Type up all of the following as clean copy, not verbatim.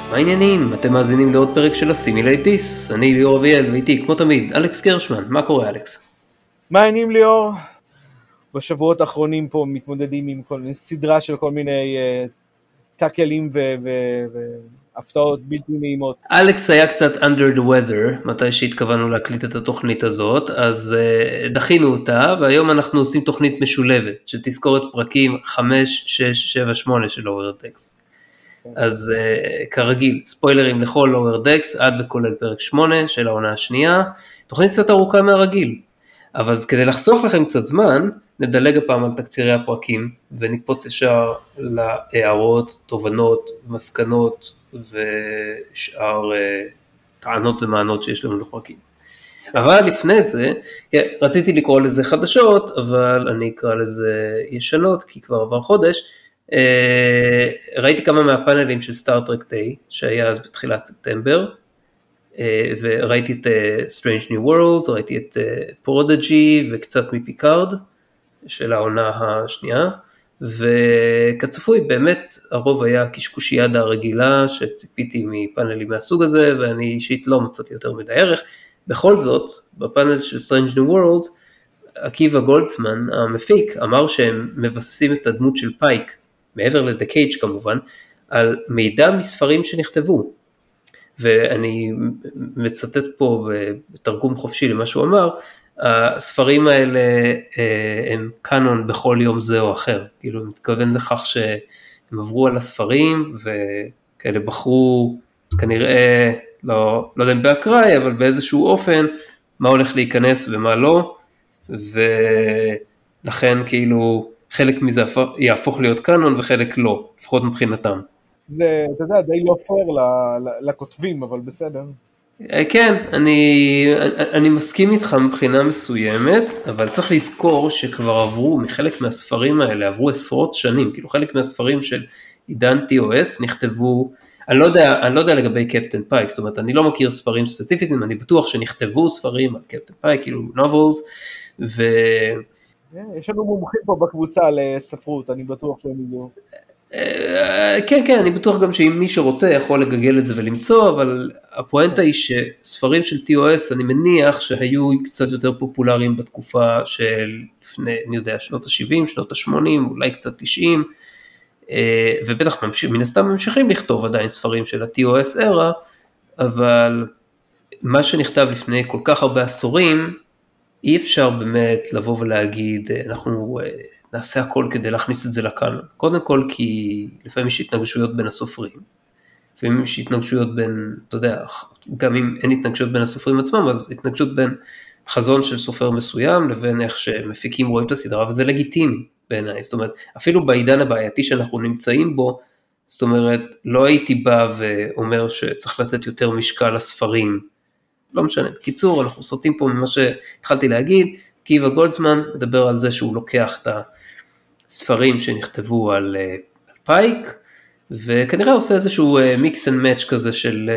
מה העניינים? אתם מאזינים לעוד פרק של הסימילייטיס, אני ליאור אביאל ואיתי כמו תמיד אלכס גרשמן. מה קורה אלכס? מה העניינים ליאור? בשבועות האחרונים פה מתמודדים עם סדרה של כל מיני טאקלים והפתעות בלתי נעימות. אלכס היה קצת under the weather מתי שהתכוונו להקליט את התוכנית הזאת, אז דחינו אותה והיום אנחנו עושים תוכנית משולבת שתזכור את פרקים 5, 6, 7, 8 של Lower Decks. אז כרגיל ספוילרים לכל Lower Decks עד וכולל פרק 8 של העונה השנייה, תוכנית קצת ארוכה מהרגיל. אבל כדי לחסוך לכם קצת זמן, נדלג הפעם על תקצירי הפרקים, ונקפוץ ישר להערות, תובנות, מסקנות, ושאר טענות ומענות שיש לנו לפרקים. אבל לפני זה, רציתי לקרוא לזה חדשות, אבל אני אקרא לזה ישנות, כי כבר עבר חודש. ראיתי כמה מהפאנלים של סטארטרק דיי, שהיה אז בתחילת ספטמבר, וראיתי את Strange New Worlds, ראיתי את Prodigy וקצת מפיקארד של העונה השנייה, וכצפוי באמת הרוב היה קשקושייה הרגילה שציפיתי מפאנלים מהסוג הזה, ואני אישית לא מצאתי יותר מדי ערך. בכל זאת, בפאנל של Strange New Worlds, עקיבא גולדסמן המפיק אמר שהם מבססים את הדמות של פייק, מעבר לדקייג' כמובן, על מידע מספרים שנכתבו. ואני מצטט פה בתרגום חופשי למה שהוא אמר, הספרים האלה הם קאנון בכל יום זה או אחר, כאילו מתכוון לכך שהם עברו על הספרים וכאלה בחרו כנראה, לא יודע אם באקראי, אבל באיזשהו אופן, מה הולך להיכנס ומה לא, ולכן כאילו חלק מזה יהפוך להיות קאנון וחלק לא, לפחות מבחינתם. זה, אתה יודע, די לא פייר לכותבים, אבל בסדר. כן, אני מסכים איתך מבחינה מסוימת, אבל צריך לזכור שכבר עברו, מחלק מהספרים האלה, עברו עשרות שנים, כאילו חלק מהספרים של עידן TOS נכתבו, אני לא יודע לגבי קפטן פייק, זאת אומרת, אני לא מכיר ספרים ספציפיים, אני בטוח שנכתבו ספרים על קפטן פייק, כאילו נובלס, יש לנו מומחים פה בקבוצה לספרות, אני בטוח שהם ידעו. כן, אני בטוח גם שאם מי שרוצה יכול לגגל את זה ולמצוא, אבל הפואנטה היא שספרים של TOS אני מניח שהיו קצת יותר פופולריים בתקופה של לפני, אני יודע, שנות ה-70, שנות ה-80, אולי קצת 90, ובטח מן הסתם ממשיכים לכתוב עדיין ספרים של ה-TOS era, אבל מה שנכתב לפני כל כך הרבה עשורים, אי אפשר באמת לבוא ולהגיד, אנחנו נעשה הכל כדי להכניס את זה לכאן. קודם כל כי לפעמים יש התנגשויות בין הסופרים, לפעמים יש התנגשויות בין, אתה יודע, גם אם אין התנגשויות בין הסופרים עצמם, אז התנגשות בין חזון של סופר מסוים, לבין איך שמפיקים רואים את הסדרה, וזה לגיטימי בעיניי. זאת אומרת, אפילו בעידן הבעייתי שאנחנו נמצאים בו, זאת אומרת, לא הייתי בא ואומר שצריך לתת יותר משקל לספרים, לא משנה. בקיצור, אנחנו סוטים פה ממה שהתחלתי להגיד, עקיבא גולדסמן מדבר על זה שהוא לוקח את הספרים שנכתבו על פייק, וכנראה עושה איזשהו מיקס אנד מאץ' כזה של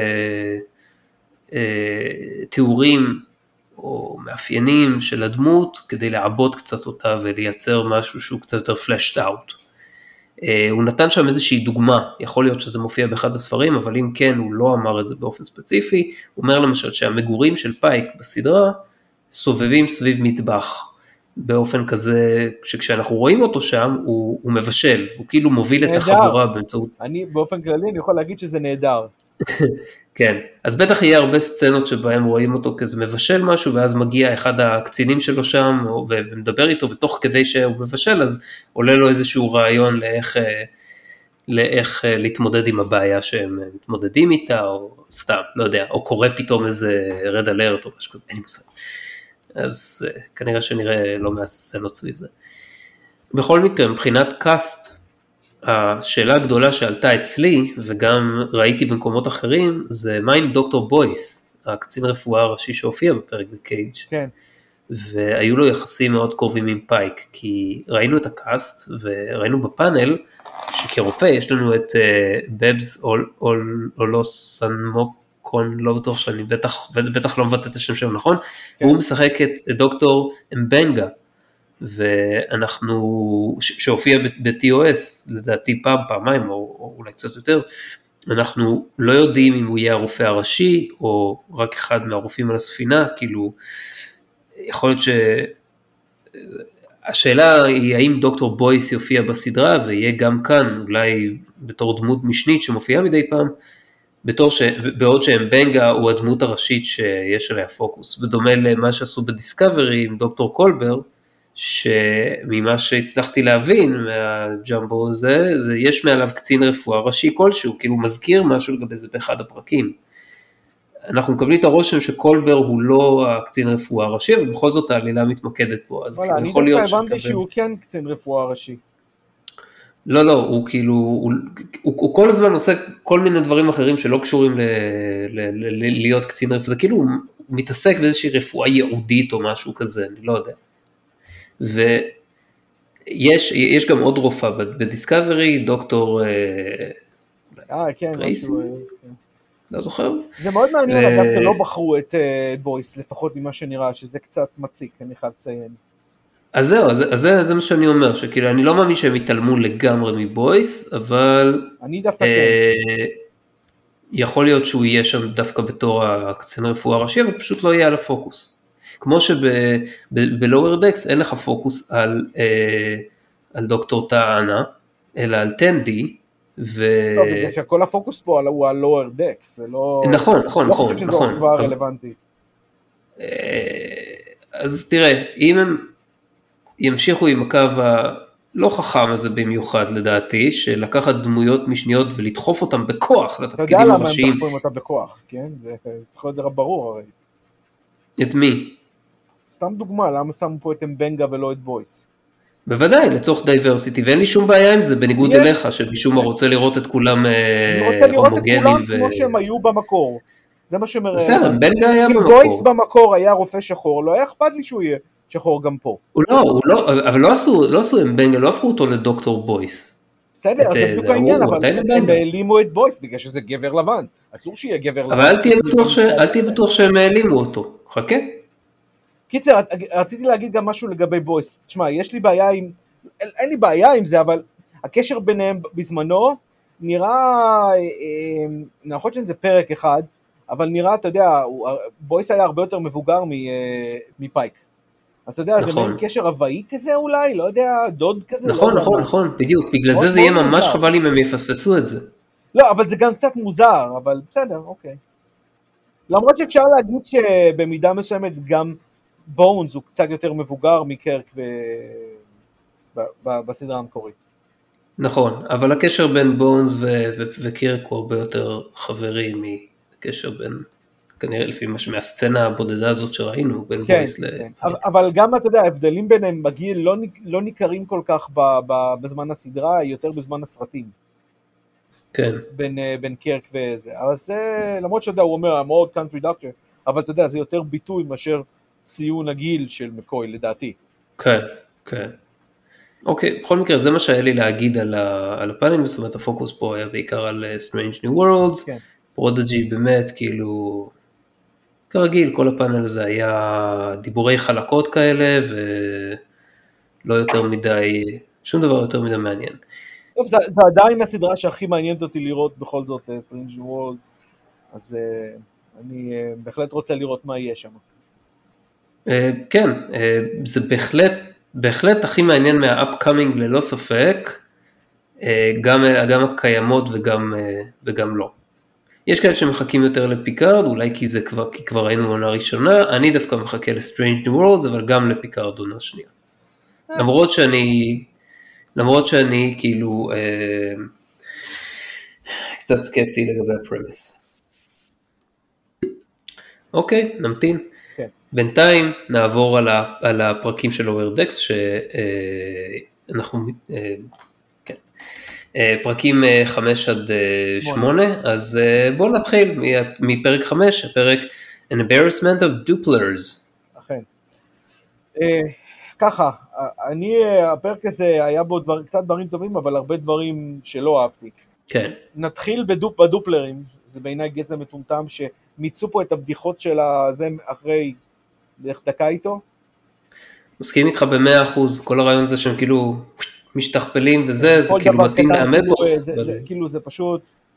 תיאורים או מאפיינים של הדמות, כדי לעבוד קצת אותה ולייצר משהו שהוא קצת יותר פלשט אאוט. הוא נתן שם איזושהי דוגמה, יכול להיות שזה מופיע באחד הספרים, אבל אם כן הוא לא אמר את זה באופן ספציפי, הוא אומר למשל שהמגורים של פייק בסדרה, סובבים סביב מטבח, באופן כזה שכשאנחנו רואים אותו שם, הוא מבשל, הוא כאילו מוביל את החבורה באמצעות... אני באופן כללי, אני יכול להגיד שזה נהדר. כן, אז בטח יהיה הרבה סצנות שבהם רואים אותו כזה מבשל משהו, ואז מגיע אחד הקצינים שלו שם, ומדבר איתו, ותוך כדי שהוא מבשל, אז עולה לו איזשהו רעיון לאיך להתמודד עם הבעיה שהם מתמודדים איתה, או סתם, לא יודע, או קורא פתאום איזה רד אלרט, או משהו כזה, אין לי מושג. אז כנראה שנראה לא מהסצנות סביב זה. בכל מקרה, מבחינת קאסט, השאלה הגדולה שעלתה אצלי, וגם ראיתי במקומות אחרים, זה מה עם דוקטור בויס, הקצין רפואה הראשי שהופיע בפרק בקייג'. כן. והיו לו יחסים מאוד קרובים עם פייק, כי ראינו את הקאסט, וראינו בפאנל, שכרופא יש לנו את בבס אולוסנמוקון, לא בטוח שאני בטח לא מבטא את השם שם נכון, כן. והוא משחק את דוקטור אמבנגה, ואנחנו, שהופיע ב-TOS, לדעתי פעמיים, או אולי קצת יותר, אנחנו לא יודעים אם הוא יהיה הרופא הראשי, או רק אחד מהרופאים על הספינה, כאילו, יכול להיות השאלה היא האם דוקטור בויס יופיע בסדרה, ויהיה גם כאן, אולי בתור דמות משנית שמופיעה מדי פעם, בעוד שאמבנגה הוא הדמות הראשית שיש עליה פוקוס, בדומה למה שעשו בדיסקאברי עם דוקטור קולבר, שממה שהצלחתי להבין מהג'מבו הזה, יש מעליו קצין רפואה ראשי כלשהו, כאילו מזכיר משהו לגבי זה באחד הפרקים. אנחנו מקבלים את הרושם שקולבר הוא לא הקצין רפואה הראשי, אבל בכל זאת העלילה מתמקדת פה, אז כאילו יכול להיות שקבל... אני דווקא הבנתי שהוא כן קצין רפואה ראשי. לא, הוא כאילו, הוא כל הזמן עושה כל מיני דברים אחרים שלא קשורים להיות קצין רפואה, זה כאילו הוא מתעסק באיזושהי רפואה ייעודית או משהו כזה, אני לא יודע. ויש גם עוד רופאה בדיסקאברי, דוקטור טרייסי, לא זוכר. זה מאוד מעניין אגב שלא בחרו את בויס, לפחות ממה שנראה, שזה קצת מציק, אני חייב לציין. אז זהו, זה מה שאני אומר, שכאילו אני לא מאמין שהם יתעלמו לגמרי מבויס, אבל אני דווקא כן. יכול להיות שהוא יהיה שם דווקא בתור הקצין הרפואה הראשי, אבל פשוט לא יהיה על הפוקוס. כמו שבלואוור דקס אין לך פוקוס על דוקטור טענה, אלא על טנדי, לא, בגלל שכל הפוקוס פה הוא על לואוור דקס, זה לא... נכון. לא חושב שזו כבר רלוונטית. אז תראה, אם הם ימשיכו עם הקו הלא חכם הזה במיוחד לדעתי, שלקחת דמויות משניות ולדחוף אותם בכוח לתפקידים הראשיים. אתה יודע למה הם דחפים אותם בכוח, כן? זה צריך להיות ברור הרי. את מי? סתם דוגמה, למה שמו פה את אמבנגה ולא את בויס? בוודאי, לצורך דייברסיטי, ואין לי שום בעיה עם זה, בניגוד אליך, שמשום מה רוצה לראות את כולם הומוגנים. אני רוצה לראות את כולם כמו שהם היו במקור. זה מה שמראה. בסדר, אמבנגה היה במקור. אם בויס במקור היה רופא שחור, לא היה אכפת לי שהוא יהיה שחור גם פה. אבל לא עשו אמבנגה, לא הפכו אותו לדוקטור בויס. בסדר, זה בדיוק העניין, אבל הם העלימו את בויס, בגלל שזה גבר לבן. אסור שיהיה גבר לבן. אבל אל תהיה בטוח שהם העלימו אותו. חכה. קיצר, רציתי להגיד גם משהו לגבי בויס. תשמע, יש לי בעיה עם, אין לי בעיה עם זה, אבל הקשר ביניהם בזמנו נראה, נכון שזה פרק אחד, אבל נראה, אתה יודע, בויס היה הרבה יותר מבוגר מפייק. אז אתה יודע, זה מין קשר הוואי כזה אולי, לא יודע, דוד כזה. נכון, בדיוק, בגלל זה יהיה ממש חבל אם הם יפספסו את זה. לא, אבל זה גם קצת מוזר, אבל בסדר, אוקיי. למרות שאפשר להגיד שבמידה מסוימת גם בונס הוא קצת יותר מבוגר מקרק בסדרה המקורית. נכון, אבל הקשר בין בונס וקירק הוא הרבה יותר חברי מקשר בין, כנראה לפי מהסצנה הבודדה הזאת שראינו, בין בויס ל... כן, אבל גם אתה יודע, ההבדלים ביניהם בגיל לא ניכרים כל כך בזמן הסדרה, יותר בזמן הסרטים. כן. בין קירק וזה. אבל זה, למרות שאתה הוא אומר, I'm old country doctor, אבל אתה יודע, זה יותר ביטוי מאשר ציון הגיל של מקוי, לדעתי. כן. אוקיי, בכל מקרה, זה מה שהיה לי להגיד על הפאנלים, זאת אומרת, הפוקוס פה היה בעיקר על Strange New Worlds, פרודג'י באמת, כאילו, כרגיל, כל הפאנל הזה היה דיבורי חלקות כאלה, ולא יותר מדי, שום דבר יותר מדי מעניין. טוב, זה עדיין הסדרה שהכי מעניינת אותי לראות בכל זאת, Strange New Worlds, אז אני בהחלט רוצה לראות מה יהיה שם. כן, זה בהחלט הכי מעניין מה-upcoming ללא ספק, גם הקיימות וגם לא. יש כאלה שמחכים יותר לפיקארד, אולי כי כבר ראינו עונה ראשונה, אני דווקא מחכה ל-Strange New Worlds, אבל גם לפיקארד עונה שנייה. למרות שאני כאילו קצת סקפטי לגבי הפרמיס. אוקיי, נמתין. בינתיים נעבור על הפרקים של לואוור דקס, שאנחנו, כן, פרקים 5 עד 8, אז בואו נתחיל מפרק 5, הפרק An Embarrassment of Dupplers. אכן. ככה, הפרק הזה היה בו קצת דברים טובים, אבל הרבה דברים שלא אהבתי. כן. נתחיל בדופלרים, זה בעיניי גזע מטומטם, שמיצו פה את הבדיחות של זה אחרי בערך דקה איתו. מסכים איתך ב100%, כל הרעיון זה שהם כאילו משתכפלים וזה, זה כאילו מתאים לאמבות. כאילו זה פשוט,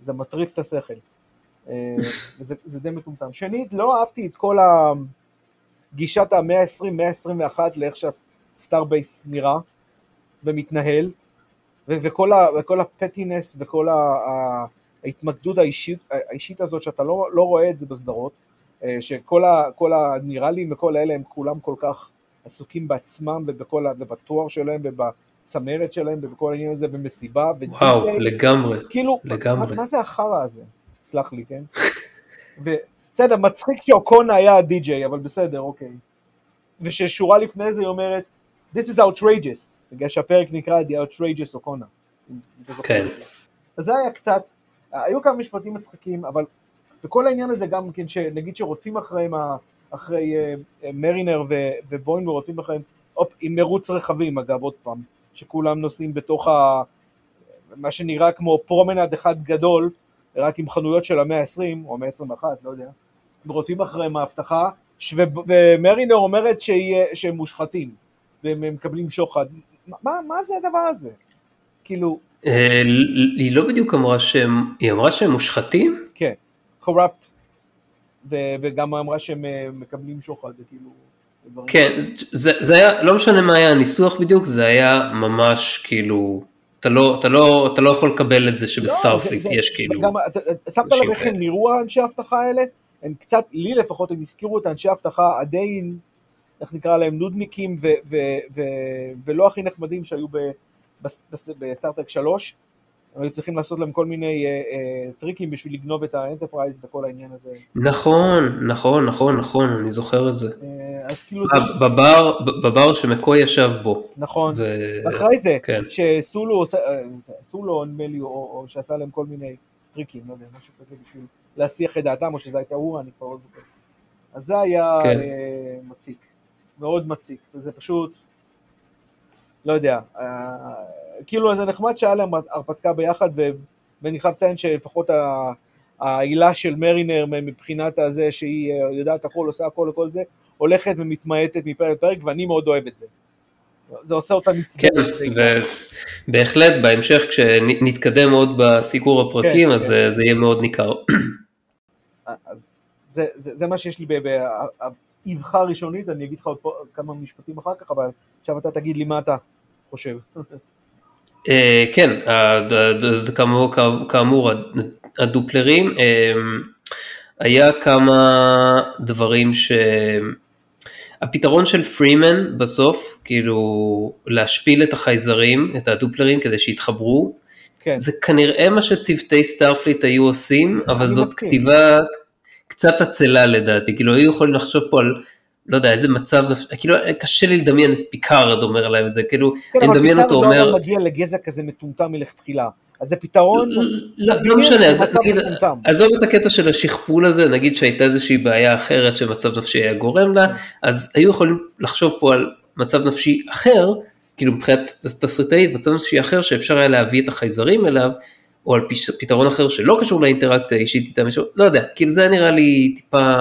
זה מטריף את השכל. זה די מטומטם. שנית, לא אהבתי את כל גישת ה-120, 121 לאיך שהסטארבייס נראה ומתנהל, וכל הפטינס וכל ההתמקדות האישית הזאת, שאתה לא רואה את זה בסדרות, שכל הנרלים וכל האלה הם כולם כל כך עסוקים בעצמם ובתואר שלהם ובצמרת שלהם ובכל העניין הזה במסיבה. וואו, לגמרי. כאילו, מה זה החרא הזה? סלח לי, כן? בסדר, מצחיק שאוקונה היה הדי-ג'יי, אבל בסדר, אוקיי. וששורה לפני זה היא אומרת, This is outrageous, בגלל שהפרק נקרא The Outrageous אוקונה. כן. אז זה היה קצת, היו כמה משפטים מצחיקים, אבל וכל העניין הזה גם כן, שנגיד שרוצים אחרי מרינר ובוין ורוצים אחריהם, עם מרוץ רכבים אגב, עוד פעם, שכולם נוסעים בתוך מה שנראה כמו פרומנד אחד גדול, רק עם חנויות של ה-120 או ה-121, לא יודע, ורוצים אחריהם ההבטחה, ומרינר אומרת שהם מושחתים, והם מקבלים שוחד. מה זה הדבר הזה? כאילו... היא לא בדיוק אמרה היא אמרה שהם מושחתים? כן, corrupt, וגם אמרה שהם מקבלים שוחד, כאילו... כן, זה היה, לא משנה מה היה הניסוח בדיוק, זה היה ממש כאילו... אתה לא יכול לקבל את זה שבסטארפליט יש כאילו... שמת לב איך הם נראו האנשי ההבטחה האלה? הם קצת, לי לפחות, הם הזכירו את האנשי ההבטחה עדיין, איך נקרא להם, נודניקים ולא הכי נחמדים שהיו בסטארטרק 3, היו צריכים לעשות להם כל מיני טריקים בשביל לגנוב את האנטרפרייז וכל העניין הזה. נכון, אני זוכר את זה. בבר שמקוי ישב בו. נכון, אחרי זה, שסולו נמלי, או שעשה להם כל מיני טריקים, לא יודע, משהו כזה בשביל להסיח את דעתם, או שזה הייתה הוא, אני כבר לא זוכר. אז זה היה מציק, מאוד מציק, וזה פשוט, לא יודע, כאילו זה נחמד שהיה להם הרפתקה ביחד, ואני חייב לציין שלפחות העילה של מרינר מבחינת הזה שהיא יודעת הכל, עושה הכל וכל זה, הולכת ומתמעטת מפרק לפרק, ואני מאוד אוהב את זה. זה עושה אותה מצטער. כן, ובהחלט בהמשך כשנתקדם עוד בסיקור הפרקים, אז זה יהיה מאוד ניכר. אז זה מה שיש לי באבחה ראשונית, אני אגיד לך עוד כמה משפטים אחר כך, אבל עכשיו אתה תגיד לי מה אתה חושב. כן, זה כאמור הדופלרים, היה כמה דברים הפתרון של פרימן בסוף, כאילו להשפיל את החייזרים, את הדופלרים כדי שיתחברו, כן. זה כנראה מה שצוותי סטארפליט היו עושים, אבל זאת מסכים. כתיבה קצת עצלה לדעתי, כאילו היו יכולים לחשוב פה על, לא יודע, איזה מצב, כאילו קשה לי לדמיין את פיקארד אומר עליהם את זה, כאילו אני מדמיין אותו אומר... כן, אבל פיקארד לא מגיע לגזע כזה מטומטם מלכתחילה, אז זה פתרון לא משנה, עזוב את הקטע של השכפול הזה, נגיד שהייתה איזושהי בעיה אחרת שמצב נפשי היה גורם לה, אז היו יכולים לחשוב פה על מצב נפשי אחר, כאילו מבחינת תסריטאית, מצב נפשי אחר שאפשר היה להביא את החייזרים אליו, או על פתרון אחר שלא קשור לאינטראקציה האישית איתם, לא יודע, כאילו זה נראה לי טיפה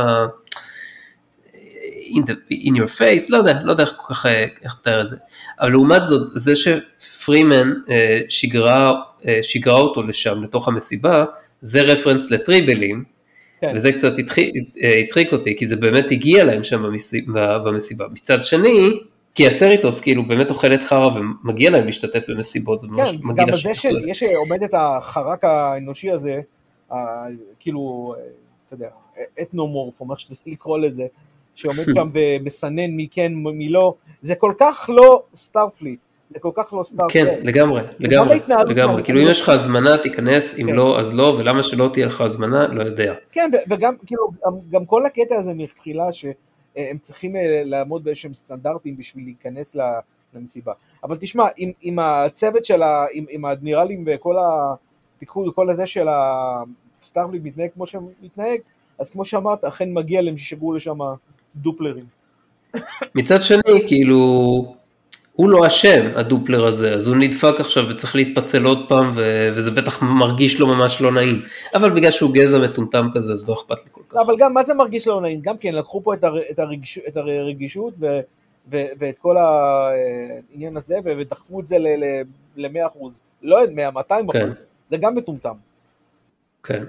in your face, לא יודע איך כל כך לתאר את זה, אבל לעומת זאת, זה שפרימן שיגרה אותו לשם, לתוך המסיבה, זה רפרנס לטריבלים, כן. וזה קצת הצחיק אותי, כי זה באמת הגיע להם שם במסיבה. מצד שני, כי הסריטוס כאילו באמת אוכלת חרה ומגיע להם להשתתף במסיבות, כן, גם בזה שיש עומד את החרק האנושי הזה, כאילו, אתה יודע, אתנומורף, או מה שאתה לקרוא לזה, שעומד שם ומסנן מי כן, מי לא, זה כל כך לא סטארפליט, זה כל כך לא סטארפליט. כן, לגמרי, כאילו אם יש לך הזמנה תיכנס, אם לא אז לא, ולמה שלא תהיה לך הזמנה, לא יודע. כן, וגם כאילו, גם כל הקטע הזה מתחילה שהם צריכים לעמוד באיזשהם סטנדרטים בשביל להיכנס למסיבה. אבל תשמע, עם הצוות של, עם האדמירלים וכל הפיקוד וכל הזה של הסטארפליט מתנהג כמו שמתנהג, אז כמו שאמרת, אכן מגיע להם ששגרו לשם דופלרים. מצד שני, כאילו, הוא לא אשם, הדופלר הזה, אז הוא נדפק עכשיו וצריך להתפצל עוד פעם, וזה בטח מרגיש לו ממש לא נעים. אבל בגלל שהוא גזע מטומטם כזה, אז לא אכפת לי כל כך. אבל גם, מה זה מרגיש לא נעים? גם כן, לקחו פה את הרגישות, ואת כל העניין הזה, ודחפו את זה ל-100%. לא 100, 200%. זה גם מטומטם. כן.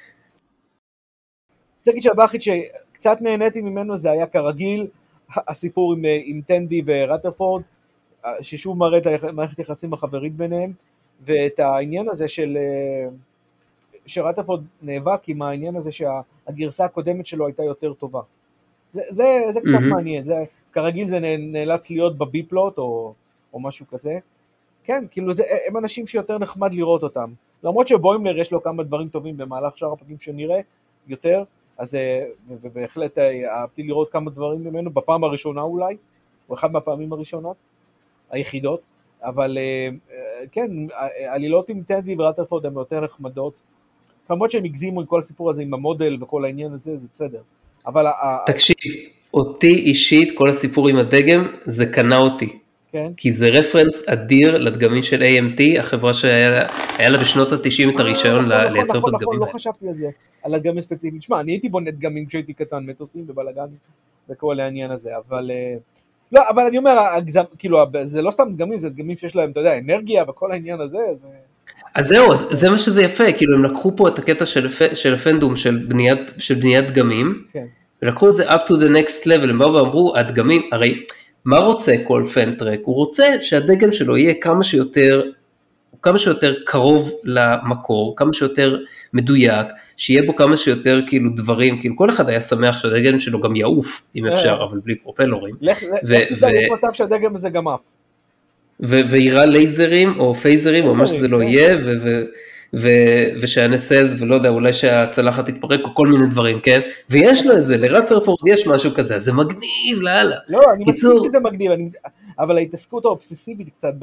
רוצה להגיד שהדבר היחיד שקצת נהניתי ממנו זה היה כרגיל, הסיפור עם טנדי ורטרפורד, ששוב מראה את מערכת יחסים החברית ביניהם, ואת העניין הזה שרטרפורד נאבק עם העניין הזה שהגרסה הקודמת שלו הייתה יותר טובה. זה קצת מעניין, כרגיל זה נאלץ להיות בבי-פלוט או משהו כזה. כן, כאילו הם אנשים שיותר נחמד לראות אותם. למרות שבוימלר יש לו כמה דברים טובים במהלך שאר הפרקים שנראה יותר, אז בהחלט אהבתי לראות כמה דברים ממנו, בפעם הראשונה אולי, או אחד מהפעמים הראשונות, היחידות, אבל כן, עלילות עם טנדי ורטרפורד הן יותר נחמדות, למרות שהם הגזימו עם כל הסיפור הזה, עם המודל וכל העניין הזה, זה בסדר. אבל תקשיב, אותי אישית, כל הסיפור עם הדגם, זה קנה אותי. כן? כי זה רפרנס אדיר לדגמים של AMT, החברה שהיה לה בשנות ה-90 את הרישיון לייצר את הדגמים. נכון, לא חשבתי על זה, על הדגמים ספציפיים. תשמע, אני הייתי בונה דגמים כשהייתי קטן, מטוסים ובלגנים וכל העניין הזה, אבל לא, אבל אני אומר, כאילו, זה לא סתם דגמים, זה דגמים שיש להם, אתה יודע, אנרגיה וכל העניין הזה, אז זהו, זה מה שזה יפה, כאילו הם לקחו פה את הקטע של הפנדום של בניית דגמים, כן. ולקחו את זה up to the next level, הם באו ואמרו, הדגמים, הרי מה רוצה כל פנטרק? הוא רוצה שהדגם שלו יהיה כמה שיותר קרוב למקור, כמה שיותר מדויק, שיהיה בו כמה שיותר כאילו דברים, כאילו כל אחד היה שמח שהדגם שלו גם יעוף, אם אפשר, אבל בלי פרופלורים. לך מצב שהדגם הזה גם אף. ויראה לייזרים או פייזרים או מה שזה לא יהיה, ושהנסלס ולא יודע, אולי שהצלחת תתפרק או כל מיני דברים, כן? ויש לו את זה, לרת'רפורד יש משהו כזה, זה מגניב, לאללה. לא, אני מסכים שזה מגניב, אבל ההתעסקות האובססיבית קצת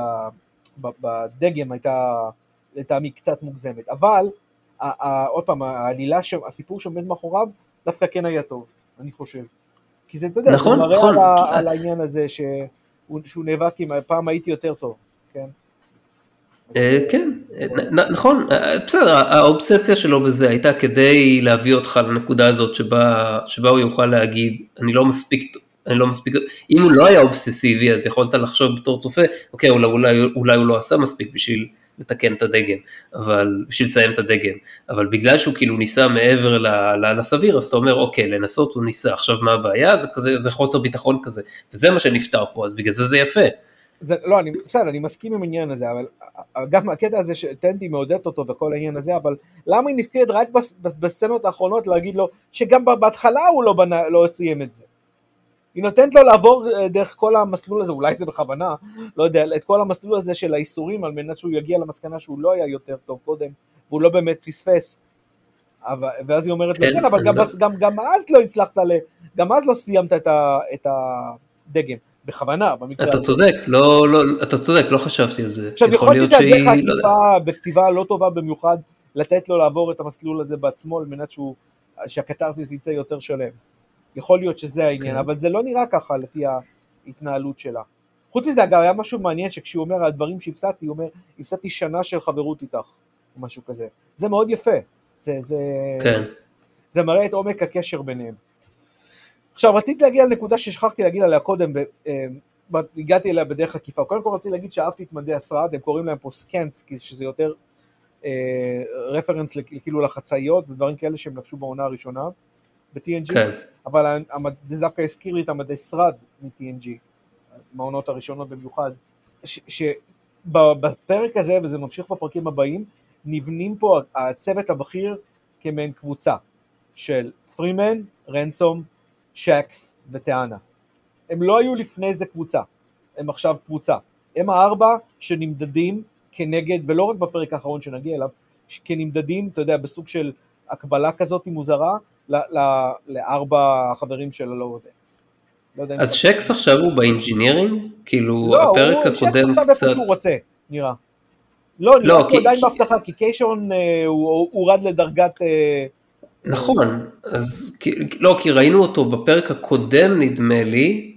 בדגם הייתה לטעמי קצת מוגזמת, אבל עוד פעם, העלילה, הסיפור שעומד מאחוריו, דווקא כן היה טוב, אני חושב. כי זה, אתה יודע, זה מראה על העניין הזה שהוא נאבק עם, פעם הייתי יותר טוב, כן? כן, נכון, בסדר, האובססיה שלו בזה הייתה כדי להביא אותך לנקודה הזאת שבה הוא יוכל להגיד, אני לא מספיק, אם הוא לא היה אובססיבי, אז יכולת לחשוב בתור צופה, אוקיי, אולי הוא לא עשה מספיק בשביל לתקן את הדגם, בשביל לסיים את הדגם, אבל בגלל שהוא כאילו ניסה מעבר לסביר, אז אתה אומר, אוקיי, לנסות הוא ניסה, עכשיו מה הבעיה? זה חוסר ביטחון כזה, וזה מה שנפטר פה, אז בגלל זה יפה. לא, בסדר, אני מסכים עם העניין הזה, אבל גם הקטע הזה שטנדי מעודד אותו וכל העניין הזה, אבל למה היא נזכרת רק בסצנות האחרונות להגיד לו שגם בהתחלה הוא לא סיים את זה? היא נותנת לו לעבור דרך כל המסלול הזה, אולי זה בכוונה, לא יודע, את כל המסלול הזה של האיסורים, על מנת שהוא יגיע למסקנה שהוא לא היה יותר טוב קודם, והוא לא באמת פספס, ואז היא אומרת לו, כן, אבל גם אז לא הצלחת, גם אז לא סיימת את הדגם. בכוונה, במקרה הזה. אתה צודק, לא חשבתי על זה. עכשיו, יכול להיות שהדרך העקיפה בכתיבה לא טובה במיוחד, לתת לו לעבור את המסלול הזה בעצמו, על מנת שהקטרזיס יצא יותר שלם. יכול להיות שזה העניין, אבל זה לא נראה ככה לפי ההתנהלות שלה. חוץ מזה, אגב, היה משהו מעניין שכשהוא אומר על דברים שהפסדתי, הוא אומר, הפסדתי שנה של חברות איתך, או משהו כזה. זה מאוד יפה. זה מראה את עומק הקשר ביניהם. עכשיו, רציתי להגיע לנקודה ששכחתי להגיד עליה קודם, והגעתי אליה בדרך עקיפה. קודם כל רציתי להגיד שאהבתי את מדי השרד, הם קוראים להם פה סקנס, כי שזה יותר רפרנס כאילו לחצאיות, ודברים כאלה שהם לבשו בעונה הראשונה, ב-TNG, אבל זה דווקא הזכיר לי את המדי שרד מ-TNG, מהעונות הראשונות במיוחד, שבפרק הזה, וזה ממשיך בפרקים הבאים, נבנים פה הצוות הבכיר כמעין קבוצה, של פרימן, רנסום, שקס וטענה. הם לא היו לפני זה קבוצה, הם עכשיו קבוצה. הם הארבע שנמדדים כנגד, ולא רק בפרק האחרון שנגיע אליו, כנמדדים, אתה יודע, בסוג של הקבלה כזאת מוזרה, לארבע החברים של הלורדקס. אז שקס עכשיו הוא באינג'ינירינג? כאילו, הפרק הקודם קצת... לא, הוא שקס עכשיו איפה שהוא רוצה, נראה. לא, נראה הוא עדיין בהבטחה, כי קיישון הוא הורד לדרגת... נכון, אז לא, כי ראינו אותו בפרק הקודם נדמה לי,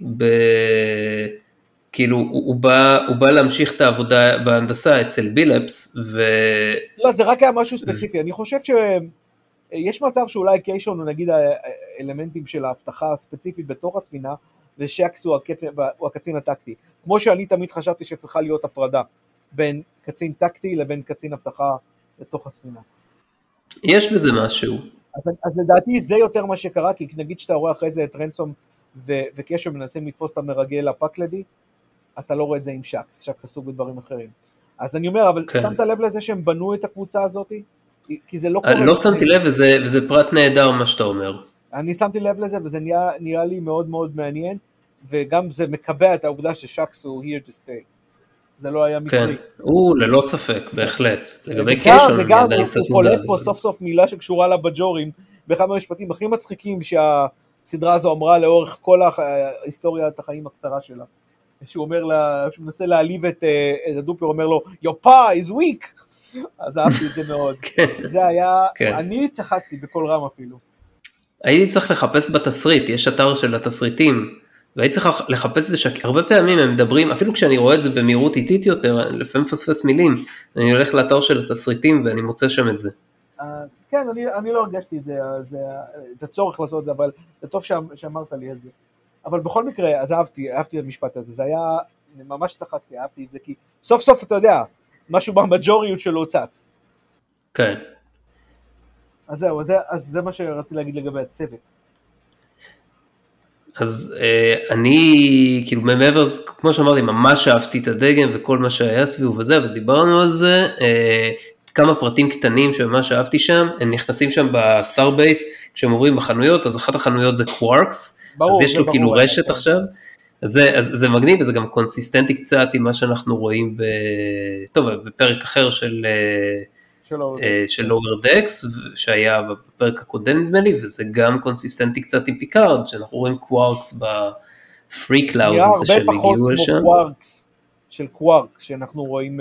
כאילו הוא בא להמשיך את העבודה בהנדסה אצל בילפס, לא, זה רק היה משהו ספציפי, אני חושב שיש מצב שאולי קיישון הוא נגיד האלמנטים של ההבטחה הספציפית בתוך הספינה, ושקס הוא הקצין הטקטי, כמו שאני תמיד חשבתי שצריכה להיות הפרדה, בין קצין טקטי לבין קצין הבטחה לתוך הספינה. יש בזה משהו. אז לדעתי זה יותר מה שקרה, כי נגיד שאתה רואה אחרי זה את רנסום וקשר מנסים לתפוס את המרגל הפקלדי, אז אתה לא רואה את זה עם שקס, שקס עסוק בדברים אחרים. אז אני אומר, אבל שמת לב לזה שהם בנו את הקבוצה הזאת? כי זה לא קורה. לא שמתי לב, וזה פרט נהדר מה שאתה אומר. אני שמתי לב לזה, וזה נראה לי מאוד מאוד מעניין, וגם זה מקבע את העובדה ששקס הוא here to stay. זה לא היה מקרי. כן, הוא ללא ספק, בהחלט. לגבי קשר, אני עדיין קצת מודע. הוא קולט פה סוף סוף מילה שקשורה לבג'ורים, באחד מהמשפטים הכי מצחיקים שהסדרה הזו אמרה לאורך כל ההיסטוריית החיים הקצרה שלה. שהוא אומר לה, שהוא מנסה להעליב את הדופר, אומר לו, your pa is weak. אז אהבתי את זה מאוד. זה היה, אני צחקתי בכל רם אפילו. הייתי צריך לחפש בתסריט, יש אתר של התסריטים, והייתי צריך לחפש את זה שהרבה פעמים הם מדברים, אפילו כשאני רואה את זה במהירות איטית יותר, לפעמים פספס מילים, אני הולך לאתר של התסריטים ואני מוצא שם את זה. כן, אני לא הרגשתי את זה, את הצורך לעשות את זה, אבל זה טוב שאמרת לי את זה. אבל בכל מקרה, אז אהבתי את המשפט הזה, זה היה, ממש צחקתי, אהבתי את זה, כי סוף סוף אתה יודע, משהו במג'וריות שלו צץ. כן. אז זהו, אז זה מה שרציתי להגיד לגבי הצוות. אז אני, כאילו מעבר, כמו שאמרתי, ממש אהבתי את הדגם וכל מה שהיה סביבו וזה, אבל דיברנו על זה, כמה פרטים קטנים שממש אהבתי שם, הם נכנסים שם בסטארבייס, כשהם עוברים בחנויות, אז אחת החנויות זה קווארקס, אז יש לו כאילו רשת עכשיו, אז זה מגניב, וזה גם קונסיסטנטי קצת עם מה שאנחנו רואים בפרק אחר של לואוור דקס, שהיה בפרק הקודם נדמה לי, וזה גם קונסיסטנטי קצת עם פיקארד, שאנחנו רואים קווארקס בפרי קלאוד הזה שהם הגיעו לשם. נראה הרבה פחות כמו קווארקס של קווארק, שאנחנו רואים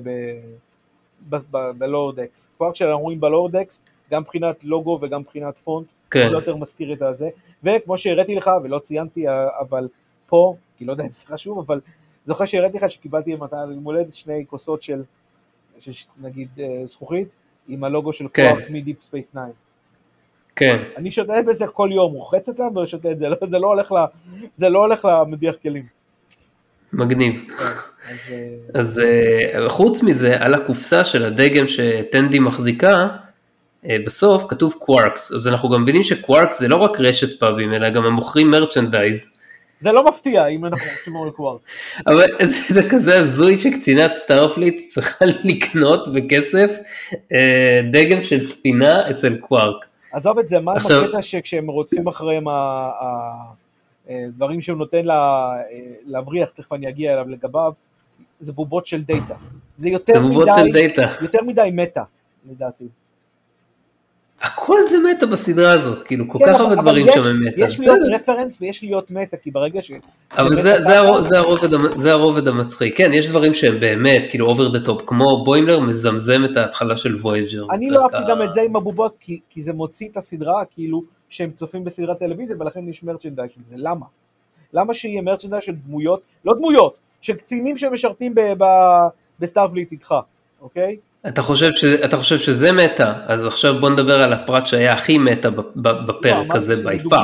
בלואוור דקס. קווארק שאנחנו רואים בלואוור דקס, גם מבחינת לוגו וגם מבחינת פונט, הוא יותר מזכיר את הזה, וכמו שהראיתי לך, ולא ציינתי, אבל פה, כי לא יודע אם זה חשוב, אבל זוכר שהראיתי לך שקיבלתי מולדת שני כוסות של נגיד זכוכית, עם הלוגו של קווארק מדיפ ספייס 9. כן. אני שותה בזה כל יום, רוחץ אותם ושותה את זה, זה לא הולך למדיח כלים. מגניב. אז חוץ מזה, על הקופסה של הדגם שטנדי מחזיקה, בסוף כתוב קווארקס, אז אנחנו גם מבינים שקווארקס זה לא רק רשת פאבים, אלא גם הם מוכרים מרצ'נדייז. זה לא מפתיע אם אנחנו חושבים על קווארק. אבל זה כזה הזוי שקצינת סטארפליט צריכה לקנות בכסף דגם של ספינה אצל קווארק. עזוב את זה, מה הקטע שכשהם רוצים אחריהם הדברים שהוא נותן להבריח, תכף אני אגיע אליו לגביו, זה בובות של דאטה. זה יותר מדי מטה, לדעתי. הכל זה מטה בסדרה הזאת, כאילו כל כך הרבה דברים שם הם מטה. יש להיות רפרנס ויש להיות מטה, כי ברגע ש... אבל זה הרובד המצחיק, כן, יש דברים שהם באמת, כאילו over the top, כמו בוימלר מזמזם את ההתחלה של וויג'ר. אני לא אהבתי גם את זה עם הבובות, כי זה מוציא את הסדרה, כאילו שהם צופים בסדרת טלוויזיה, ולכן יש מרצ'נדייז של זה, למה? למה שיהיה מרצ'נדייז של דמויות, לא דמויות, של קצינים שמשרתים בסטארפליט איתך, אוקיי? אתה חושב שזה מטה, אז עכשיו בוא נדבר על הפרט שהיה הכי מטה בפרק הזה ביפר.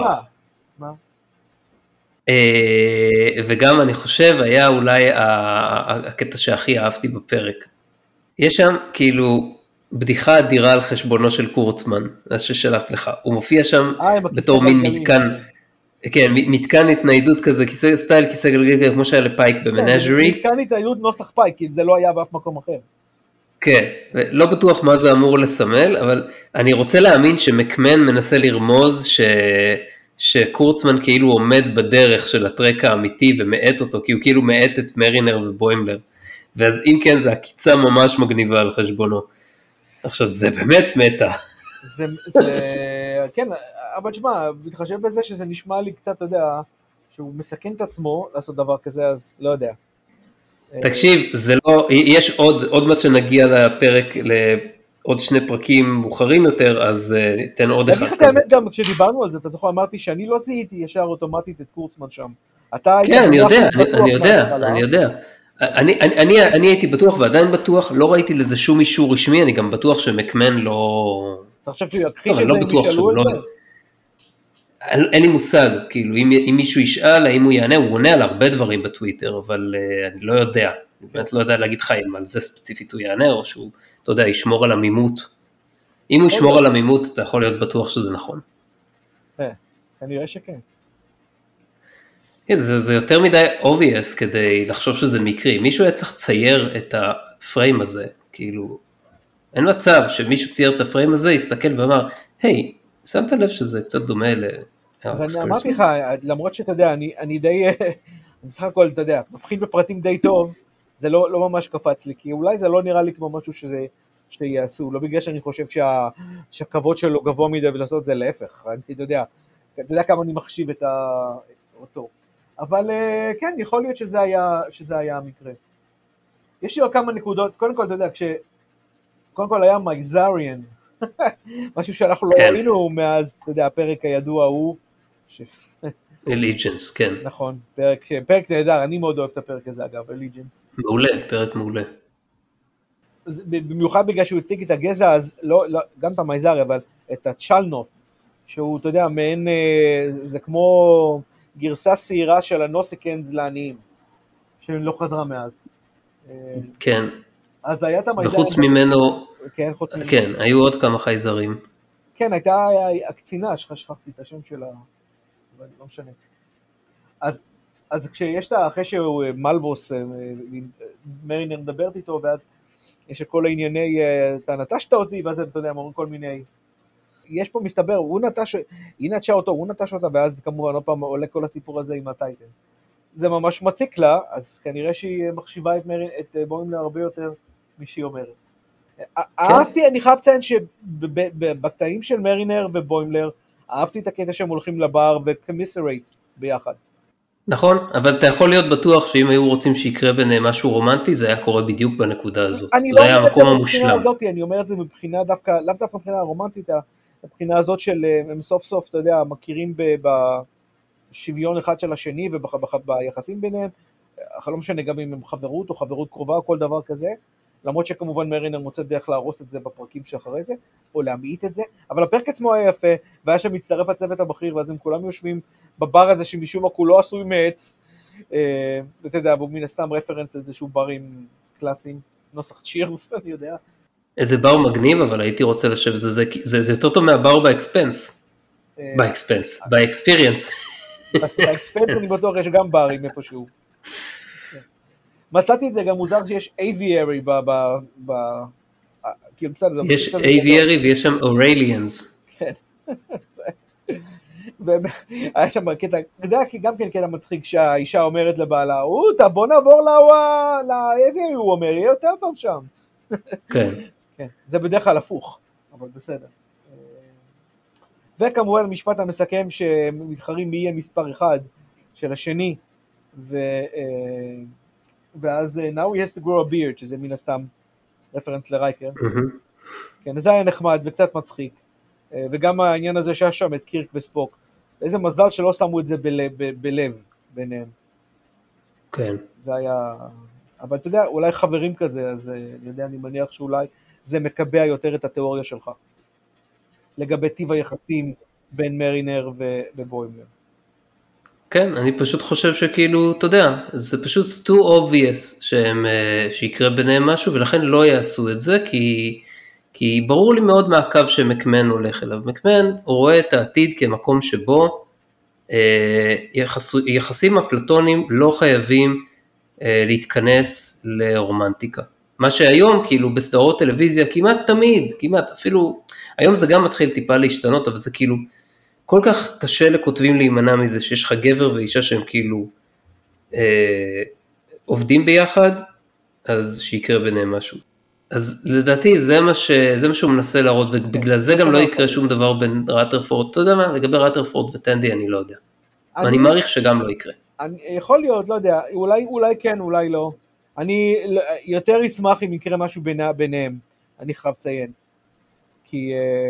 וגם אני חושב היה אולי הקטע שהכי אהבתי בפרק. יש שם כאילו בדיחה אדירה על חשבונו של קורצמן, זה ששלחת לך, הוא מופיע שם בתור מין מתקן, כן, מתקן התניידות כזה, סטייל כיסא גלגל כמו שהיה לפייק במנאז'רי. מתקן התניידות נוסח פייק, כי זה לא היה באף מקום אחר. כן, לא בטוח מה זה אמור לסמל, אבל אני רוצה להאמין שמקמן מנסה לרמוז שקורצמן כאילו עומד בדרך של הטרק האמיתי ומעט אותו, כי הוא כאילו מעט את מרינר ובוימלר, ואז אם כן זה הקיצה ממש מגניבה על חשבונו. עכשיו זה באמת מטה. כן, אבל תשמע, מתחשב בזה שזה נשמע לי קצת, אתה יודע, שהוא מסכן את עצמו לעשות דבר כזה, אז לא יודע. תקשיב, זה לא, יש עוד מעט שנגיע לפרק, לעוד שני פרקים מאוחרים יותר, אז ניתן עוד אחד כזה. האמת גם כשדיברנו על זה, אתה זוכר, אמרתי שאני לא זיהיתי ישר אוטומטית את קורצמן שם. כן, אני יודע. אני הייתי בטוח ועדיין בטוח, לא ראיתי לזה שום אישור רשמי, אני גם בטוח שמקמן לא... אתה חושב שהוא יכחיש את זה אם ישאלו את זה? אין לי מושג, כאילו אם מישהו ישאל, האם הוא יענה, הוא עונה על הרבה דברים בטוויטר, אבל אני לא יודע, אני באמת לא יודע להגיד לך אם על זה ספציפית הוא יענה, או שהוא, אתה יודע, ישמור על עמימות. אם הוא ישמור על עמימות, אתה יכול להיות בטוח שזה נכון. כנראה שכן. זה יותר מדי obvious כדי לחשוב שזה מקרי. מישהו היה צריך לצייר את הפריים הזה, כאילו, אין מצב שמישהו צייר את הפריים הזה, יסתכל ואמר, היי, שמת לב שזה קצת דומה ל... אז אני אמרתי לך, למרות שאתה יודע, אני די, אני בסך הכל, אתה יודע, מבחין בפרטים די טוב, זה לא ממש קפץ לי, כי אולי זה לא נראה לי כמו משהו שיעשו, לא בגלל שאני חושב שהכבוד שלו גבוה מדי ולעשות זה להפך, אתה יודע כמה אני מחשיב אותו. אבל כן, יכול להיות שזה היה המקרה. יש לי עוד כמה נקודות, קודם כל, אתה יודע, קודם כל היה מייזריאן, משהו שאנחנו לא ראינו מאז, אתה יודע, הפרק הידוע הוא... Allegiance, כן. נכון, פרק נהדר, אני מאוד אוהב את הפרק הזה אגב, Allegiance. מעולה, פרק מעולה. במיוחד בגלל שהוא הציג את הגזע, אז לא, גם את המייזרי, אבל את הצ'לנוף, שהוא, אתה יודע, מעין, זה כמו גרסה סעירה של הנוסיקנס לעניים, שלא חזרה מאז. כן. אז היה את המייזרי. וחוץ ממנו, כן, חוץ ממנו. כן, היו עוד כמה חייזרים. כן, הייתה הקצינה, שכחתי את השם שלה, אבל לא משנה. אז כשיש אחרי שהוא מלבוס, מרינר מדברת איתו, ואז יש כל הענייני, אתה נטשת אותי, ואז אתה יודע, אומרים כל מיני, יש פה מסתבר, היא נטשה אותו, הוא נטש אותה, ואז כמובן עוד פעם עולה כל הסיפור הזה עם הטייטל. זה ממש מציק לה, אז כנראה שהיא מחשיבה את בוימלר הרבה יותר משהיא אומרת. אהבתי, אני חייב לציין שבקטעים של מרינר ובוימלר, אהבתי את הקטע שהם הולכים לבר וקמיסרייט ביחד. נכון, אבל אתה יכול להיות בטוח שאם היו רוצים שיקרה ביניהם משהו רומנטי, זה היה קורה בדיוק בנקודה הזאת. זה היה המקום המושלם. אני אומר את זה מבחינה דווקא, לאו דווקא מבחינה הרומנטית, מבחינה הזאת של הם סוף סוף, אתה יודע, מכירים בשוויון אחד של השני וביחסים ביניהם, לא משנה גם אם הם חברות או חברות קרובה או כל דבר כזה, למרות שכמובן מרינר מוצא דרך להרוס את זה בפרקים שאחרי זה, או להמעיט את זה, אבל הפרק עצמו היה יפה, והיה שם מצטרף הצוות הבכיר, ואז הם כולם יושבים בבר הזה שמשום מה כולו עשוי מעץ, ואתה יודע, והוא מן הסתם רפרנס לאיזשהו ברים קלאסיים, נוסח צ'ירס, אני יודע. איזה בר מגניב, אבל הייתי רוצה לשבת את זה, זה יותר טוב מהבר באקספנס, באקספיריאנס. באקספנס אני בטוח יש גם ברים איפשהו. מצאתי את זה גם מוזר שיש אייביארי יש אייביארי ויש שם אורליאנס. כן. והיה שם קטע, זה היה גם כן קטע מצחיק שהאישה אומרת לבעלה, בוא נעבור לאייביארי, הוא אומר, יהיה יותר טוב שם. כן. זה בדרך כלל הפוך, אבל בסדר. וכמובן המשפט המסכם שמתחרים מי יהיה מספר אחד של השני, ואז now he has to grow a beard, שזה מן הסתם רפרנס לרייקר. כן, זה היה נחמד וקצת מצחיק. וגם העניין הזה שהיה שם את קירק וספוק. איזה מזל שלא שמו את זה בלב ביניהם. כן. זה היה... אבל אתה יודע, אולי חברים כזה, אז אני יודע, אני מניח שאולי זה מקבע יותר את התיאוריה שלך. לגבי טיב היחסים בין מרינר ובוימלר. כן, אני פשוט חושב שכאילו, אתה יודע, זה פשוט too obvious שיקרה ביניהם משהו, ולכן לא יעשו את זה, כי ברור לי מאוד מהקו שמקמן הולך אליו. מקמן רואה את העתיד כמקום שבו יחסים אפלטונים לא חייבים להתכנס לרומנטיקה. מה שהיום, כאילו, בסדרות טלוויזיה, כמעט תמיד, כמעט, אפילו, היום זה גם מתחיל טיפה להשתנות, אבל זה כאילו, כל כך קשה לכותבים להימנע מזה, שיש לך גבר ואישה שהם כאילו עובדים ביחד, אז שיקרה ביניהם משהו. אז לדעתי זה מה שהוא מנסה להראות, ובגלל זה גם לא יקרה שום דבר בין רטרפורד, אתה יודע מה, לגבי רטרפורד וטנדי אני לא יודע. אני מעריך שגם לא יקרה. יכול להיות, לא יודע, אולי כן, אולי לא. אני יותר אשמח אם יקרה משהו ביניהם, אני חייב לציין. כי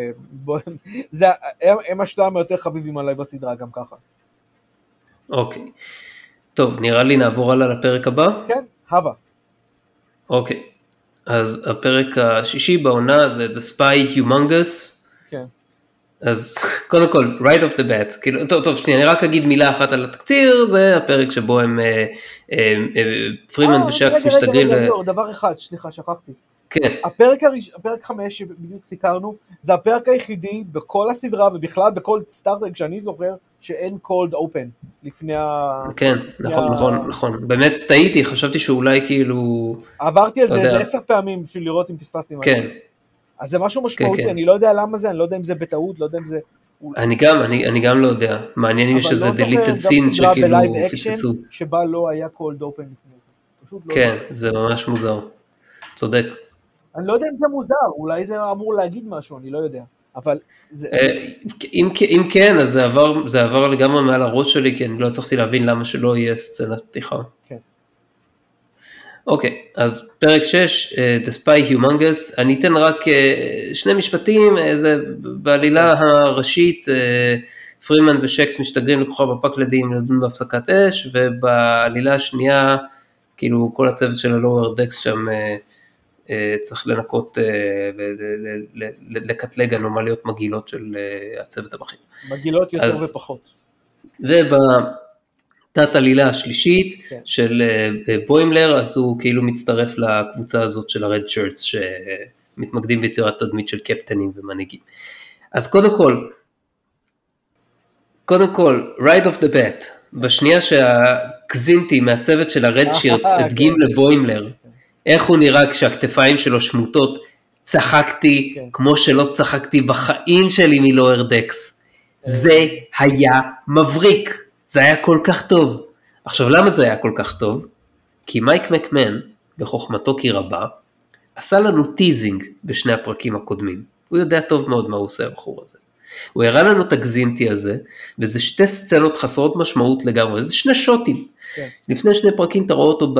הם השתיים היותר חביבים עליי בסדרה גם ככה. אוקיי. טוב, נראה לי נעבור הלאה לפרק הבא. כן, הווה. אוקיי. אז הפרק השישי בעונה זה The Spy Humongous. כן. אז קודם כל, right off the bat, כאילו, טוב, שנייה, אני רק אגיד מילה אחת על התקציר, זה הפרק שבו הם, פרימן ושקס משתגרים. דבר אחד, סליחה, שכחתי. כן. הפרק 5 שבדיוק סיכרנו, זה הפרק היחידי בכל הסדרה ובכלל בכל סטארטרק שאני זוכר שאין cold open לפני כן, נכון. באמת טעיתי, חשבתי שאולי כאילו... עברתי על זה 10 פעמים בשביל לראות אם פספסתי משהו. כן. אז זה משהו משמעותי, אני לא יודע למה זה, אני לא יודע אם זה בטעות, לא יודע אם זה... אני גם לא יודע, מעניין אם שזה deleted scene שכאילו פספסו. שבה לא היה cold open לפני זה. כן, זה ממש מוזר. צודק. אני לא יודע אם זה מוזר, אולי זה אמור להגיד משהו, אני לא יודע. אבל זה... אם כן, אז זה עבר לגמרי מעל הראש שלי, כי אני לא הצלחתי להבין למה שלא יהיה סצנת פתיחה. כן. אוקיי, אז פרק 6, The Spy Humongous, אני אתן רק 2 משפטים, זה בעלילה הראשית, פרימן ושקס משתגרים לכוכב הפקלדים לדון בהפסקת אש, ובעלילה השנייה, כאילו כל הצוות של הלואוור דקס שם צריך לנקות לקטלג אנומליות מגעילות של הצוות הבכיר. מגעילות יותר ופחות. תת עלילה השלישית של בוימלר, אז הוא כאילו מצטרף לקבוצה הזאת של הרד שירטס, שמתמקדים ביצירת תדמית של קפטנים ומנהיגים. אז קודם כל, right off the bat, בשנייה שהקזינטי מהצוות של הרד שירטס הדגים לבוימלר, איך הוא נראה כשהכתפיים שלו שמוטות, צחקתי כמו שלא צחקתי בחיים שלי מלואוור דקס. זה היה מבריק. זה היה כל כך טוב. עכשיו, למה זה היה כל כך טוב? כי מייק מקמן, בחוכמתו כי רבה, עשה לנו טיזינג בשני הפרקים הקודמים. הוא יודע טוב מאוד מה הוא עושה הבחור הזה. הוא הראה לנו את הגזינטי הזה, וזה 2 סצנות חסרות משמעות לגמרי, זה 2 שוטים. כן. לפני 2 פרקים אתה רואה אותו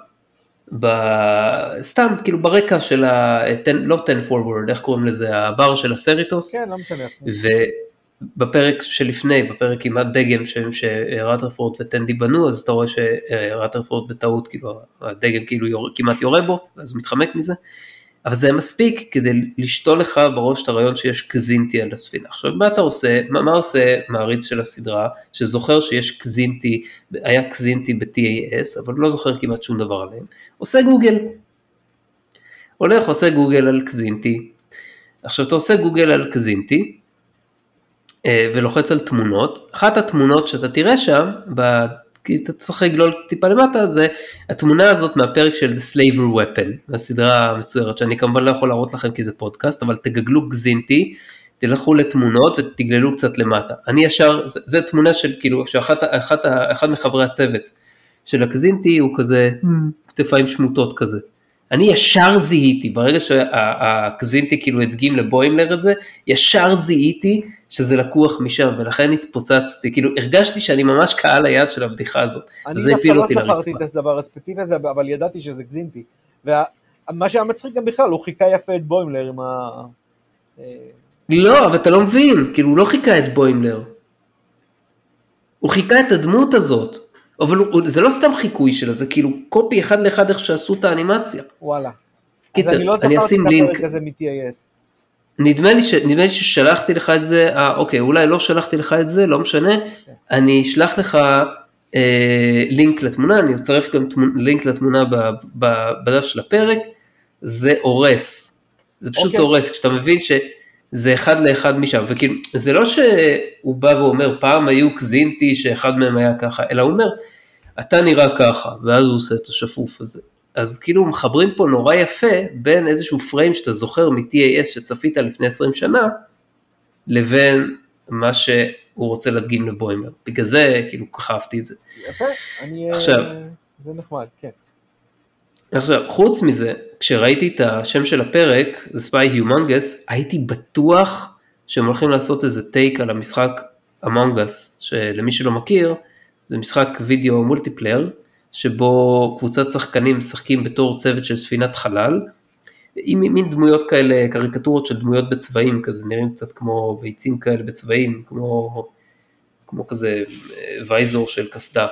סתם, כאילו ברקע של לא 10 forward, איך קוראים לזה, הבר של הסריטוס. כן, לא משנה. בפרק שלפני, בפרק כמעט דגם שרטרפורד וטנדי בנו, אז אתה רואה שרטרפורד בטעות, כאילו הדגם כאילו כמעט יורה בו, אז הוא מתחמק מזה, אבל זה מספיק כדי לשתול לך בראש את הרעיון שיש קזינטי על הספינה. עכשיו, מה אתה עושה? מה עושה מעריץ של הסדרה, שזוכר שיש קזינטי, היה קזינטי ב-TAS, אבל לא זוכר כמעט שום דבר עליהם, עושה גוגל. עושה גוגל על קזינטי. עכשיו, אתה עושה גוגל על קזינטי, ולוחץ על תמונות. אחת התמונות שאתה תראה שם, כי אתה צריך לגלול טיפה למטה, זה התמונה הזאת מהפרק של The Slaver Weapon, הסדרה המצוירת, שאני כמובן לא יכול להראות לכם כי זה פודקאסט, אבל תגגלו גזינטי, תלכו לתמונות ותגללו קצת למטה. אני ישר, זה תמונה של כאילו, שאחד מחברי הצוות של הגזינטי הוא כזה, כתפיים שמוטות כזה. אני ישר זיהיתי, ברגע שהגזינטי כאילו הדגים לבוימלר את זה, ישר זיהיתי שזה לקוח משם, ולכן התפוצצתי, כאילו הרגשתי שאני ממש קהל היד של הבדיחה הזאת, וזה הפיל אותי לרצפה. אני דווקא לא זכרתי את הדבר הספציפי הזה, אבל ידעתי שזה גזינטי, ומה שהיה מצחיק גם בכלל, הוא חיכה יפה את בוימלר עם ה... לא, אבל אתה לא מבין, כאילו הוא לא חיכה את בוימלר, הוא חיכה את הדמות הזאת, אבל זה לא סתם חיקוי שלה, זה כאילו קופי אחד לאחד איך שעשו את האנימציה. וואלה. קיצר, אני אשים לינק. את הפרק הזה מ-TAS. נדמה לי ששלחתי לך את זה, אוקיי, אולי לא שלחתי לך את זה, לא משנה, אני אשלח לך לינק לתמונה, אני אצרף גם לינק לתמונה בדף של הפרק, זה הורס, זה פשוט הורס, כשאתה מבין שזה אחד לאחד משם, וכאילו, זה לא שהוא בא ואומר, פעם היו קזינטי שאחד מהם היה ככה, אלא הוא אומר, אתה נראה ככה, ואז הוא עושה את השפוף הזה. אז כאילו מחברים פה נורא יפה בין איזשהו פריים שאתה זוכר מ-TAS שצפית לפני 20 שנה, לבין מה שהוא רוצה להדגים לבוימלר. בגלל זה כאילו כחפתי את זה. יפה, זה נחמד, כן. עכשיו, חוץ מזה, כשראיתי את השם של הפרק, The Spy Humongous, הייתי בטוח שהם הולכים לעשות איזה טייק על המשחק Among Us, שלמי שלא מכיר, זה משחק וידאו מולטיפלייר, שבו קבוצת שחקנים משחקים בתור צוות של ספינת חלל, עם מין דמויות כאלה, קריקטורות של דמויות בצבעים, כזה נראים קצת כמו ביצים כאלה בצבעים, כמו כזה וייזור של קסדה.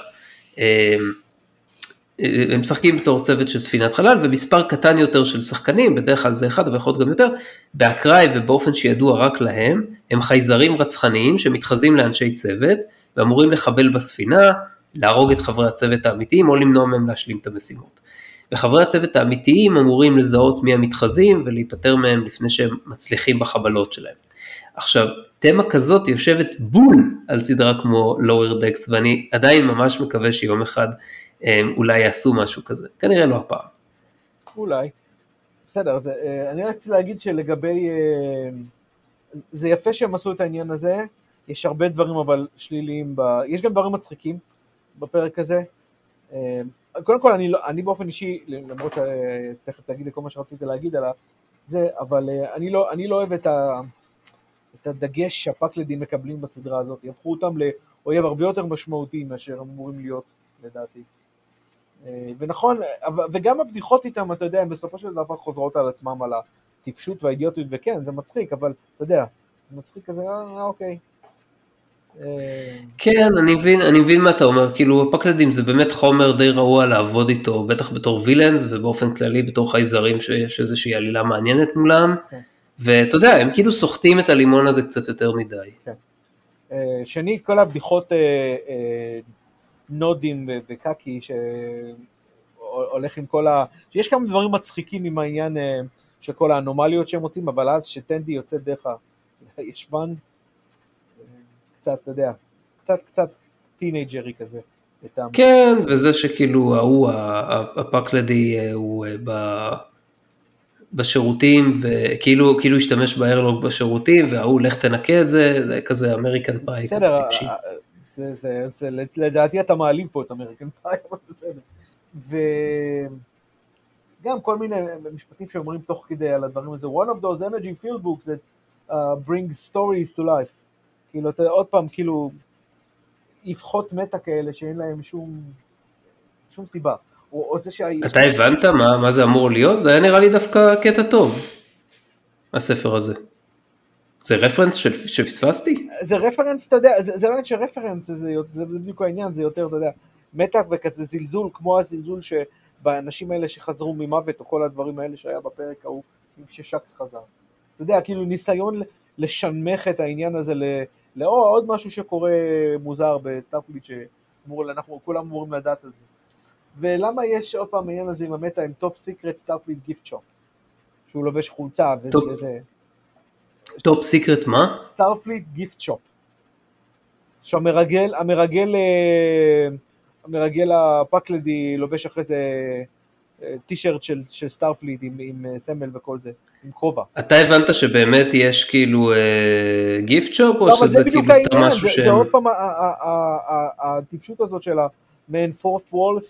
הם משחקים בתור צוות של ספינת חלל, ומספר קטן יותר של שחקנים, בדרך כלל זה אחד, אבל יכול להיות גם יותר, באקראי ובאופן שידוע רק להם, הם חייזרים רצחניים שמתחזים לאנשי צוות, ואמורים לחבל בספינה, להרוג את חברי הצוות האמיתיים, או למנוע מהם להשלים את המשימות. וחברי הצוות האמיתיים אמורים לזהות מי המתחזים ולהיפטר מהם לפני שהם מצליחים בחבלות שלהם. עכשיו, תמה כזאת יושבת בול על סדרה כמו Lower Decks, ואני עדיין ממש מקווה שיום אחד אולי יעשו משהו כזה, כנראה לא הפעם. אולי. בסדר, אני רציתי להגיד שלגבי, זה יפה שהם עשו את העניין הזה, יש הרבה דברים אבל שליליים, יש גם דברים מצחיקים בפרק הזה. קודם כל, אני באופן אישי, למרות שתכף תגיד לי כל מה שרציתי להגיד על זה, אבל אני לא אוהב את הדגש שהפקלדים מקבלים בסדרה הזאת, יהפכו אותם לאויב הרבה יותר משמעותי מאשר הם אמורים להיות, לדעתי. ונכון, וגם הבדיחות איתם, אתה יודע, הם בסופו של דבר חוזרות על עצמם על הטיפשות והאידיוטיות, וכן, זה מצחיק, אבל אתה יודע, זה מצחיק כזה, אוקיי. כן, אני מבין מה אתה אומר, כאילו הפקלדים זה באמת חומר די רעוע לעבוד איתו, בטח בתור וילאנס, ובאופן כללי בתור חייזרים שיש איזושהי עלילה מעניינת מולם, ואתה יודע, הם כאילו סוחטים את הלימון הזה קצת יותר מדי. שנית, כל הבדיחות נודים וקקי שהולך עם כל שיש כמה דברים מצחיקים עם העניין של כל האנומליות שהם מוצאים, אבל אז שטנדי יוצא דרך הישבן, קצת, אתה יודע, קצת טינג'רי כזה. כן, וזה שכאילו הפקלדי הוא בשירותים, וכאילו השתמש באיירלוג בשירותים, והוא לך תנקה את זה, זה כזה אמריקן פאי, כזה טיפשי. זה לדעתי אתה מעלים פה את אמריקן פאי, אבל בסדר. וגם כל מיני משפטים שאומרים תוך כדי על הדברים הזה, one of those energy field books that brings stories to life. כאילו, אתה עוד פעם, כאילו, יפחות מטה כאלה שאין להם שום סיבה. אתה הבנת מה זה אמור להיות? זה היה נראה לי דווקא קטע טוב, הספר הזה. זה רפרנס שפספסתי? זה רפרנס, אתה יודע, זה לא נשאר רפרנס, זה בדיוק העניין, זה יותר, אתה יודע, מתח וכזה זלזול, כמו הזלזול שבאנשים האלה שחזרו ממוות, או כל הדברים האלה שהיה בפרק ההוא, ששקס חזר. אתה יודע, כאילו ניסיון לשנמך את העניין הזה, עוד משהו שקורה מוזר בסטארפליט, שאנחנו כולם אמורים לדעת על זה. ולמה יש עוד פעם העניין הזה עם המטה, עם טופ סיקרט סטארפליט גיפט שופ, שהוא לובש חולצה וזה. טופ סיקרט מה? סטארפליט גיפט שופ. שהמרגל הפקלדי לובש אחרי זה טישרט של סטארפליט עם סמל וכל זה, עם כובע. אתה הבנת שבאמת יש כאילו גיפט שופ, או שזה כאילו סתם משהו זה עוד פעם הטיפשות הזאת של מן פורט וול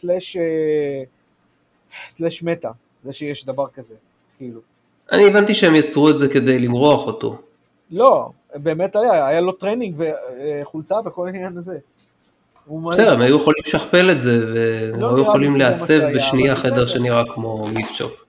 סלש מטה, זה שיש דבר כזה, כאילו. אני הבנתי שהם יצרו את זה כדי למרוח אותו. לא, באמת היה לו טרנינג וחולצה וכל העניין הזה. בסדר, הם היו יכולים לשכפל את זה, והם היו יכולים לעצב בשנייה חדר שנראה כמו גיפט שופ.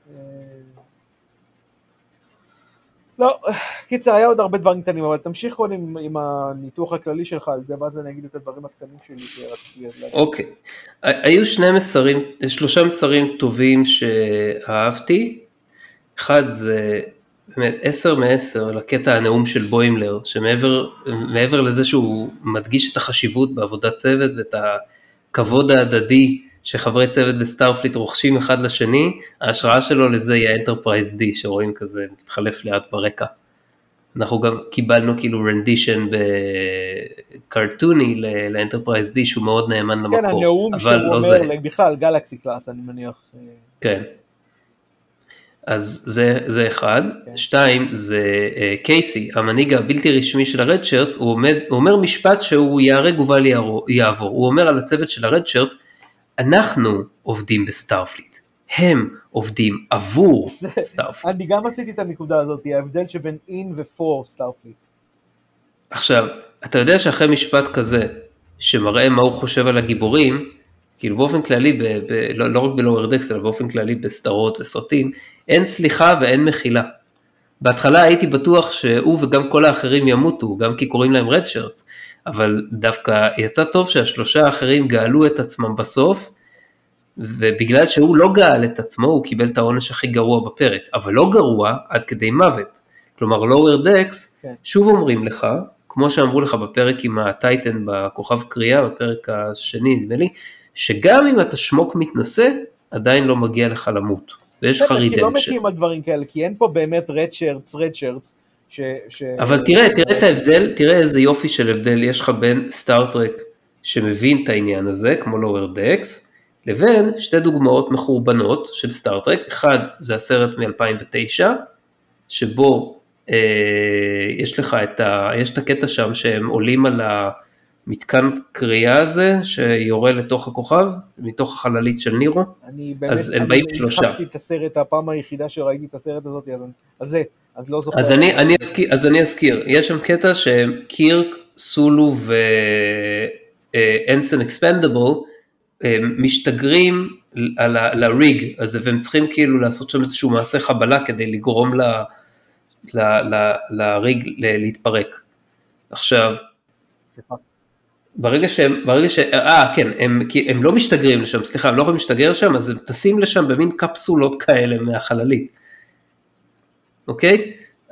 לא, קיצר, היה עוד הרבה דברים קטנים, אבל תמשיך עוד עם הניתוח הכללי שלך על זה, ואז אני אגיד את הדברים הקטנים שלי. אוקיי, היו שלושה מסרים טובים שאהבתי. אחד זה באמת 10/10 לקטע הנאום של בוימלר, שמעבר לזה שהוא מדגיש את החשיבות בעבודת צוות ואת הכבוד ההדדי שחברי צוות בסטארפליט רוכשים אחד לשני, ההשראה שלו לזה היא האנטרפרייז D, שרואים כזה מתחלף לאט ברקע. אנחנו גם קיבלנו כאילו רנדישן בקרטוני לאנטרפרייז D, שהוא מאוד נאמן למקור. כן, הנאום שהוא אומר בכלל גלקסי קלאס, אני מניח. כן. אז זה אחד. שתיים, זה קייסי, המנהיג הבלתי רשמי של הרד שרץ, הוא אומר משפט שהוא יהרג ובל יעבור. הוא אומר על הצוות של הרד שרץ, אנחנו עובדים בסטארפליט, הם עובדים עבור סטארפליט. אני גם עשיתי את הנקודה הזאת, ההבדל שבין אין ופור סטארפליט. עכשיו, אתה יודע שאחרי משפט כזה, שמראה מה הוא חושב על הגיבורים, כאילו באופן כללי, לא רק בלואוור דקס, אלא באופן כללי בסדרות וסרטים, אין סליחה ואין מחילה. בהתחלה הייתי בטוח שהוא וגם כל האחרים ימותו, גם כי קוראים להם רד שרץ, אבל דווקא יצא טוב שהשלושה האחרים גאלו את עצמם בסוף, ובגלל שהוא לא גאל את עצמו, הוא קיבל את העונש הכי גרוע בפרק, אבל לא גרוע עד כדי מוות. כלומר, לואוור דקס, שוב אומרים לך, כמו שאמרו לך בפרק עם הטייטן בכוכב קריאה, בפרק השני, נדמה לי, שגם אם אתה שמוק מתנשא, עדיין לא מגיע לך למות, ויש לך כי לא רידמפשן. מתים על דברים כאלה, כי אין פה באמת רד שרץ, אבל תראה את ההבדל, תראה איזה יופי של הבדל יש לך בין סטארטרק שמבין את העניין הזה, כמו לואוור דקס, לבין שתי דוגמאות מחורבנות של סטארטרק. אחד זה הסרט מ-2009, שבו יש לך יש את הקטע שם שהם עולים על המתקן קריאה הזה, שיורה לתוך הכוכב, מתוך החללית של נירו, אז הם באים שלושה. אני התחלתי את הסרט, הפעם היחידה שראיתי את הסרט הזאת, אז לא זוכר. אז אני אזכיר, יש שם קטע שקירק, סולו ואנסן אקספנדבל, משתגרים לריג הזה, והם צריכים כאילו לעשות שם איזשהו מעשה חבלה, כדי לגרום לריג להתפרק. עכשיו, כן, הם לא משתגרים לשם, סליחה, הם לא יכולים להשתגר שם, אז הם טסים לשם במין קפסולות כאלה מהחללית. אוקיי?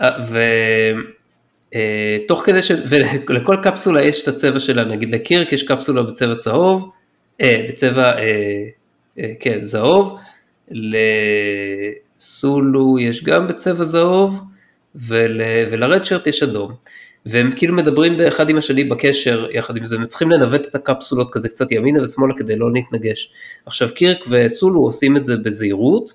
ותוך כדי ולכל קפסולה יש את הצבע שלה, נגיד לקירק יש קפסולה בצבע צהוב, בצבע, כן, זהוב, לסולו יש גם בצבע זהוב, ולרדשרט יש אדום. והם כאילו מדברים אחד עם השני בקשר, יחד עם זה, הם צריכים לנווט את הקפסולות כזה קצת ימינה ושמאלה כדי לא להתנגש. עכשיו קירק וסולו עושים את זה בזהירות,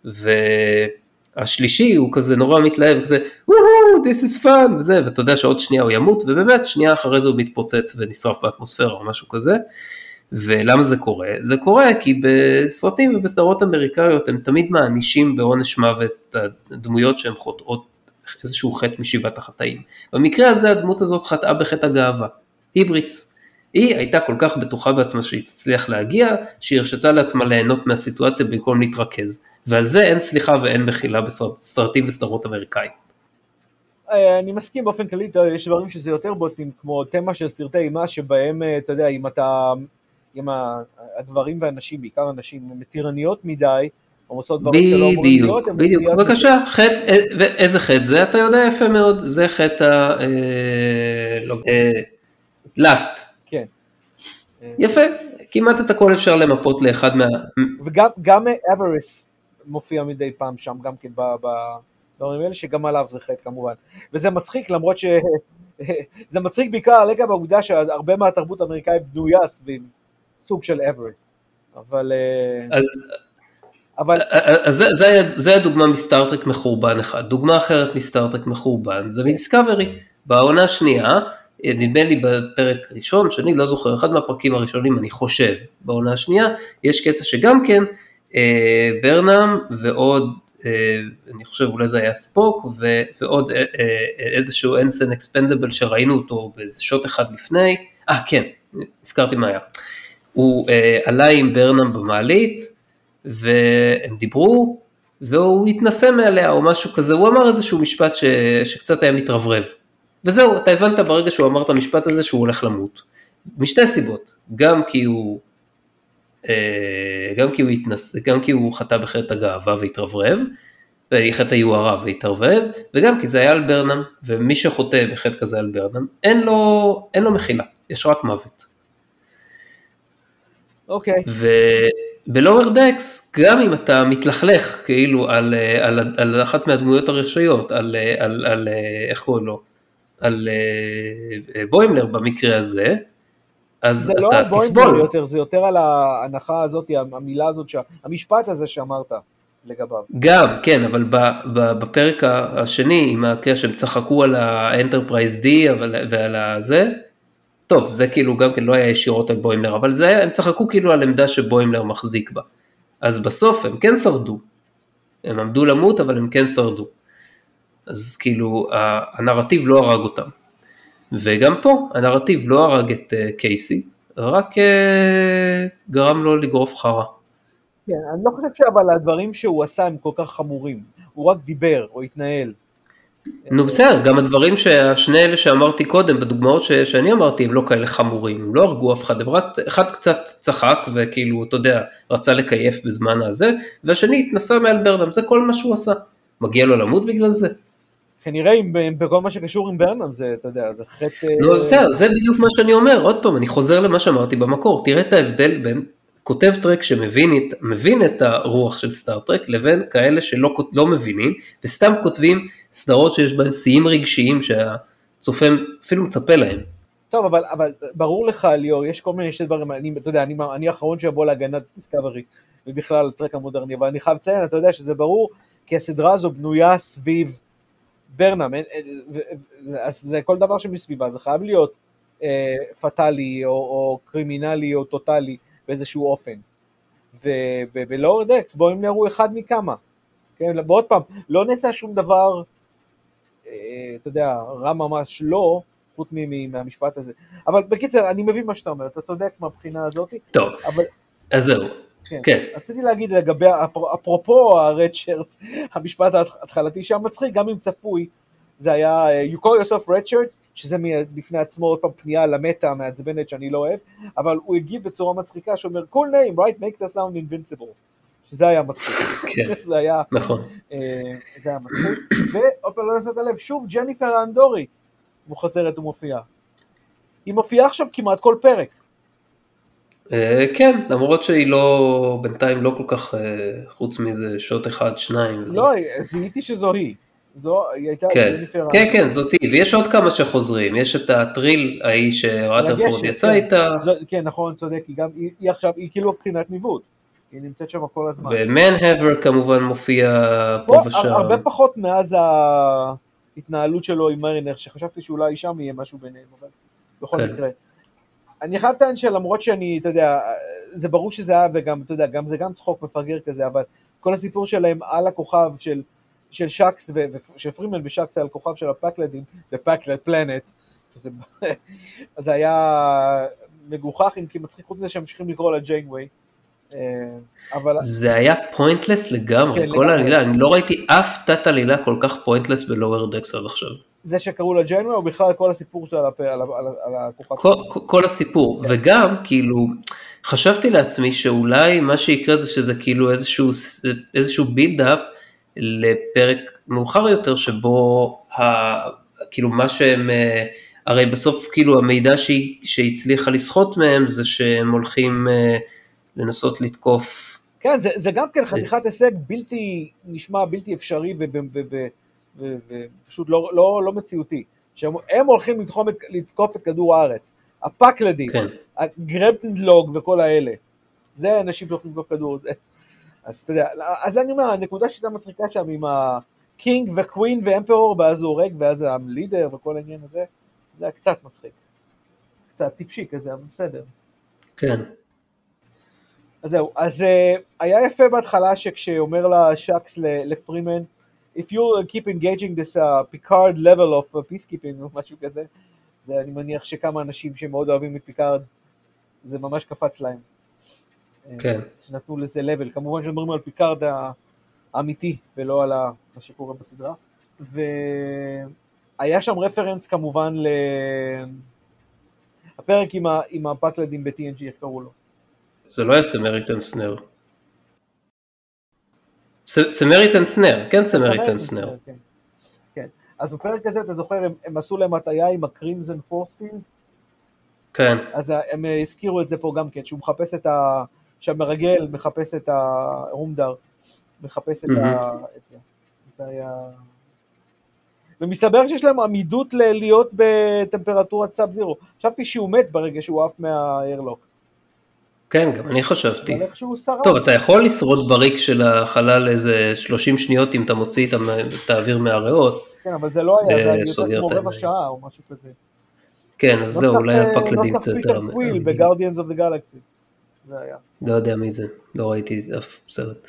והשלישי הוא כזה נורא מתלהב, כזה, this is fun, וזה, ואתה יודע שעוד שנייה הוא ימות, ובאמת שנייה אחרי זה הוא מתפוצץ ונשרף באטמוספירה או משהו כזה. ולמה זה קורה? זה קורה כי בסרטים ובסדרות אמריקאיות הם תמיד מענישים בעונש מוות את הדמויות שהן חוטאות איזשהו חטא משיבת החטאים. במקרה הזה הדמות הזאת חטאה בחטא הגאווה, היבריס. היא הייתה כל כך בטוחה בעצמה שהיא תצליח להגיע, שהיא הרשתה לעצמה ליהנות מהסיטואציה במקום להתרכז. ועל זה אין סליחה ואין מחילה בסרטים וסדרות אמריקאים. אני מסכים באופן כללי, יש דברים שזה יותר בוטים, כמו תמה של סרטי אימה, שבהם, אתה יודע, אם הגברים והנשים, בעיקר הנשים, הם טירניות מדי, או עושות דברים שלא אמורים להיות. בדיוק, בבקשה, איזה חטא זה? אתה יודע יפה מאוד, זה חטא לאסט. כן. יפה, כמעט את הכל אפשר למפות לאחד וגם אבריס מופיע מדי פעם שם, גם כן בדברים האלה, שגם עליו זה חטא כמובן. וזה מצחיק, למרות זה מצחיק בעיקר על רקע בעובדה שהרבה מהתרבות האמריקאית בנויה סביב סוג של אבריס. אז זה הדוגמה מסטארטרק מחורבן אחד. דוגמה אחרת מסטארטרק מחורבן, זה מדיסקאברי. בעונה השנייה, נדמה לי בפרק ראשון, שאני לא זוכר, אחד מהפרקים הראשונים, אני חושב, בעונה השנייה, יש קטע שגם כן, ברנאם ועוד, אני חושב אולי זה היה ספוק, ועוד איזשהו אנסן אקספנדבל שראינו אותו באיזה שוט אחד לפני, כן, הזכרתי מה היה. הוא עלה עם ברנאם במעלית, והם דיברו, והוא התנסה מעליה או משהו כזה, הוא אמר איזשהו משפט שקצת היה מתרברב. וזהו, אתה הבנת ברגע שהוא אמר את המשפט הזה שהוא הולך למות. משתי סיבות, גם כי הוא חטא בחטא הגאווה והתרברב, וחטא היוהרה והתרברב, וגם כי זה היה על ברנאם, ומי שחוטא בחטא כזה על ברנאם, אין לו מחילה, יש רק מוות. אוקיי. בלואוור דקס, גם אם אתה מתלכלך כאילו על אחת מהדמויות הראשיות, על איך קוראים לו? על בוימלר במקרה הזה, אז אתה תסבול. זה לא על בוימלר יותר, זה יותר על ההנחה הזאת, המילה הזאת, המשפט הזה שאמרת לגביו. גם, כן, אבל בפרק השני, עם הקריאה שהם צחקו על האנטרפרייז D ועל הזה, טוב, זה כאילו גם כן לא היה ישירות על בוימלר, אבל הם צחקו כאילו על עמדה שבוימלר מחזיק בה. אז בסוף הם כן שרדו. הם עמדו למות, אבל הם כן שרדו. אז כאילו, הנרטיב לא הרג אותם. וגם פה, הנרטיב לא הרג את קייסי, רק גרם לו לגרוף חרה. כן, אני לא חושב אבל הדברים שהוא עשה הם כל כך חמורים. הוא רק דיבר או התנהל. נו בסדר, גם הדברים שהשני אלה שאמרתי קודם, בדוגמאות שאני אמרתי, הם לא כאלה חמורים, הם לא הרגו אף אחד, הם רק אחד קצת צחק, וכאילו, אתה יודע, רצה לקייף בזמן הזה, והשני התנסה מעל ברנאם, זה כל מה שהוא עשה. מגיע לו למות בגלל זה? כנראה, בכל מה שקשור עם ברנאם, זה, אתה יודע, זה חטא... נו בסדר, זה בדיוק מה שאני אומר, עוד פעם, אני חוזר למה שאמרתי במקור, תראה את ההבדל בין כותב טרק שמבין את הרוח של סטאר טרק, לבין כאלה שלא לא מבינים, וסתם כותבים סדרות שיש בהם שיאים רגשיים שהצופה אפילו מצפה להם. טוב, אבל ברור לך, ליאור, יש כל מיני דברים, אתה יודע, אני האחרון שיבוא להגנת דיסקאברי, ובכלל טרק המודרני, אבל אני חייב לציין, אתה יודע שזה ברור, כי הסדרה הזו בנויה סביב ברנם, אז זה כל דבר שמסביבה, זה חייב להיות פטלי, או קרימינלי, או טוטלי, באיזשהו אופן. ובלואוור דקס, בואו הם נראו אחד מכמה. כן, ועוד פעם, לא נעשה שום דבר, אתה יודע, רע ממש לא, חוץ מהמשפט הזה. אבל בקיצר, אני מבין מה שאתה אומר, אתה צודק מהבחינה הזאת. טוב, אבל... אז זהו. כן. רציתי להגיד לגבי, אפרופו הרד שרץ, המשפט ההתחלתי שהיה מצחיק, גם אם צפוי, זה היה you call yourself red shirt, שזה בפני עצמו עוד פעם פנייה למטה מעצבנת שאני לא אוהב, אבל הוא הגיב בצורה מצחיקה שאומר, cool name, right, makes us sound invincible, שזה היה מצחיק. כן, זה היה, נכון. זה היה מצחיק. ועוד פעם לא נסת הלב, שוב ג'ניפר האנדורית, מוחזרת ומופיעה. היא מופיעה עכשיו כמעט כל פרק. כן, למרות שהיא לא, בינתיים לא כל כך, חוץ מזה שוט אחד, שניים. לא, זיהיתי שזו היא. היא הייתה ג'ניפר. כן, זאת היא, ויש עוד כמה שחוזרים, יש את הטריל ההיא שרטרפורד יצא איתה. כן, נכון, צודק, היא עכשיו, היא כאילו קצינת ניווט. היא נמצאת שם כל הזמן. ומנהבר כמובן מופיע פה ושם. הרבה פחות מאז ההתנהלות שלו עם מרינר, שחשבתי שאולי שם יהיה משהו ביניהם, אבל בכל מקרה. אני חייב לציין שלמרות שאני, אתה יודע, זה ברור שזה היה, וגם, אתה יודע, זה גם צחוק מפגר כזה, אבל כל הסיפור שלהם על הכוכב של שקס, של פרימן ושקס על הכוכב של הפקלדים, בפקלד פלנט, זה היה מגוחך, אם כי מצחיק חוץ לזה שהם ממשיכים לקרוא לה ג'יינווי. זה היה פוינטלס לגמרי, כל העלילה, אני לא ראיתי אף תת עלילה כל כך פוינטלס בלואוור דקס עד עכשיו. זה שקראו לה ג'יינווי, או בכלל כל הסיפור שלה על הכוכב? כל הסיפור, וגם כאילו, חשבתי לעצמי שאולי מה שיקרה זה שזה כאילו איזשהו בילדאפ לפרק מאוחר יותר, שבו כאילו מה שהם, הרי בסוף כאילו המידע שהצליחה לסחוט מהם, זה שהם הולכים לנסות לתקוף. כן, זה גם כן חתיכת הישג נשמע בלתי אפשרי ופשוט לא מציאותי. שהם הולכים לתקוף את כדור הארץ. הפקלדים, הגרפטנדלוג וכל האלה. זה אנשים שהולכים לתקוף כדור. אז אתה יודע, אז אני אומר, הנקודה שאתה מצחיקה שם עם הקינג וקווין ואמפרור, ואז הוא הורג, ואז הלידר וכל העניין הזה, זה היה קצת מצחיק. קצת טיפשי כזה, אבל בסדר. כן. אז זהו, אז היה יפה בהתחלה שכשאומר לה שקס לפרימן, if you keep engaging this Picard level of peacekeeping או משהו כזה, זה אני מניח שכמה אנשים שמאוד אוהבים את פיקארד, זה ממש קפץ להם. כן. שנתנו לזה level, כמובן שמדברים על פיקארד האמיתי, ולא על מה שקורה בסדרה. והיה שם רפרנס כמובן הפרק עם הפקלדים ב-TNG, איך קראו לו? זה לא היה סמריטן סנר. סמריטן סנר, כן סמריטן סנר. כן. אז בפרק הזה, אתה זוכר, הם עשו להם הטעיה עם הקרימזן פורספילד? כן. אז הם הזכירו את זה פה גם כן, שהוא מחפש שהמרגל מחפש את הרומדר, מחפש את זה. זה היה... ומסתבר שיש להם עמידות להיות בטמפרטורת סאב זירו. חשבתי שהוא מת ברגע שהוא עף מהאיירלוק. כן, גם אני חשבתי. אבל איכשהו שרד. טוב, אתה יכול לשרוד בריק של החלל איזה 30 שניות אם אתה מוציא את האוויר מהריאות. כן, אבל זה לא היה, זה יותר כמו רבע שעה או משהו כזה. כן, אז זהו, אולי הפקלדים קצת יותר. נוסח פיטר קוויל ב-Guardians of the Galaxy. זה היה. לא יודע מי זה, לא ראיתי אף סרט.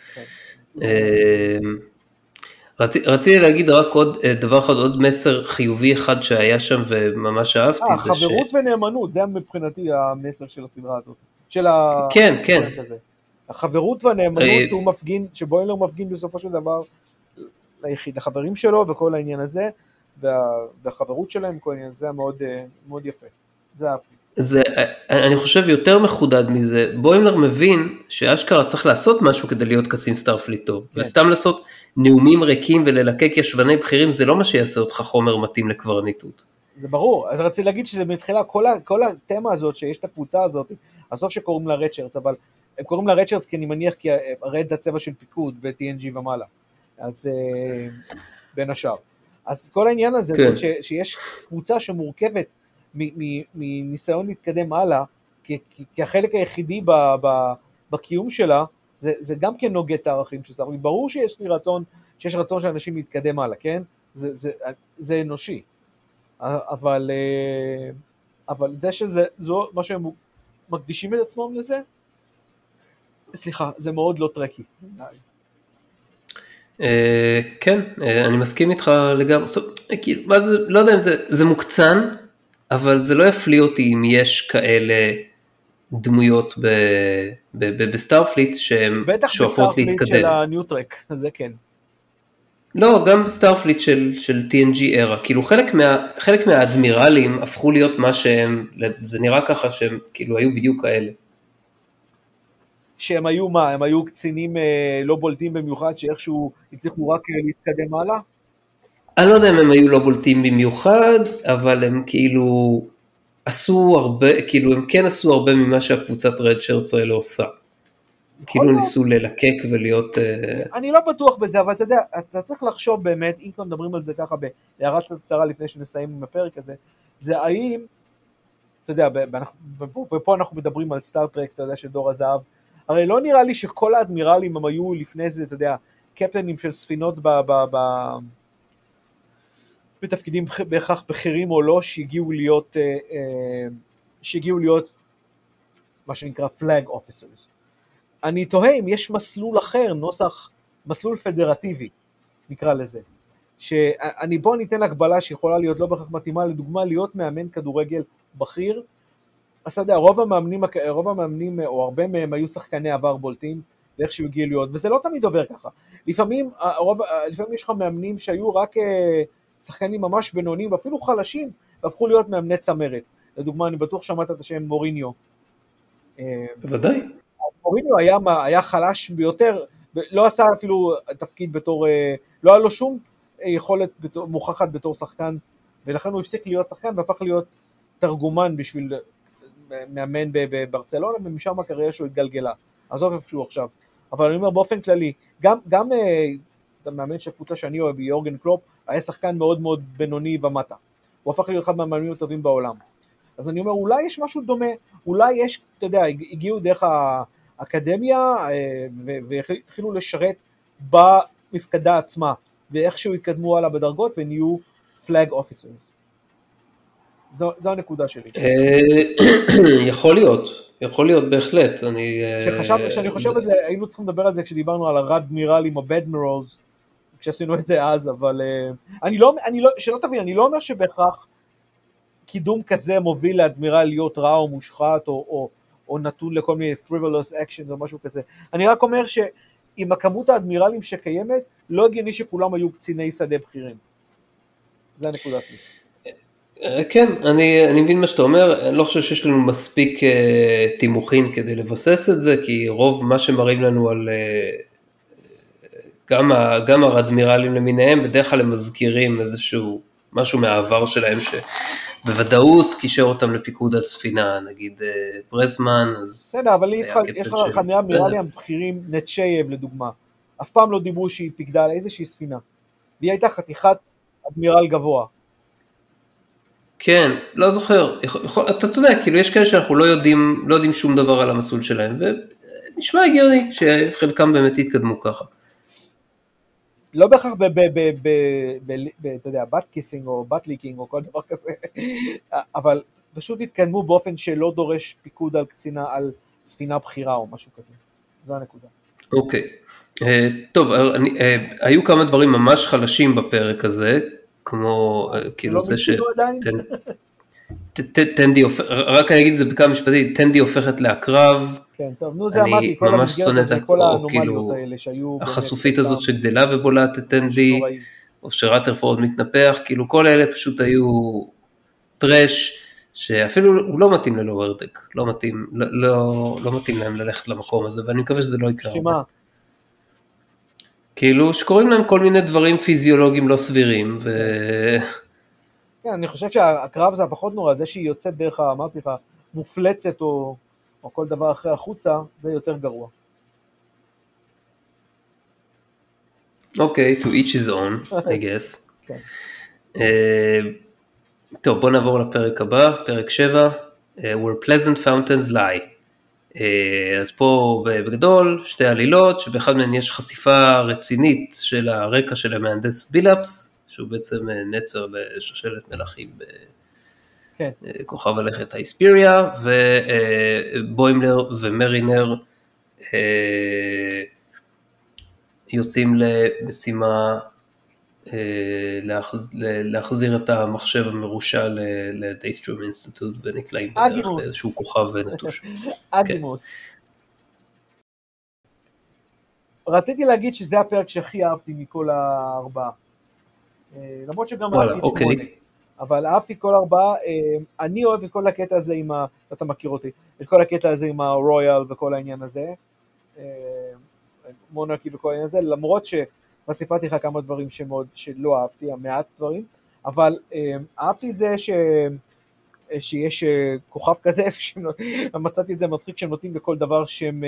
רציתי להגיד רק עוד דבר אחד, עוד מסר חיובי אחד שהיה שם וממש אהבתי. חברות ונאמנות, זה מבחינתי המסר של הסדרה הזאת. כן, כן. החברות והנאמנות שהוא מפגין, שבוילר מפגין בסופו של דבר ליחיד, לחברים שלו וכל העניין הזה, והחברות שלהם, כל העניין הזה מאוד, מאוד יפה. זה אהבתי. אני חושב יותר מחודד מזה, בוילר מבין שאשכרה צריך לעשות משהו כדי להיות קצין סטארפליט טוב, וסתם לעשות נאומים ריקים וללקק ישבני בכירים, זה לא מה שיעשה אותך חומר מתאים לקברניטות. זה ברור, אז רציתי להגיד שזה מתחילה, כל התמה הזאת, שיש את הקבוצה הזאת, הסוף שקוראים לה רצ'רץ, אבל הם קוראים לה רדשרטס כי אני מניח כי הרד זה הצבע של פיקוד ב-TNG ומעלה, אז בין השאר. אז כל העניין הזה, כן. שיש קבוצה שמורכבת מניסיון להתקדם הלאה, כי החלק היחידי בקיום שלה, זה גם כן נוגד את הערכים של סטארפליט. ברור שיש רצון של אנשים להתקדם הלאה, כן? זה אנושי. אבל זה זו מה שהם מקדישים את עצמם לזה, סליחה, זה מאוד לא טרקי. כן, אני מסכים איתך לגמרי, לא יודע אם זה מוקצן, אבל זה לא יפליא אותי אם יש כאלה דמויות בסטארפליט שהן שואפות להתקדם. בטח בסטארפליט של הניוטרק, זה כן. לא, גם בסטארפליט של TNG era, כאילו חלק מהאדמירלים הפכו להיות מה שהם, זה נראה ככה שהם כאילו היו בדיוק כאלה. שהם היו מה? הם היו קצינים לא בולטים במיוחד, שאיכשהו הצליחו רק להתקדם הלאה? אני לא יודע אם הם היו לא בולטים במיוחד, אבל הם כאילו עשו הרבה, כאילו הם כן עשו הרבה ממה שהקבוצת רדשרטס האלה עושה. כאילו ניסו ללקק ולהיות... אני לא בטוח בזה, אבל אתה יודע, אתה צריך לחשוב באמת, אם כבר מדברים על זה ככה בהערת קצרה לפני שנסיים עם הפרק הזה, זה האם, אתה יודע, ופה אנחנו מדברים על סטארטרק, אתה יודע, של דור הזהב, הרי לא נראה לי שכל האדמירלים הם היו לפני זה, אתה יודע, קפטנים של ספינות בתפקידים בהכרח בכירים או לא, שהגיעו להיות מה שנקרא flag officers. אני תוהה אם יש מסלול אחר, מסלול פדרטיבי, נקרא לזה, בוא ניתן הגבלה שיכולה להיות לא בהכרח מתאימה, לדוגמה להיות מאמן כדורגל בכיר, אז אתה יודע, רוב המאמנים או הרבה מהם היו שחקני עבר בולטים, ואיך שהוא הגיע להיות, וזה לא תמיד עובר ככה. לפעמים יש לך מאמנים שהיו רק שחקנים ממש בינוניים, ואפילו חלשים, והפכו להיות מאמני צמרת. לדוגמה, אני בטוח שמעת את השם מוריניו. בוודאי. מוריניו היה חלש ביותר, לא עשה אפילו תפקיד בתור, לא היה לו שום יכולת מוכחת בתור שחקן, ולכן הוא הפסיק להיות שחקן, והפך להיות תרגומן בשביל מאמן בברצלונה, ומשם הקריירה שלו התגלגלה. עזוב איפשהו עכשיו. אבל אני אומר באופן כללי, גם המאמן של קבוצה שאני אוהב, יורגן קלופ, היה שחקן מאוד מאוד בינוני ומטה. הוא הפך להיות אחד מהמאמנים הטובים בעולם. אז אני אומר, אולי יש משהו דומה, אולי יש, אתה יודע, הגיעו דרך האקדמיה, והתחילו לשרת במפקדה עצמה, ואיכשהו התקדמו הלאה בדרגות, ונהיו flag officers. זו הנקודה שלי. יכול להיות בהחלט. כשאני חושב על זה, היינו צריכים לדבר על זה כשדיברנו על הרדמירלים או בדמירלס, כשעשינו את זה אז, אבל שלא תבין, אני לא אומר שבהכרח קידום כזה מוביל לאדמירל להיות רע או מושחת, או נתון לכל מיני frivolous actions או משהו כזה. אני רק אומר שעם הכמות האדמירלים שקיימת, לא הגיוני שכולם היו קציני שדה בכירים. זה הנקודה שלי. כן, אני מבין מה שאתה אומר, אני לא חושב שיש לנו מספיק תימוכין כדי לבסס את זה, כי רוב מה שמראים לנו על גם הרדמירלים למיניהם, בדרך כלל הם מזכירים איזשהו משהו מהעבר שלהם, שבוודאות קישר אותם לפיקוד הספינה, נגיד ברזמן, אז... כן, אבל יש לך האדמירלים הבכירים, נטשייב לדוגמה, אף פעם לא דיברו שהיא פיקדה על איזושהי ספינה, והיא הייתה חתיכת אדמירל גבוה. כן, לא זוכר, אתה צודק, כאילו יש כאלה שאנחנו לא יודעים שום דבר על המסלול שלהם, ונשמע הגיוני שחלקם באמת יתקדמו ככה. לא בהכרח אתה יודע, בת קיסינג או בת ליקינג או כל דבר כזה, אבל פשוט התקדמו באופן שלא דורש פיקוד על קצינה, על ספינה בחירה או משהו כזה. זו הנקודה. אוקיי, טוב, היו כמה דברים ממש חלשים בפרק הזה, כמו כאילו זה טנדי רק אני אגיד את זה בכמה משפטית, טנדי הופכת להקרב, כן, טוב, נו זה אמרתי, כל המסגרת הזה, כל האנומליות האלה שהיו, החשופית הזאת שגדלה ובולעת את טנדי, או שרטרפורד מתנפח, כאילו כל אלה פשוט היו טרש, שאפילו הוא לא מתאים ללוורדק, לא מתאים להם ללכת למקום הזה, ואני מקווה שזה לא יקרה. שמה? כאילו שקוראים להם כל מיני דברים פיזיולוגיים לא סבירים, כן, אני חושב שהקרב זה הפחות נורא, זה שהיא יוצאת דרך, אמרתי לך, מופלצת או או כל דבר אחר החוצה, זה יותר גרוע. אוקיי, to each his own, I guess. כן. טוב, בוא נעבור לפרק הבא, פרק 7, where pleasant fountains lie. אז פה בגדול, שתי עלילות, שבאחד מהן יש חשיפה רצינית של הרקע של המהנדס בילאפס, שהוא בעצם נצר לשושלת מלכים בכוכב הלכת האיספיריה, ובוימלר ומרינר יוצאים למשימה להחזיר את המחשב המרושע לדייסטרום אינסטיטוט ונקלעים בדרך לאיזשהו כוכב נטוש. אגימוס. רציתי להגיד שזה הפרק שהכי אהבתי מכל הארבעה. למרות שגם אהבתי את 8. אבל אהבתי כל ארבעה. אני אוהב את כל הקטע הזה עם אתה מכיר אותי, את כל הקטע הזה עם הרויאל וכל העניין הזה. מונרכי וכל העניין הזה, למרות וסיפרתי לך כמה דברים שלא אהבתי, המעט דברים, אבל אהבתי את זה שיש כוכב כזה, מצאתי את זה מצחיק שהם נותנים לכל דבר שהם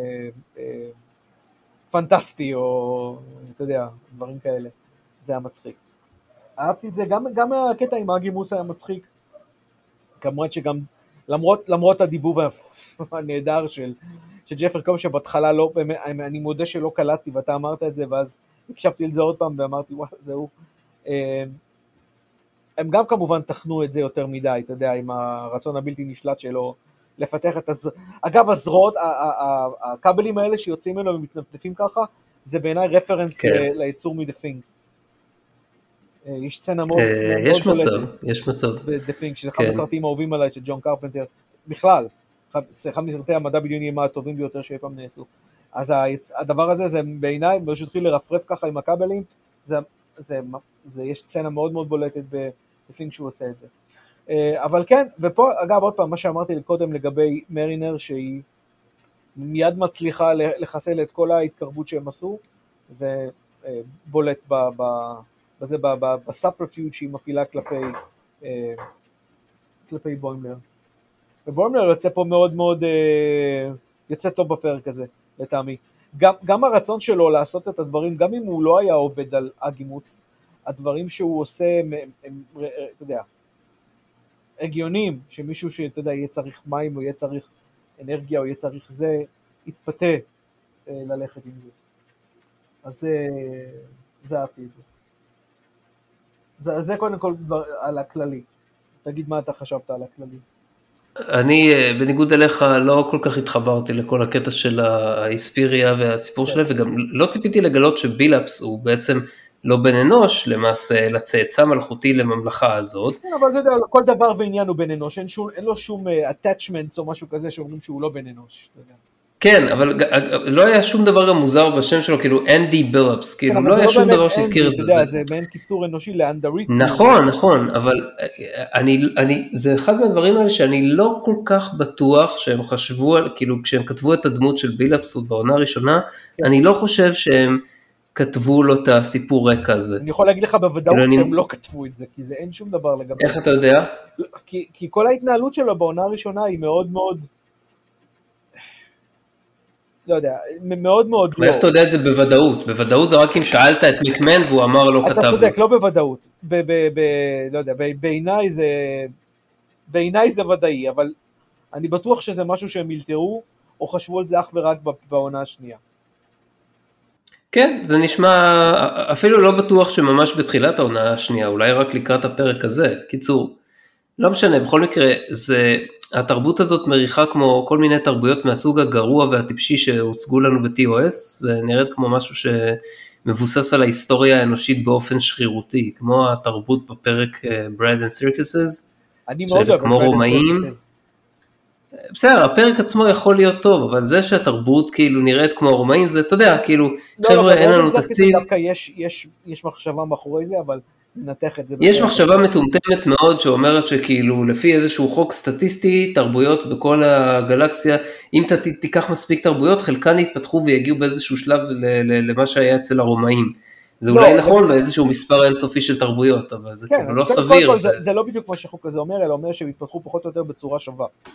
פנטסטי, או אתה יודע, דברים כאלה, זה היה מצחיק. אהבתי את זה, גם הקטע עם האגימוס היה מצחיק, כמובן שגם, למרות הדיבוב הנהדר של ג'פרי קום שבהתחלה לא, אני מודה שלא קלטתי ואתה אמרת את זה, ואז הקשבתי על זה עוד פעם ואמרתי וואו זהו, הם גם כמובן תכנו את זה יותר מדי, אתה יודע, עם הרצון הבלתי נשלט שלו לפתח את אגב הזרועות, הכבלים האלה שיוצאים ממנו ומתנפנפים ככה, זה בעיניי רפרנס ליצור מ-The Thing. יש סצנה מאוד יש מצב ב-The Thing, שזה אחד הסרטים האהובים עליי של ג'ון קרפנטר, בכלל אחד מסרטי המדע בדיוני הטובים ביותר שאי פעם נעשו. אז הדבר הזה, זה בעיניי, כשהוא התחיל לרפרף ככה עם הכבלים, יש סצנה מאוד מאוד בולטת בפינג שהוא עושה את זה. אבל כן, ופה, אגב, עוד פעם, מה שאמרתי קודם לגבי מרינר, שהיא מיד מצליחה לחסל את כל ההתקרבות שהם עשו, זה בולט בסאפרפיוט שהיא מפעילה כלפי בוימלר. ובוימלר יוצא פה מאוד מאוד, יוצא טוב בפרק הזה, לטעמי. גם הרצון שלו לעשות את הדברים, גם אם הוא לא היה עובד על אגימוס, הדברים שהוא עושה, אתה יודע, הגיונים, שמישהו שאתה יודע, יהיה צריך מים, או יהיה צריך אנרגיה, או יהיה צריך זה, יתפתה ללכת עם זה. אז זה אהבתי את זה. זה קודם כל על הכללי. תגיד מה אתה חשבת על הכללי. אני, בניגוד אליך, לא כל כך התחברתי לכל הקטע של האיספיריה והסיפור שלהם, וגם לא ציפיתי לגלות שבילאפס הוא בעצם לא בן אנוש, למעשה, אלא צאצא מלאכותי לממלכה הזאת. כן, אבל אתה יודע, כל דבר ועניין הוא בן אנוש, אין לו שום attachments או משהו כזה שאומרים שהוא לא בן אנוש, אתה יודע. כן, אבל לא היה שום דבר גם מוזר בשם שלו, כאילו אנדי בילאפס, כאילו לא היה שום דבר שהזכיר את זה. אתה יודע, זה מעין קיצור אנושי לאנדריט. נכון, אבל זה אחד מהדברים האלה שאני לא כל כך בטוח שהם חשבו, כאילו כשהם כתבו את הדמות של בילאפס בעונה הראשונה, אני לא חושב שהם כתבו לו את הסיפור רקע הזה. אני יכול להגיד לך בוודאות שהם לא כתבו את זה, כי זה אין שום דבר לגבי. איך אתה יודע? כי כל ההתנהלות שלו בעונה הראשונה היא מאוד מאוד, לא יודע, מאוד מאוד לא. ואיך אתה יודע את זה בוודאות? בוודאות זה רק אם שאלת את מקמן והוא אמר לא כתב. אתה צודק, לא בוודאות. לא יודע, בעיניי זה ודאי, אבל אני בטוח שזה משהו שהם ילתרו, או חשבו על זה אך ורק בעונה השנייה. כן, זה נשמע, אפילו לא בטוח שממש בתחילת העונה השנייה, אולי רק לקראת הפרק הזה. קיצור, לא משנה, בכל מקרה, התרבות הזאת מריחה כמו כל מיני תרבויות מהסוג הגרוע והטיפשי שהוצגו לנו ב-TOS, ונראית כמו משהו שמבוסס על ההיסטוריה האנושית באופן שרירותי, כמו התרבות בפרק Bread and Circuses, כמו רומאים. בסדר, הפרק עצמו יכול להיות טוב, אבל זה שהתרבות כאילו נראית כמו הרומאים, זה, אתה יודע, כאילו, חבר'ה, אין לנו תקציב. דווקא יש מחשבה מאחורי זה, אבל ננתח את זה. יש מחשבה מטומטמת מאוד שאומרת שכאילו לפי איזשהו חוק סטטיסטי, תרבויות בכל הגלקסיה, אם אתה תיקח מספיק תרבויות, חלקן יתפתחו ויגיעו באיזשהו שלב למה שהיה אצל הרומאים. זה אולי נכון באיזשהו מספר אינסופי של תרבויות, אבל זה כאילו לא סביר. זה לא בדיוק מה שהחוק הזה אומר, אלא אומר שהם יתפתחו פחות או יותר בצורה שווה.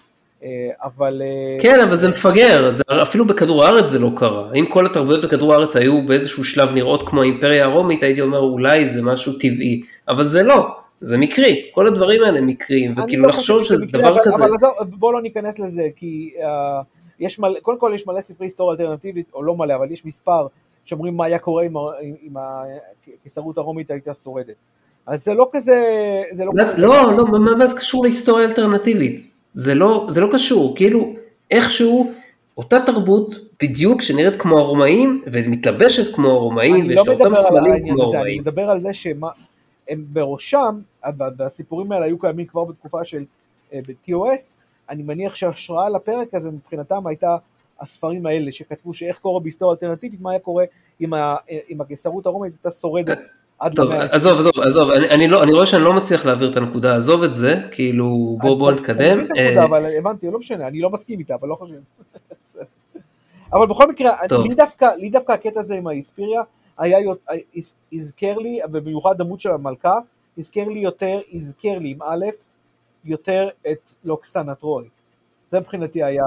אבל... כן, אבל זה מפגר, אפילו בכדור הארץ זה לא קרה. אם כל התרבויות בכדור הארץ היו באיזשהו שלב נראות כמו האימפריה הרומית, הייתי אומר אולי זה משהו טבעי, אבל זה לא, זה מקרי, כל הדברים האלה מקריים, וכאילו לחשוב שזה דבר כזה. אבל בוא לא ניכנס לזה, כי קודם כל יש מלא ספרי היסטוריה אלטרנטיבית, או לא מלא, אבל יש מספר שאומרים מה היה קורה אם הקיסרות הרומית הייתה שורדת. אז זה לא כזה... לא, מה זה קשור להיסטוריה אלטרנטיבית? זה לא קשור, כאילו איכשהו אותה תרבות בדיוק שנראית כמו הרומאים ומתלבשת כמו הרומאים ויש לה אותם סמלים כמו הרומאים. אני מדבר על זה שהם בראשם, והסיפורים האלה היו קיימים כבר בתקופה של ב-TOS, אני מניח שההשראה לפרק הזה מבחינתם הייתה הספרים האלה שכתבו שאיך קורה בהיסטוריה אלטרנטיבית, מה היה קורה אם הקיסרות הרומית הייתה שורדת. טוב, עזוב, אני רואה שאני לא מצליח להעביר את הנקודה, עזוב את זה, כאילו בוא נתקדם. אני מבין את הנקודה, אבל הבנתי, לא משנה, אני לא מסכים איתה, אבל לא חושב. אבל בכל מקרה, לי דווקא הקטע הזה עם האיספיריה, הזכר לי, ובמיוחד דמות של המלכה, הזכר לי עם א', יותר את לוקסנה טרוי. זה מבחינתי היה...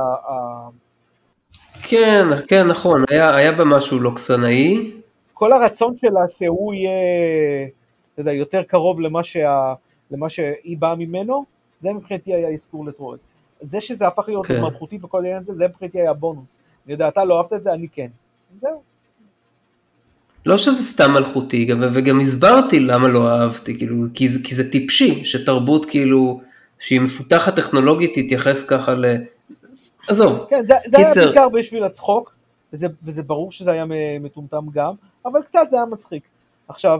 כן, נכון, היה במשהו לוקסנאי, כל הרצון שלה שהוא יהיה, אתה יודע, יותר קרוב למה שהיא באה ממנו, זה מבחינתי היה אזכור לטרוי. זה שזה הפך להיות מלכותי וכל העניין הזה, זה מבחינתי היה בונוס. אני יודע, אתה לא אהבת את זה, אני כן. זהו. לא שזה סתם מלכותי, וגם הסברתי למה לא אהבתי, כאילו, כי זה טיפשי, שתרבות כאילו, שהיא מפותחת טכנולוגית, תתייחס ככה עזוב. כן, זה היה בעיקר בשביל הצחוק, וזה ברור שזה היה מטומטם גם, אבל קצת זה היה מצחיק. עכשיו,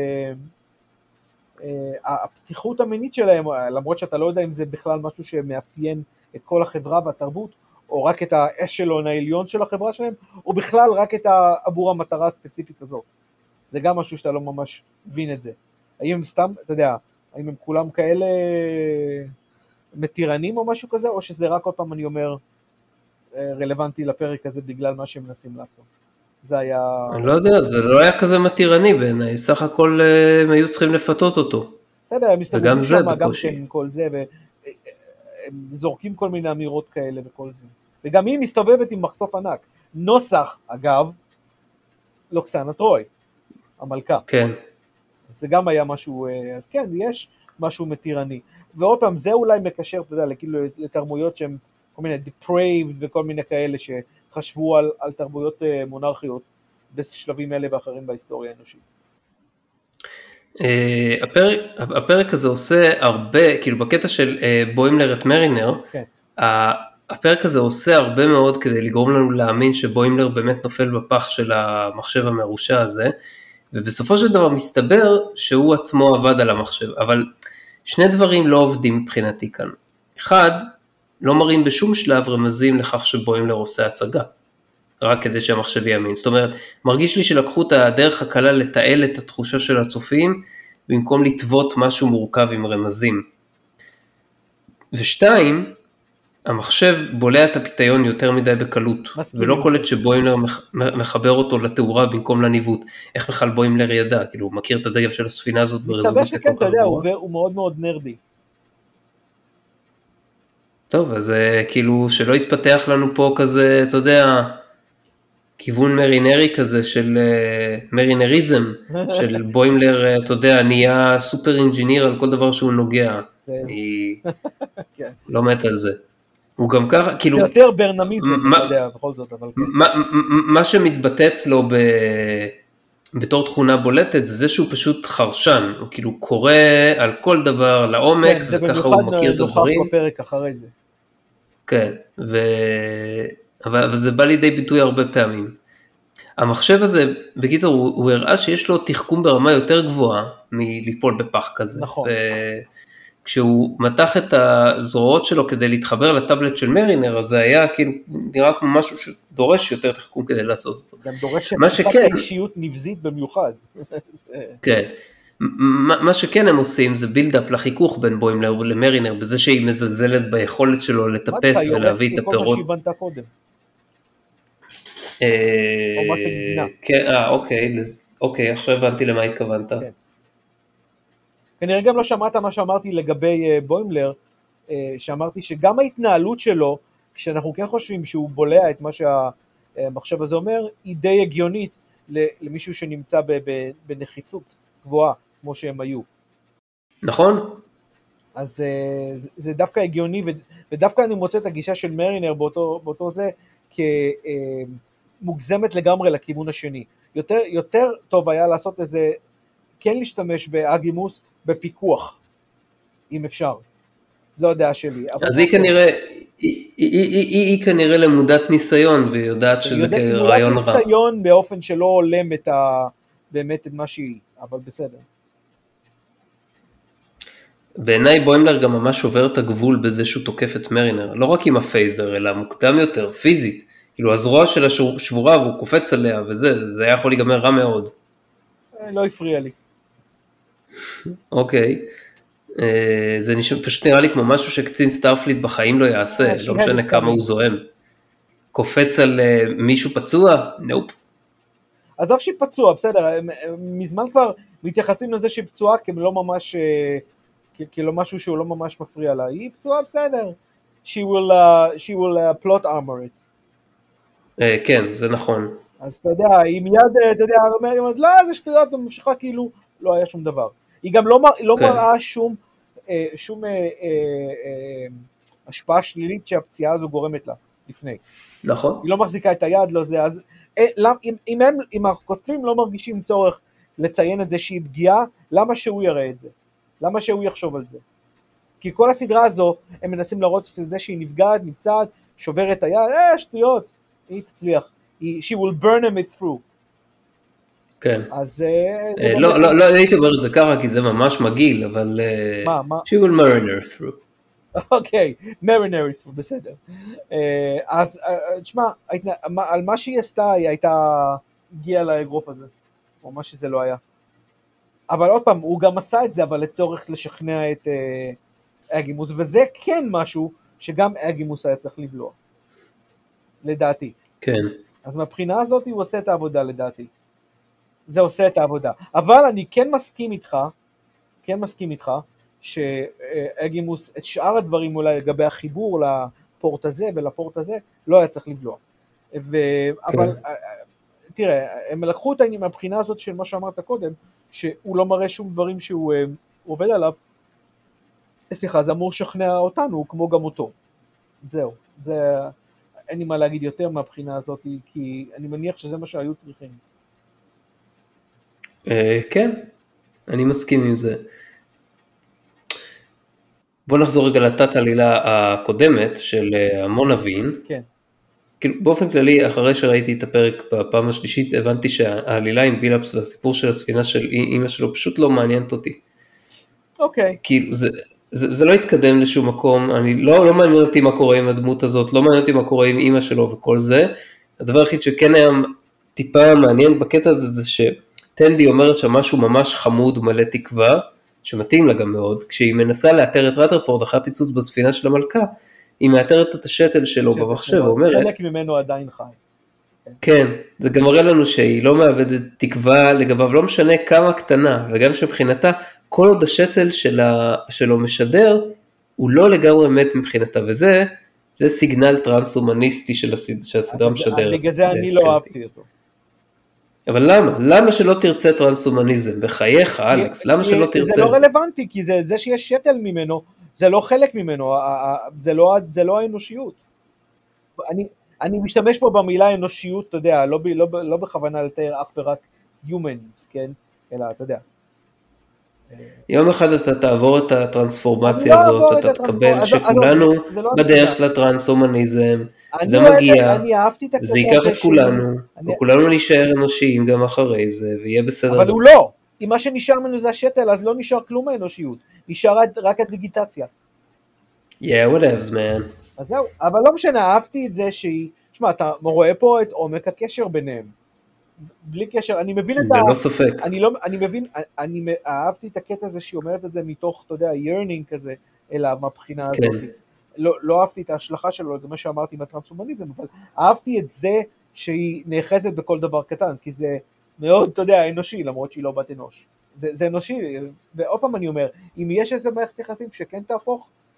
הפתיחות המינית שלהם, למרות שאתה לא יודע אם זה בכלל משהו שמאפיין את כל החברה והתרבות, או רק את האשלון העליון של החברה שלהם, או בכלל רק עבור המטרה הספציפית הזאת. זה גם משהו שאתה לא ממש מבין את זה. האם הם סתם, אתה יודע, האם הם כולם כאלה מתירנים או משהו כזה, או שזה רק עוד פעם אני אומר, רלוונטי לפרק הזה בגלל מה שהם מנסים לעשות. זה היה... אני לא יודע, זה לא היה כזה מתירני בעיניי, סך הכל הם היו צריכים לפתות אותו. בסדר, הם מסתובבים שם גם כן כל זה, והם זורקים כל מיני אמירות כאלה וכל זה. וגם היא מסתובבת עם מחשוף ענק. נוסח, אגב, לוקסנה טרוי, המלכה. כן. זה גם היה משהו, אז כן, יש משהו מתירני. ועוד פעם, זה אולי מקשר, אתה יודע, כאילו לתרמויות שהן כל מיני depraved וכל מיני כאלה שחשבו על תרבויות מונרכיות בשלבים אלה ואחרים בהיסטוריה האנושית. הפרק הזה עושה הרבה, כאילו בקטע של בוימלר את מרינר, כן. הפרק הזה עושה הרבה מאוד כדי לגרום לנו להאמין שבוימלר באמת נופל בפח של המחשב המרושע הזה, ובסופו של דבר מסתבר שהוא עצמו עבד על המחשב, אבל שני דברים לא עובדים מבחינתי כאן. אחד, לא מראים בשום שלב רמזים לכך שבוימלר עושה הצגה, רק כדי שהמחשב יאמין. זאת אומרת, מרגיש לי שלקחו את הדרך הקלה לתעל את התחושה של הצופים, במקום לטוות משהו מורכב עם רמזים. ושתיים, המחשב בולע את הפיתיון יותר מדי בקלות, ולא קולט שבוימלר מחבר אותו לתאורה במקום לניווט. איך בכלל בוימלר ידע? כאילו, הוא מכיר את הדגם של הספינה הזאת ברזולוציה כל כך גבוהה. מסתבר שכן, אתה יודע, הוא מאוד מאוד נרדי. טוב, אז כאילו שלא יתפתח לנו פה כזה, אתה יודע, כיוון מרינרי כזה של מרינריזם, של בוימלר, אתה יודע, נהיה סופר אינג'יניר על כל דבר שהוא נוגע. אני לא מת על זה. הוא גם ככה, כאילו... יותר ברנמיד, אני יודע, בכל זאת, אבל... מה שמתבטא אצלו בתור תכונה בולטת, זה שהוא פשוט חרשן, הוא כאילו קורא על כל דבר לעומק, וככה הוא מכיר את הדברים. זה במיוחד בפרק אחרי זה. כן, אבל זה בא לידי ביטוי הרבה פעמים. המחשב הזה, בקיצור, הוא הראה שיש לו תחכום ברמה יותר גבוהה, מליפול בפח כזה. נכון. כשהוא מתח את הזרועות שלו כדי להתחבר לטאבלט של מרינר, אז זה היה כאילו, נראה כמו משהו שדורש יותר תחכום כדי לעשות אותו. גם דורש שכן, אישיות נבזית במיוחד. כן. מה שכן הם עושים זה בילדאפ לחיכוך בין בוימלר למרינר, בזה שהיא מזלזלת ביכולת שלו לטפס ולהביא את הפירות. כל מה שהיא בנתה קודם. או מה שנבנה. אוקיי, עכשיו הבנתי למה התכוונת. כנראה גם לא שמעת מה שאמרתי לגבי בוימלר, שאמרתי שגם ההתנהלות שלו, כשאנחנו כן חושבים שהוא בולע את מה שהמחשב הזה אומר, היא די הגיונית למישהו שנמצא בנחיצות גבוהה, כמו שהם היו. נכון? אז זה דווקא הגיוני, ודווקא אני מוצא את הגישה של מרינר באותו זה, כמוגזמת לגמרי לכיוון השני. יותר טוב היה לעשות איזה, כן להשתמש באגימוס בפיקוח, אם אפשר. זו הדעה שלי. אז היא כנראה למודת ניסיון, והיא יודעת שזה כרעיון רע. למודת ניסיון באופן שלא עולם באמת את מה שהיא, אבל בסדר. בעיניי בוימלר גם ממש עובר את הגבול בזה שהוא תוקף את מרינר, לא רק עם הפייזר, אלא מוקדם יותר, פיזית. כאילו הזרוע שלה שבורה והוא קופץ עליה וזה, זה היה יכול להיגמר רע מאוד. לא הפריע לי. אוקיי. זה פשוט נראה לי כמו משהו שקצין סטארפליט בחיים לא יעשה, לא משנה כמה הוא זוהם. קופץ על מישהו פצוע? נופ. עזוב שהיא פצוע, בסדר, מזמן כבר מתייחסים לזה שהיא פצועה כלא ממש, כאילו משהו שהוא לא ממש מפריע לה, היא פצועה בסדר, she will plot armor it. כן, זה נכון. אז אתה יודע, היא מיד, אתה יודע, אומרת, לא, זה שטויות, ממשיכה כאילו, לא היה שום דבר. היא גם לא מראה שום השפעה שלילית שהפציעה הזו גורמת לה לפני. נכון. היא לא מחזיקה את היד, לא זה, אז אם הכותבים לא מרגישים צורך לציין את זה שהיא פגיעה, למה שהוא יראה את זה? למה שהוא יחשוב על זה? כי כל הסדרה הזו, הם מנסים להראות שזה שהיא נפצעת, שוברת את היד, שטויות, היא תצליח. She will burn him through. כן. אז לא הייתי אומר את זה ככה, כי זה ממש מגעיל, אבל she will mariner through. אוקיי, mariner through, בסדר. אז תשמע, על מה שהיא עשתה, היא הייתה הגיעה לאגרוף הזה, או מה שזה לא היה. אבל עוד פעם, הוא גם עשה את זה, אבל לצורך לשכנע את אגימוס, וזה כן משהו שגם אגימוס היה צריך לבלוע, לדעתי. כן. אז מהבחינה הזאת הוא עושה את העבודה, לדעתי. זה עושה את העבודה. אבל אני כן מסכים איתך, שאגימוס, את שאר הדברים אולי לגבי החיבור לפורט הזה ולפורט הזה, לא היה צריך לבלוע. אבל תראה, הם לקחו את העניין מהבחינה הזאת של מה שאמרת קודם, שהוא לא מראה שום דברים שהוא עובד עליו, סליחה, זה אמור לשכנע אותנו כמו גם אותו. זהו, אין לי מה להגיד יותר מהבחינה הזאת, כי אני מניח שזה מה שהיו צריכים. כן, אני מסכים עם זה. בוא נחזור רגע לתת עלילה הקודמת של המונבין. כן. כאילו, באופן כללי, אחרי שראיתי את הפרק בפעם השלישית, הבנתי שהעלילה עם בילאפס והסיפור של הספינה של אמא שלו פשוט לא מעניינת אותי. אוקיי. כאילו, זה לא התקדם לשום מקום, לא מעניין אותי מה קורה עם הדמות הזאת, לא מעניין אותי מה קורה עם אמא שלו וכל זה. הדבר היחיד שכן היה טיפה מעניין בקטע הזה, זה שטנדי אומרת שמשהו ממש חמוד ומלא תקווה, שמתאים לה גם מאוד, כשהיא מנסה לאתר את רת'רפורד אחרי הפיצוץ בספינה של המלכה, היא מאתרת את השטל שלו במחשב, ואומרת... חלק ממנו עדיין חי. כן, זה גם מראה לנו שהיא לא מאבדת תקווה לגביו, לא משנה כמה קטנה, וגם שמבחינתה, כל עוד השטל שלו משדר, הוא לא לגמרי מת מבחינתה, וזה סיגנל טרנס-הומניסטי שהסדרה משדרת. בגלל זה אני לא אהבתי אותו. אבל למה? למה שלא תרצה טרנס-הומניזם? בחייך, אלכס, למה שלא תרצה את זה? זה לא רלוונטי, כי זה שיש שתל ממנו, זה לא חלק ממנו, זה לא האנושיות. אני משתמש פה במילה אנושיות, אתה יודע, לא בכוונה לתאר אך ורק humans, כן? אלא, אתה יודע. יום אחד אתה תעבור את הטרנספורמציה הזאת, אתה תקבל שכולנו בדרך לטרנס-הומניזם, זה מגיע, זה ייקח את כולנו, וכולנו נשאר אנושיים גם אחרי זה, ויהיה בסדר. אבל הוא לא, אם מה שנשאר ממנו זה השתל, אז לא נשאר כלום האנושיות, נשאר רק הדיגיטציה. Yeah, whatevs, man. אז זהו, אבל לא משנה, אהבתי את זה שהיא, תשמע, אתה רואה פה את עומק הקשר ביניהם, בלי קשר, אני מבין את ללא ספק. אני מבין, אני אהבתי את הקטע הזה שהיא אומרת את זה מתוך, אתה יודע, yearning כזה, אלא מהבחינה הזאת. לא אהבתי את ההשלכה שלו, גם מה שאמרתי עם הטרנס-הומניזם, אבל אהבתי את זה שהיא נאחזת בכל דבר קטן, כי זה מאוד, אתה יודע, אנושי, למרות שהיא לא בת אנוש. זה אנושי, ועוד פעם אני אומר, אם יש איזה מערכת יחסים שכן תהפוך,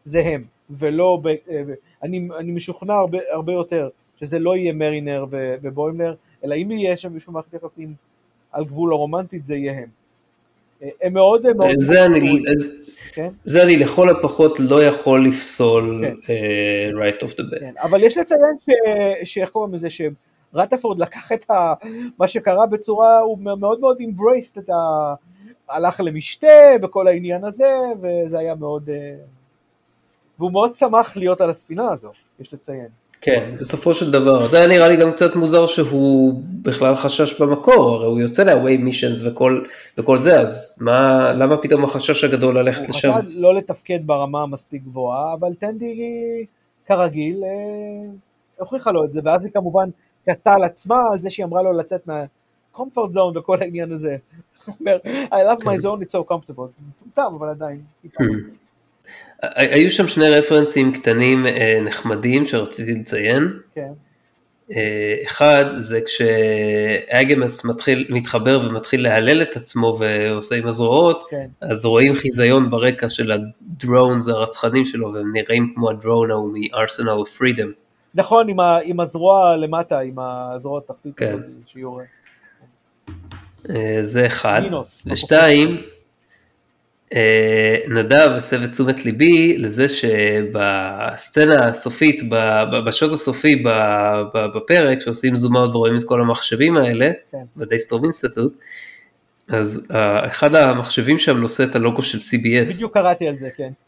זה הם, ולא, אני משוכנע הרבה יותר, שזה לא יהיה מרינר ובוימלר, אלא אם יהיה שם מישהו מערכת יחסים על גבול הרומנטית, זה יהיה הם. הם מאוד מאוד... זה אני לכל הפחות לא יכול לפסול right off the bat. אבל יש לציין שאיך קוראים לזה, שרטפורד לקח את מה שקרה בצורה, הוא מאוד מאוד embraced את הלך למשתה וכל העניין הזה, וזה היה מאוד... והוא מאוד שמח להיות על הספינה הזו, יש לציין. כן, בסופו של דבר, זה היה נראה לי גם קצת מוזר שהוא בכלל חשש במקור, הרי הוא יוצא ל-away missions וכל זה, אז למה פתאום החשש הגדול ללכת לשם? הוא חשש לא לתפקד ברמה מספיק גבוהה, אבל טנדי כרגיל הוכיחה לו את זה, ואז היא כמובן כעסה על עצמה, על זה שהיא אמרה לו לצאת מה-comfort zone וכל העניין הזה. I love my zone, it's so comfortable, זה מטומטם, אבל עדיין. היו שם שני רפרנסים קטנים נחמדים שרציתי לציין. כן. אחד זה כשאגמס מתחבר ומתחיל להלל את עצמו ועושה עם הזרועות, אז רואים חיזיון ברקע של הדרונס הרצחנים שלו, והם נראים כמו הדרון ההוא מ-Arsenal of Freedom. נכון, עם הזרוע למטה, עם הזרוע התחתית שיורה. זה אחד. ושתיים, נדב הסב את תשומת ליבי לזה שבסצנה הסופית, בשוט הסופי בפרק, שעושים זום אאוט ורואים את כל המחשבים האלה, בדייסטרום אינסטיטוט, אז אחד המחשבים שם נושא את הלוגו של CBS. בדיוק קראתי על זה, כן.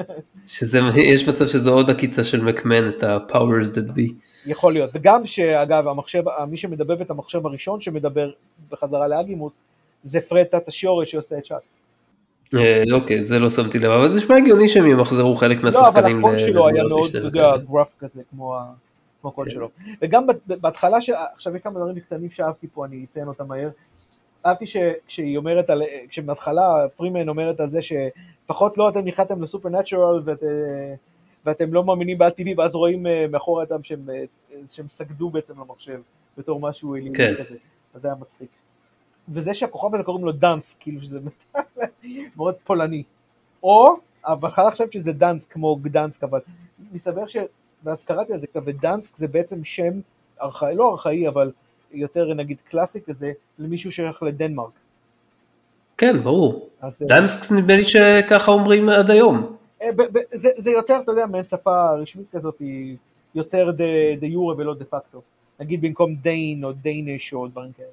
יש מצב שזו עוד הקיצה של מקמן, את ה-powers that be. יכול להיות, וגם שאגב, מי שמדבב את המחשב הראשון שמדבר בחזרה לאגימוס, זה פרד טאטה-שיורי שעושה את שאקס. אוקיי, זה לא שמתי לב, אבל זה נשמע הגיוני שהם ימחזרו חלק מהשחקנים. לא, אבל הקול שלו היה מאוד, אתה יודע, גרף כזה, כמו הקול שלו. וגם בהתחלה, עכשיו יש כמה דברים קטנים שאהבתי פה, אני אציין אותם מהר. אהבתי כשהיא אומרת, כשבהתחלה פרימן אומרת על זה שפחות לא אתם ניחדתם לסופרנטורל ואתם לא מאמינים בעל טבעי, ואז רואים מאחור אדם שהם סגדו בעצם למחשב בתור משהו אלימי כזה, אז זה היה מצחיק. וזה שהכוכב הזה קוראים לו דאנס, כאילו שזה מאוד פולני. או, בהתחלה חשבתי שזה דאנס כמו גדנסק, אבל מסתבר ואז קראתי על זה קצת, ודאנסק זה בעצם שם ארכאי, לא ארכאי, אבל יותר נגיד קלאסי כזה, למישהו שייך לדנמרק. כן, ברור. דאנסק נדמה לי שככה אומרים עד היום. זה יותר, אתה יודע, מעין שפה רשמית כזאת, היא יותר דה יורה ולא דה פקטו. נגיד במקום דיין או דייניש או דברים כאלה.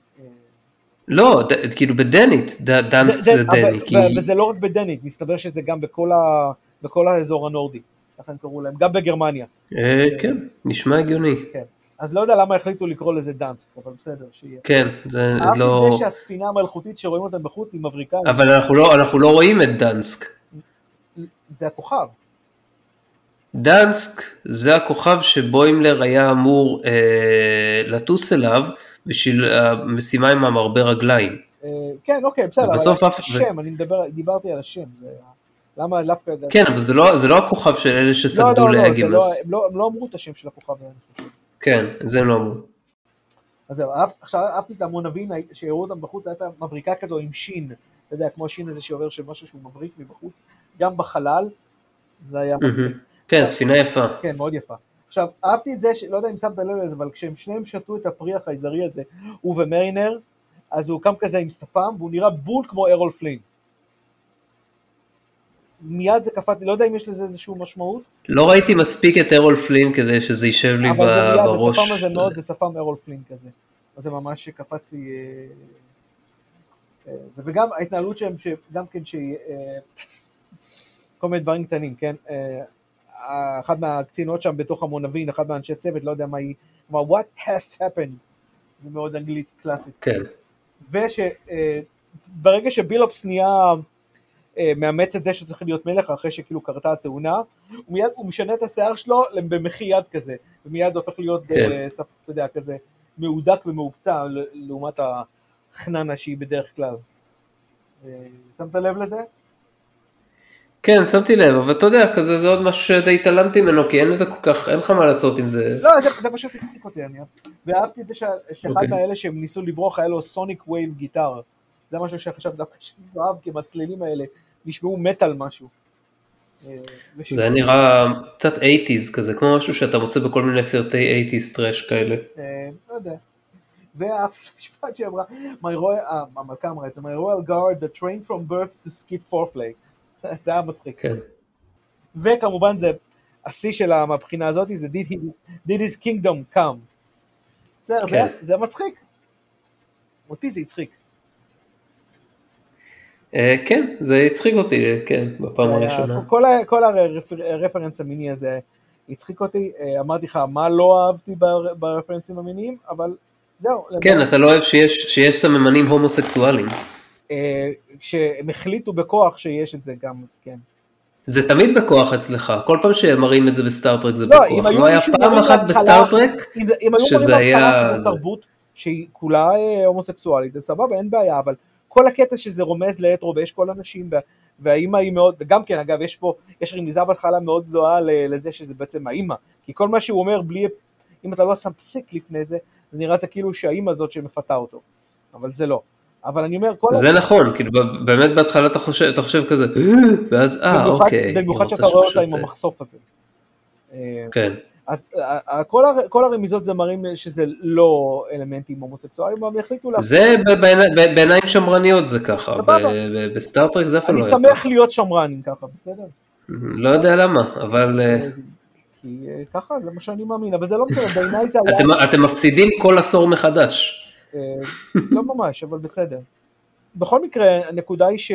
לא, כאילו בדנית, דאנסק זה דני. וזה לא רק בדנית, מסתבר שזה גם בכל האזור הנורדי, לכן קראו להם, גם בגרמניה. כן, נשמע הגיוני. כן, אז לא יודע למה החליטו לקרוא לזה דאנסק, אבל בסדר, שיהיה. כן, זה לא... אהבתי זה שהספינה המלכותית שרואים אותם בחוץ היא מבריקה. אבל אנחנו לא רואים את דאנסק. זה הכוכב. דאנסק זה הכוכב שבוימלר היה אמור לטוס אליו, בשביל המשימה עם המרבה רגליים. כן, אוקיי, בסדר, אבל השם, אני דיברתי על השם, זה... למה דווקא... כן, אבל זה לא הכוכב של אלה שסגדו לאגימוס. הם לא אמרו את השם של הכוכב. כן, זה הם לא אמרו. אז עכשיו אהבתי את המונבים שהראו אותם בחוץ, הייתה מבריקה כזו עם שין, אתה יודע, כמו השין הזה שעובר של משהו שהוא מבריק מבחוץ, גם בחלל, זה היה מצחיק. כן, ספינה יפה. כן, מאוד יפה. עכשיו, אהבתי את זה, לא יודע אם שמת לב לזה, אבל כשהם שניהם שתו את הפרי החייזרי הזה, הוא ומרינר, אז הוא קם כזה עם שפם, והוא נראה בול כמו ארול פלין. מיד זה קפאתי, לא יודע אם יש לזה איזשהו משמעות. לא ראיתי מספיק את ארול פלין כדי שזה יישב לי בראש. אבל זה מאוד, זה שפם ארול פלין כזה. אז זה ממש קפצי... וגם ההתנהלות שהם, גם כן שהיא... כל מיני דברים קטנים, כן? אחד מהקצינות שם בתוך המונבין, אחד מהאנשי צוות, לא יודע מה היא, אמרה, what has happened? זה מאוד אנגלית קלאסית. כן. ושברגע שבילופס נהיה מאמץ את זה שצריך להיות מלך, אחרי שכאילו קרתה התאונה, הוא משנה את השיער שלו במחי יד כזה, ומיד זה הופך להיות, אתה יודע, כזה מעודק ומעוקצה, לעומת החננה שהיא בדרך כלל. שמת לב לזה? כן, שמתי לב, אבל אתה יודע, כזה זה עוד משהו שדי התעלמתי ממנו, כי אין לזה כל כך, אין לך מה לעשות עם זה. לא, זה פשוט הצחיק אותי, ואהבתי את זה שאחד מהאלה שהם ניסו לברוח, היה לו סוניק וייב גיטר, זה משהו שחשב דווקא שאני אוהב, כי המצלילים האלה נשמעו מטל משהו. זה נראה קצת 80s כזה, כמו משהו שאתה מוצא בכל מיני סרטי 80s טרש כאלה. לא יודע. והמשפט שאמרה, המלכה אמרה את זה, my royal guards are trained from birth to skip foreplay. זה היה מצחיק. כן. וכמובן זה, השיא שלה מהבחינה הזאת, זה did his kingdom come. זה מצחיק. אותי זה הצחיק. כן, זה הצחיק אותי, כן, בפעם הראשונה. כל הרפרנס המיני הזה הצחיק אותי, אמרתי לך מה לא אהבתי ברפרנסים המיניים, אבל זהו. כן, אתה לא אוהב שיש סממנים הומוסקסואליים. שהם החליטו בכוח שיש את זה גם, אז כן. זה תמיד בכוח אצלך, כל פעם שמראים את זה בסטארטרק זה בכוח, לא היה פעם אחת בסטארטרק שזה היה... זו תרבות שהיא כולה הומוסקסואלית, זה סבבה, אין בעיה, אבל כל הקטע שזה רומז לאטרו ויש כל אנשים, והאימא היא מאוד, וגם כן אגב יש רמיזה בהתחלה מאוד גדולה לזה שזה בעצם האימא, כי כל מה שהוא אומר בלי, אם אתה לא שם פסיק לפני זה, זה נראה זה כאילו שהאימא הזאת שמפתה אותו, אבל זה לא. אבל אני אומר, זה נכון, כאילו באמת בהתחלה אתה חושב כזה, ואז אוקיי. במיוחד שאתה רואה אותה עם המחשוף הזה. כן. אז כל הרמיזות זה מראים שזה לא אלמנטים הומוסקסואליים, אבל החליטו לה... זה בעיניים שמרניות זה ככה, בסטארטרק זה אפילו לא היה. אני שמח להיות שמרנים ככה, בסדר? לא יודע למה, אבל... כי ככה, זה מה שאני מאמין, אבל זה לא בסדר, בעיניי זה היה... אתם מפסידים כל עשור מחדש. לא ממש, אבל בסדר. בכל מקרה, הנקודה היא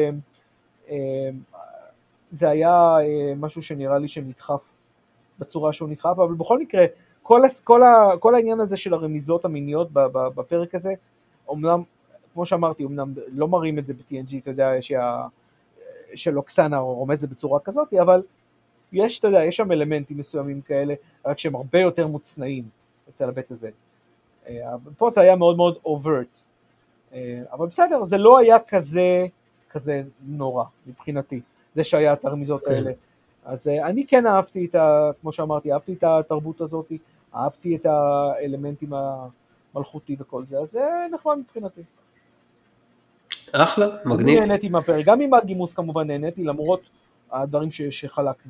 שזה היה משהו שנראה לי שנדחף בצורה שהוא נדחף, אבל בכל מקרה, כל העניין הזה של הרמיזות המיניות בפרק הזה, אומנם, כמו שאמרתי, אומנם לא מראים את זה ב-TNG, אתה יודע, של אוקסנה רומזת בצורה כזאת, אבל יש, אתה יודע, יש שם אלמנטים מסוימים כאלה, רק שהם הרבה יותר מוצנעים אצל הבית הזה. פה זה היה מאוד מאוד overt, אבל בסדר, זה לא היה כזה נורא מבחינתי, זה שהיה את הרמיזות האלה. אז אני כן אהבתי כמו שאמרתי, אהבתי את התרבות הזאת, אהבתי את האלמנטים המלכותי וכל זה, אז זה נחמד מבחינתי. אחלה, מגניב. אני נהניתי מהפרק, גם עם הגימוס כמובן נהניתי, למרות הדברים שחלקנו.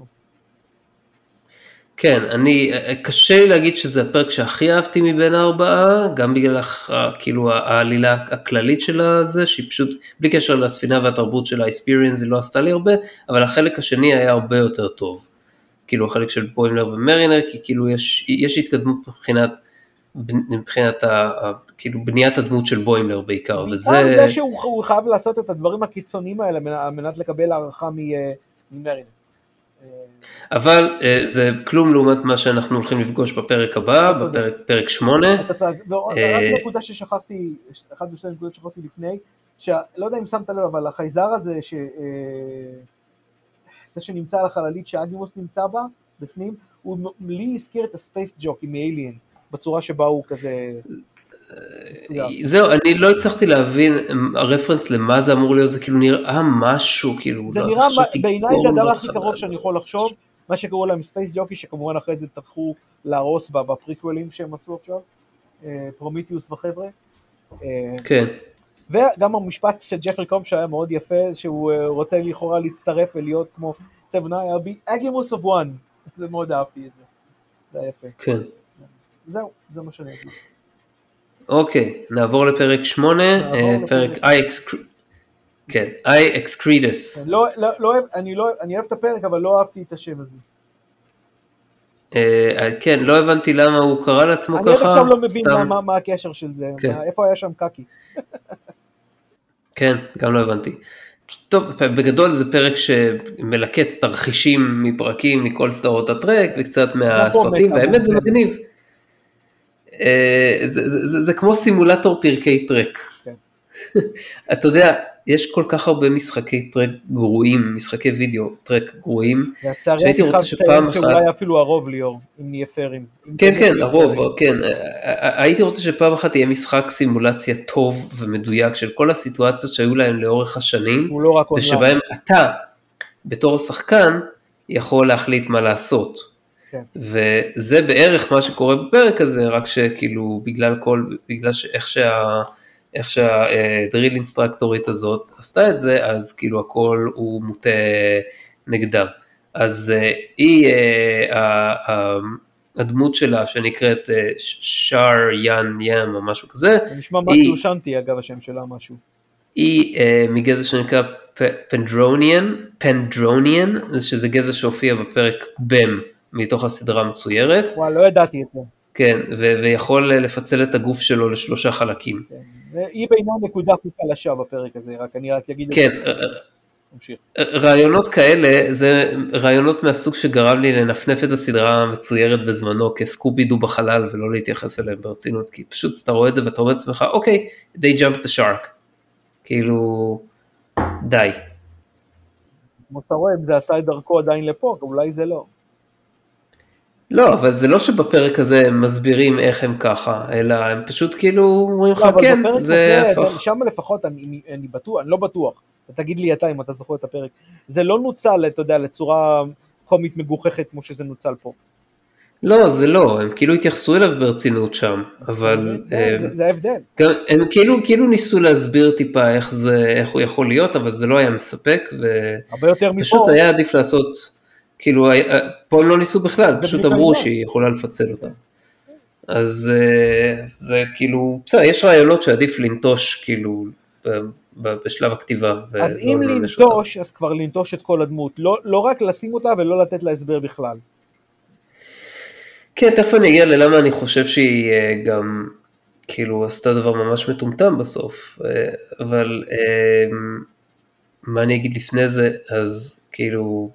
כן, קשה לי להגיד שזה הפרק שהכי אהבתי מבין הארבעה, גם בגלל כאילו העלילה הכללית שלה זה, שהיא פשוט, בלי קשר לספינה והתרבות של ה-experience, היא לא עשתה לי הרבה, אבל החלק השני היה הרבה יותר טוב. כאילו החלק של בוימלר ומרינר, כי כאילו יש התקדמות מבחינת כאילו בניית הדמות של בוימלר בעיקר, וזה... זה שהוא חייב לעשות את הדברים הקיצוניים האלה, על מנת לקבל הערכה ממרינר. אבל זה כלום לעומת מה שאנחנו הולכים לפגוש בפרק הבא, בפרק 8. רק נקודה ששכחתי, אחת ושתי נקודות ששכחתי לפני, שלא יודע אם שמת לב, אבל החייזר הזה, זה שנמצא על החללית שאגימוס נמצא בה, בפנים, הוא לי הזכיר את הספייס ג'וקי מאליין, בצורה שבה הוא כזה... זהו, אני לא הצלחתי להבין הרפרנס למה זה אמור להיות, זה כאילו נראה משהו, כאילו, זה נראה, בעיניי זה הדבר הכי קרוב שאני יכול לחשוב, מה שקראו להם ספייס ג'וקי, שכמובן אחרי זה תלכו להרוס בפריקוולים שהם עשו עכשיו, פרומיטיוס וחבר'ה. כן. וגם המשפט של ג'פרי קומפ שהיה מאוד יפה, שהוא רוצה לכאורה להצטרף ולהיות כמו סבנה, אגימוס אוף וואן, זה מאוד אהבתי את זה, זה היה יפה. כן. זהו, זה מה שאני אגיד. אוקיי, נעבור לפרק 8, פרק I Excretus. אני אוהב את הפרק, אבל לא אהבתי את השם הזה. כן, לא הבנתי למה הוא קרא לעצמו ככה. אני עכשיו לא מבין מה הקשר של זה, איפה היה שם קקי. כן, גם לא הבנתי. טוב, בגדול זה פרק שמלקט תרחישים מפרקים מכל סדרות הטרק, וקצת מהסרטים, והאמת זה מגניב. זה כמו סימולטור פרקי טרק. אתה יודע, יש כל כך הרבה משחקי טרק גרועים, משחקי וידאו טרק גרועים, שהייתי רוצה שפעם אחת... שאולי אפילו הרוב ליאור, אם נהיה פיירים. כן, הרוב, כן. הייתי רוצה שפעם אחת יהיה משחק סימולציה טוב ומדויק של כל הסיטואציות שהיו להם לאורך השנים, ושבהם אתה, בתור השחקן, יכול להחליט מה לעשות. וזה בערך מה שקורה בפרק הזה, רק שכאילו בגלל איך שהדריל אינסטרקטורית הזאת עשתה את זה, אז כאילו הכל הוא מוטה נגדם. אז היא, הדמות שלה שנקראת שר יאן ים או משהו כזה, זה נשמע משהו שנטי אגב השם שלה משהו. היא מגזע שנקרא פנדרוניאן, שזה גזע שהופיע בפרק בם מתוך הסדרה המצוירת. וואי, לא ידעתי את זה. כן, ויכול לפצל את הגוף שלו ל3 חלקים. כן. היא בעיניי נקודה חלשה בפרק הזה, אני רק אגיד כן, את זה. רעיונות כאלה, זה רעיונות מהסוג שגרם לי לנפנף את הסדרה המצוירת בזמנו, כסקובי דו בחלל, ולא להתייחס אליהם ברצינות, כי פשוט אתה רואה את זה ואתה אומר לעצמך, אוקיי, they jumped the shark. כאילו, די. כמו שאתה רואה, אם זה עשה את דרכו עדיין לפה, אולי זה לא. לא, אבל זה לא שבפרק הזה הם מסבירים איך הם ככה, אלא הם פשוט כאילו אומרים לך, כן, זה הפך. שם לפחות אני בטוח, אני לא בטוח, תגיד לי אתה אם אתה זוכר את הפרק, זה לא נוצל, אתה יודע, לצורה קומית מגוחכת כמו שזה נוצל פה. לא, זה לא, הם כאילו התייחסו אליו ברצינות שם, אבל... זה ההבדל. הם כאילו ניסו להסביר טיפה איך הוא יכול להיות, אבל זה לא היה מספק, ופשוט היה עדיף לעשות, כאילו, פה הם לא ניסו בכלל, פשוט אמרו שהיא יכולה לפצל אותה. אז זה כאילו, בסדר, יש רעיונות שעדיף לנטוש, כאילו, בשלב הכתיבה. אז אם לנטוש, אז כבר לנטוש את כל הדמות, לא רק לשים אותה ולא לתת לה הסבר בכלל. כן, תכף אני אגיע ללמה אני חושב שהיא גם, כאילו, עשתה דבר ממש מטומטם בסוף, אבל מה אני אגיד לפני זה, אז כאילו,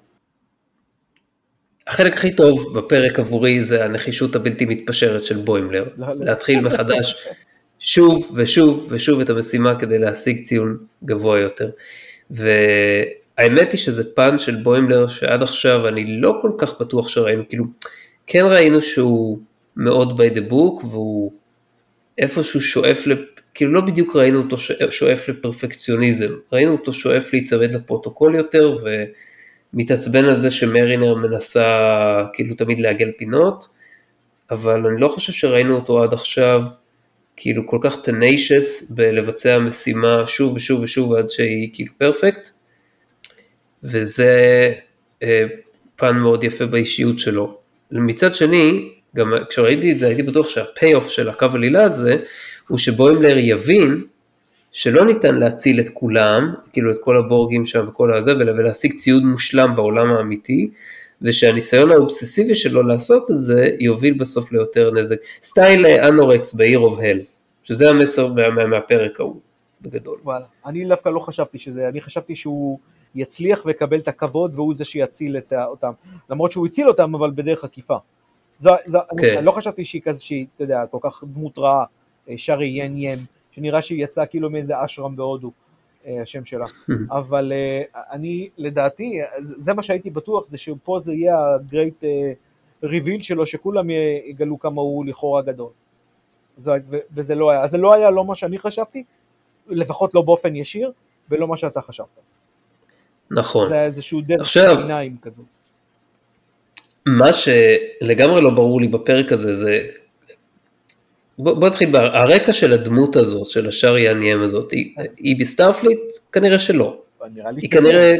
החלק הכי טוב בפרק עבורי זה הנחישות הבלתי מתפשרת של בוימלר, להתחיל מחדש שוב ושוב ושוב את המשימה כדי להשיג ציון גבוה יותר, והאמת היא שזה פן של בוימלר שעד עכשיו אני לא כל כך בטוח שראינו, כאילו, כן ראינו שהוא מאוד by the book, והוא איפשהו שואף, כאילו לא בדיוק ראינו אותו שואף לפרפקציוניזם, ראינו אותו שואף להיצמד לפרוטוקול יותר, ומתעצבן על זה שמרינר מנסה כאילו תמיד לעגל פינות, אבל אני לא חושב שראינו אותו עד עכשיו, כאילו כל כך tenacious בלבצע משימה שוב ושוב ושוב עד שהיא כאילו פרפקט, וזה פן מאוד יפה באישיות שלו. מצד שני, גם כשראיתי את זה, הייתי בטוח שהפי-אוף של הקו הלילה הזה, הוא שבוימלר יבין, שלא ניתן להציל את כולם, כאילו את כל הבורגים שם וכל הזה, ולהשיג ציוד מושלם בעולם האמיתי, ושהניסיון האובססיבי שלו לעשות את זה, יוביל בסוף ליותר נזק. סטייל אנורקס בעיר אוף הל, שזה המסר מהפרק ההוא, בגדול. וואלה, אני דווקא לא חשבתי שזה, אני חשבתי שהוא יצליח ויקבל את הכבוד, והוא זה שיציל אותם. למרות שהוא הציל אותם, אבל בדרך עקיפה. אני לא חשבתי שהיא כזה, שהיא, אתה יודע, כל כך דמות רעה, שרי ין ים, שנראה שהיא יצאה כאילו מאיזה אשרם בהודו, השם שלה. אבל אני, לדעתי, זה מה שהייתי בטוח, זה שפה זה יהיה הגרייט ריביל שלו, שכולם יגלו כמה הוא לכאורה גדול. וזה לא היה. אז זה לא היה לא מה שאני חשבתי, לפחות לא באופן ישיר, ולא מה שאתה חשבת. נכון. זה היה איזשהו דרך עיניים כזאת. מה שלגמרי לא ברור לי בפרק הזה, זה, בוא נתחיל, הרקע של הדמות הזאת, של השר יעניין הזאת, היא בסטארפליט? כנראה שלא. היא כנראה,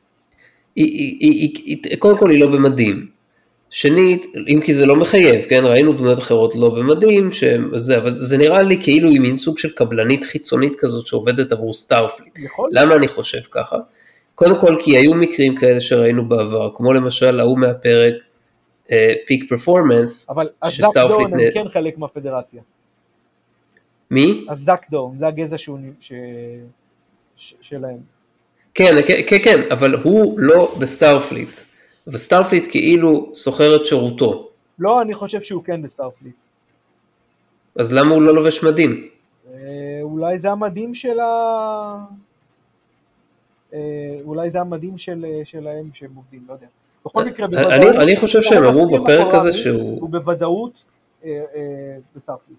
קודם כל היא לא במדים. שנית, אם כי זה לא מחייב, כן, ראינו דמויות אחרות לא במדים, אבל זה נראה לי כאילו היא מין סוג של קבלנית חיצונית כזאת, שעובדת עבור סטארפליט. למה אני חושב ככה? קודם כל, כי היו מקרים כאלה שראינו בעבר, כמו למשל, ההוא מהפרק, פיק פרפורמנס, אבל הזקדון הם כן חלק מהפדרציה. מי? הזקדון, זה הגזע שלהם. כן, אבל הוא לא בסטארפליט, וסטארפליט כאילו סוחר את שירותו. לא, אני חושב שהוא כן בסטארפליט. אז למה הוא לא לובש מדים? אולי זה המדים שלהם שהם עובדים, לא יודע. בכל מקרה, אני חושב שהם אמרו בפרק הזה שהוא... הוא בוודאות בסטארפליט.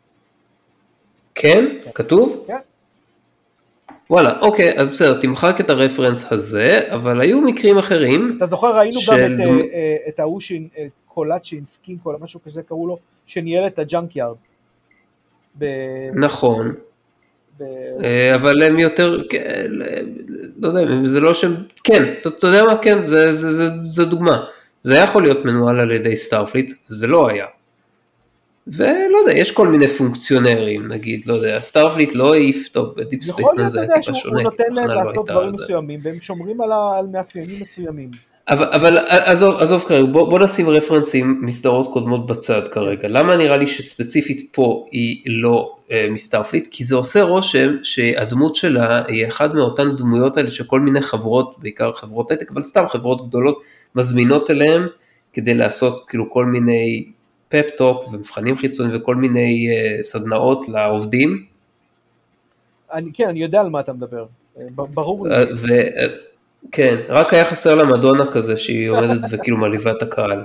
כן? כתוב? כן. וואלה, אוקיי, אז בסדר, תמחק את הרפרנס הזה, אבל היו מקרים אחרים. אתה זוכר, ראינו גם את ההוא קולאצ'ינסקי, משהו כזה קראו לו, שניהל את הג'אנק יארד. נכון. אבל הם יותר, לא יודע, זה לא שהם, כן, אתה יודע מה, כן, זה דוגמה. זה היה יכול להיות מנוהל על ידי סטארפליט, זה לא היה. ולא יודע, יש כל מיני פונקציונרים, נגיד, לא יודע, סטארפליט לא העיף טוב, בדיפ ספייס נזה היה טיפה שונה. הוא נותן להם לעשות דברים מסוימים, והם שומרים על מאפיינים מסוימים. אבל עזוב כרגע, בוא נשים רפרנסים מסדרות קודמות בצד כרגע. למה נראה לי שספציפית פה היא לא מסטארפליט? כי זה עושה רושם שהדמות שלה היא אחד מאותן דמויות האלה שכל מיני חברות, בעיקר חברות הייטק, אבל סתם חברות גדולות, מזמינות אליהם כדי לעשות כאילו כל מיני פפ-טוק ומבחנים חיצוניים וכל מיני סדנאות לעובדים. כן, אני יודע על מה אתה מדבר, ברור לי. כן, רק היה חסר לה מדונה כזה שהיא עומדת וכאילו מעליבה את הקהל.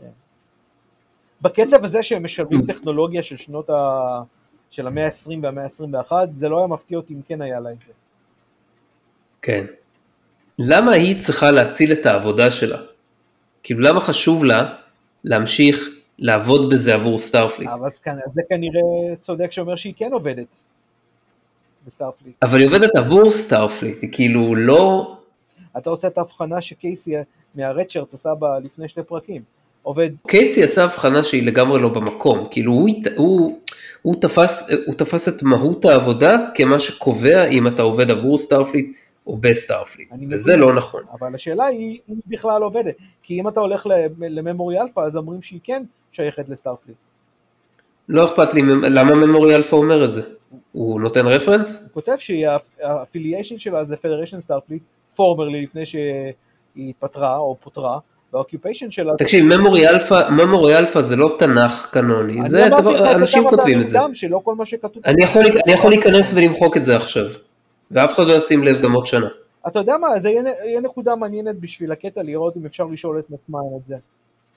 בקצב הזה שהם משלבים טכנולוגיה של שנות של המאה ה-20 והמאה ה-21, זה לא היה מפתיע אותי אם כן היה לה את זה. כן. למה היא צריכה להציל את העבודה שלה? כאילו למה חשוב לה להמשיך לעבוד בזה עבור סטארפליט? אבל זה כנראה צודק שאומר שהיא כן עובדת בסטארפליט. אבל היא עובדת עבור סטארפליט, היא כאילו לא... אתה עושה את ההבחנה שקייסי מהרדשרט עשה לפני 2 פרקים. עובד... קייסי עשה הבחנה שהיא לגמרי לא במקום, כאילו הוא תפס את מהות העבודה כמה שקובע אם אתה עובד עבור סטארפליט או בסטארפליט, וזה לא נכון. אבל השאלה היא אם בכלל עובדת, כי אם אתה הולך לממורי אלפא, אז אומרים שהיא כן שייכת לסטארפליט. לא אכפת לי, למה ממורי אלפא אומר את זה? הוא נותן רפרנס? הוא כותב שהאפיליישן שלה זה פדריישן סטארפליט, פורמרלי לפני שהיא התפטרה או פוטרה, והאוקיופיישן שלה... תקשיב, ממורי אלפא זה לא תנ"ך קנוני, זה דבר, אנשים כותבים את זה. אני יכול להיכנס ולמחוק את זה עכשיו, ואף אחד לא ישים לב גם עוד שנה. אתה יודע מה, זה יהיה נקודה מעניינת בשביל הקטע, לראות אם אפשר לשאול את מקמיין את זה.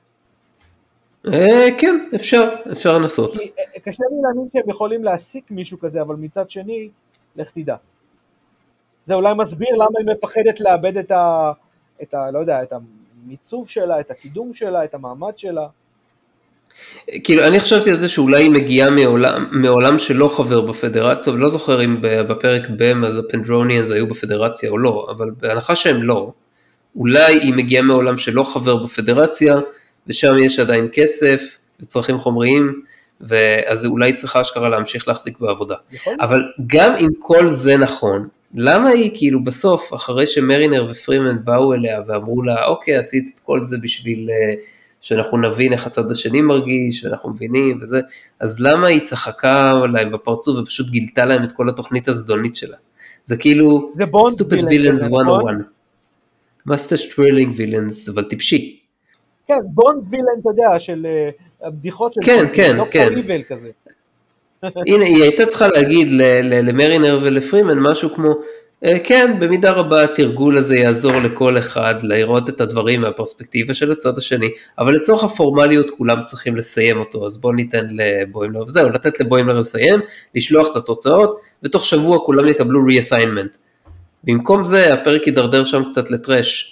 כן, אפשר לנסות. קשה לי להאמין שהם יכולים להסיק מישהו כזה, אבל מצד שני, לך תדע. זה אולי מסביר למה היא מפחדת לאבד לא יודע, את המיצוב שלה, את הקידום שלה, את המעמד שלה. כאילו, אני חשבתי על זה שאולי היא מגיעה מעולם שלא חבר בפדרציה, ולא זוכר אם בפרק בם, אז הפנדרוניאנס היו בפדרציה או לא, אבל בהנחה שהם לא, אולי היא מגיעה מעולם שלא חבר בפדרציה, ושם יש עדיין כסף וצרכים חומריים, ואז אולי צריכה אשכרה להמשיך להחזיק בעבודה. אבל גם אם כל זה נכון, למה היא כאילו בסוף, אחרי שמרינר ופרימן באו אליה ואמרו לה, אוקיי, עשית את כל זה בשביל שאנחנו נבין איך הצד השני מרגיש, ואנחנו מבינים וזה, אז למה היא צחקה להם בפרצוף ופשוט גילתה להם את כל התוכנית הזדונית שלה? זה כאילו, stupid villains 101. Mustache twirling villains, אבל טיפשי. כן, בונד וילן, אתה יודע, של הבדיחות של דוקטור איבל כזה. הנה, היא הייתה צריכה להגיד למרינר ולפרימן משהו כמו, כן, במידה רבה התרגול הזה יעזור לכל אחד לראות את הדברים מהפרספקטיבה של הצד השני, אבל לצורך הפורמליות כולם צריכים לסיים אותו, אז בואו ניתן לבוימלר, וזהו, לתת לבוימלר לסיים, לשלוח את התוצאות, ותוך שבוע כולם יקבלו re-assignment. במקום זה, הפרק יידרדר שם קצת לטרש.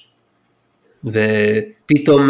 ופתאום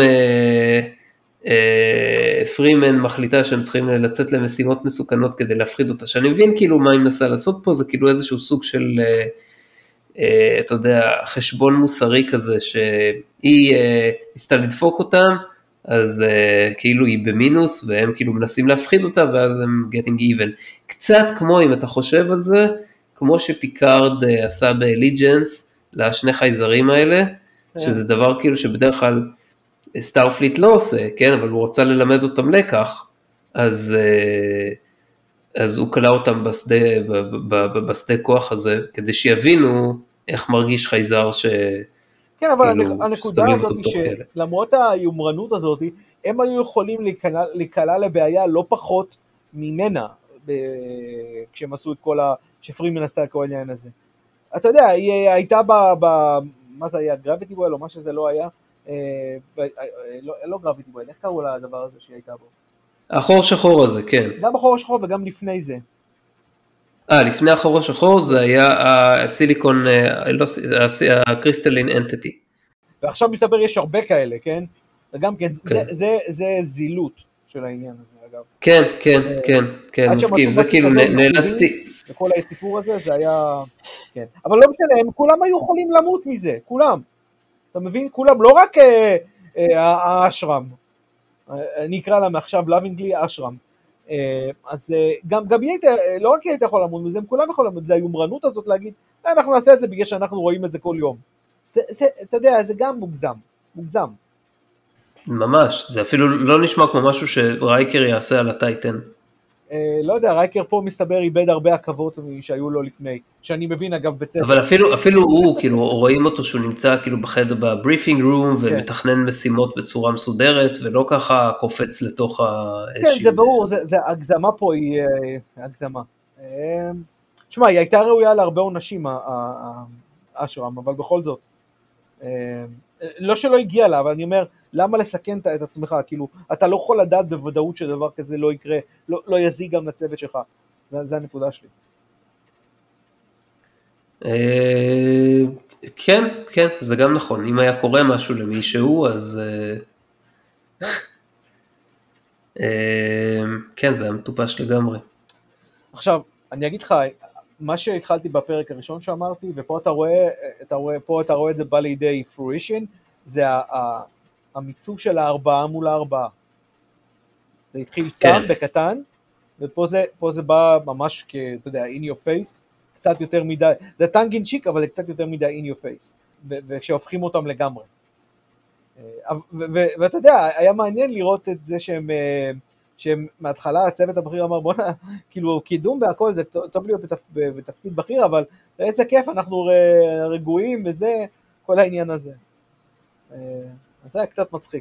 פרימן מחליטה שהם צריכים לצאת למשימות מסוכנות כדי להפחיד אותה, שאני מבין כאילו מה היא מנסה לעשות פה, זה כאילו איזשהו סוג של, אתה יודע, חשבון מוסרי כזה, שהיא ניסתה לדפוק אותם, אז כאילו היא במינוס, והם כאילו מנסים להפחיד אותה, ואז הם getting even. קצת כמו, אם אתה חושב על זה, כמו שפיקארד עשה באליג'נס, לשני חייזרים האלה, שזה דבר כאילו שבדרך כלל סטארפליט לא עושה, כן, אבל הוא רוצה ללמד אותם לקח, אז הוא קלה אותם בשדה כוח הזה, כדי שיבינו איך מרגיש חייזר כן, אבל הנקודה הזאת היא שלמרות היומרנות הזאת, הם היו יכולים להיקלה לבעיה לא פחות ממנה, כשהם עשו את כל שפרימן עשתה את כל העניין הזה. אתה יודע, היא הייתה מה זה היה, גרביטי בויל או מה שזה לא היה, לא גרביטי בויל, איך קראו לה הדבר הזה שהיא הייתה בו? החור שחור הזה, כן. גם החור השחור וגם לפני זה. לפני החור השחור זה היה הסיליקון, הקריסטלין אנטיטי. ועכשיו מסתבר יש הרבה כאלה, כן? וגם כן, זה זילות של העניין הזה, אגב. כן, מסכים, זה כאילו וכל הסיפור הזה, זה היה, כן. אבל לא משנה, הם כולם היו יכולים למות מזה, כולם. אתה מבין? כולם, לא רק האשרם. אני אקרא לה מעכשיו לוינגלי אשרם. אז גם היא הייתה, לא רק היא הייתה יכולה למות מזה, הם כולם יכולים למות, זה היומרנות הזאת להגיד, אנחנו נעשה את זה בגלל שאנחנו רואים את זה כל יום. אתה יודע, זה גם מוגזם. ממש, זה אפילו לא נשמע כמו משהו שרייקר יעשה על הטייטן. לא יודע, רייקר פה מסתבר איבד הרבה עכבות שהיו לו לפני, שאני מבין אגב בצדק. אבל אפילו הוא, כאילו, רואים אותו שהוא נמצא כאילו בחדר בבריפינג רום, ומתכנן משימות בצורה מסודרת, ולא ככה קופץ לתוך כן, זה ברור, הגזמה פה היא הגזמה. תשמע, היא הייתה ראויה להרבה עונשים, האשרם, אבל בכל זאת. לא שלא הגיע לה, אבל אני אומר, למה לסכן את עצמך? כאילו, אתה לא יכול לדעת בוודאות שדבר כזה לא יקרה, לא יזיג גם לצוות שלך. זה הנקודה שלי. כן, זה גם נכון. אם היה קורה משהו למישהו, אז כן, זה היה מטופש לגמרי. עכשיו, אני אגיד לך, מה שהתחלתי בפרק הראשון שאמרתי, ופה אתה רואה את זה בא לידי fruition, זה המיצוב של 4 מול 4. זה התחיל כאן בקטן, ופה זה בא ממש אתה יודע, in your face, קצת יותר מדי, זה טנגין צ'יק, אבל זה קצת יותר מדי in your face, וכשהופכים אותם לגמרי. ואתה יודע, היה מעניין לראות את זה שהם מההתחלה הצוות הבכיר אמר, בוא'נה, כאילו קידום בהכל, זה טוב להיות בתפקיד בכיר, אבל איזה כיף, אנחנו רגועים וזה, כל העניין הזה. אז זה היה קצת מצחיק.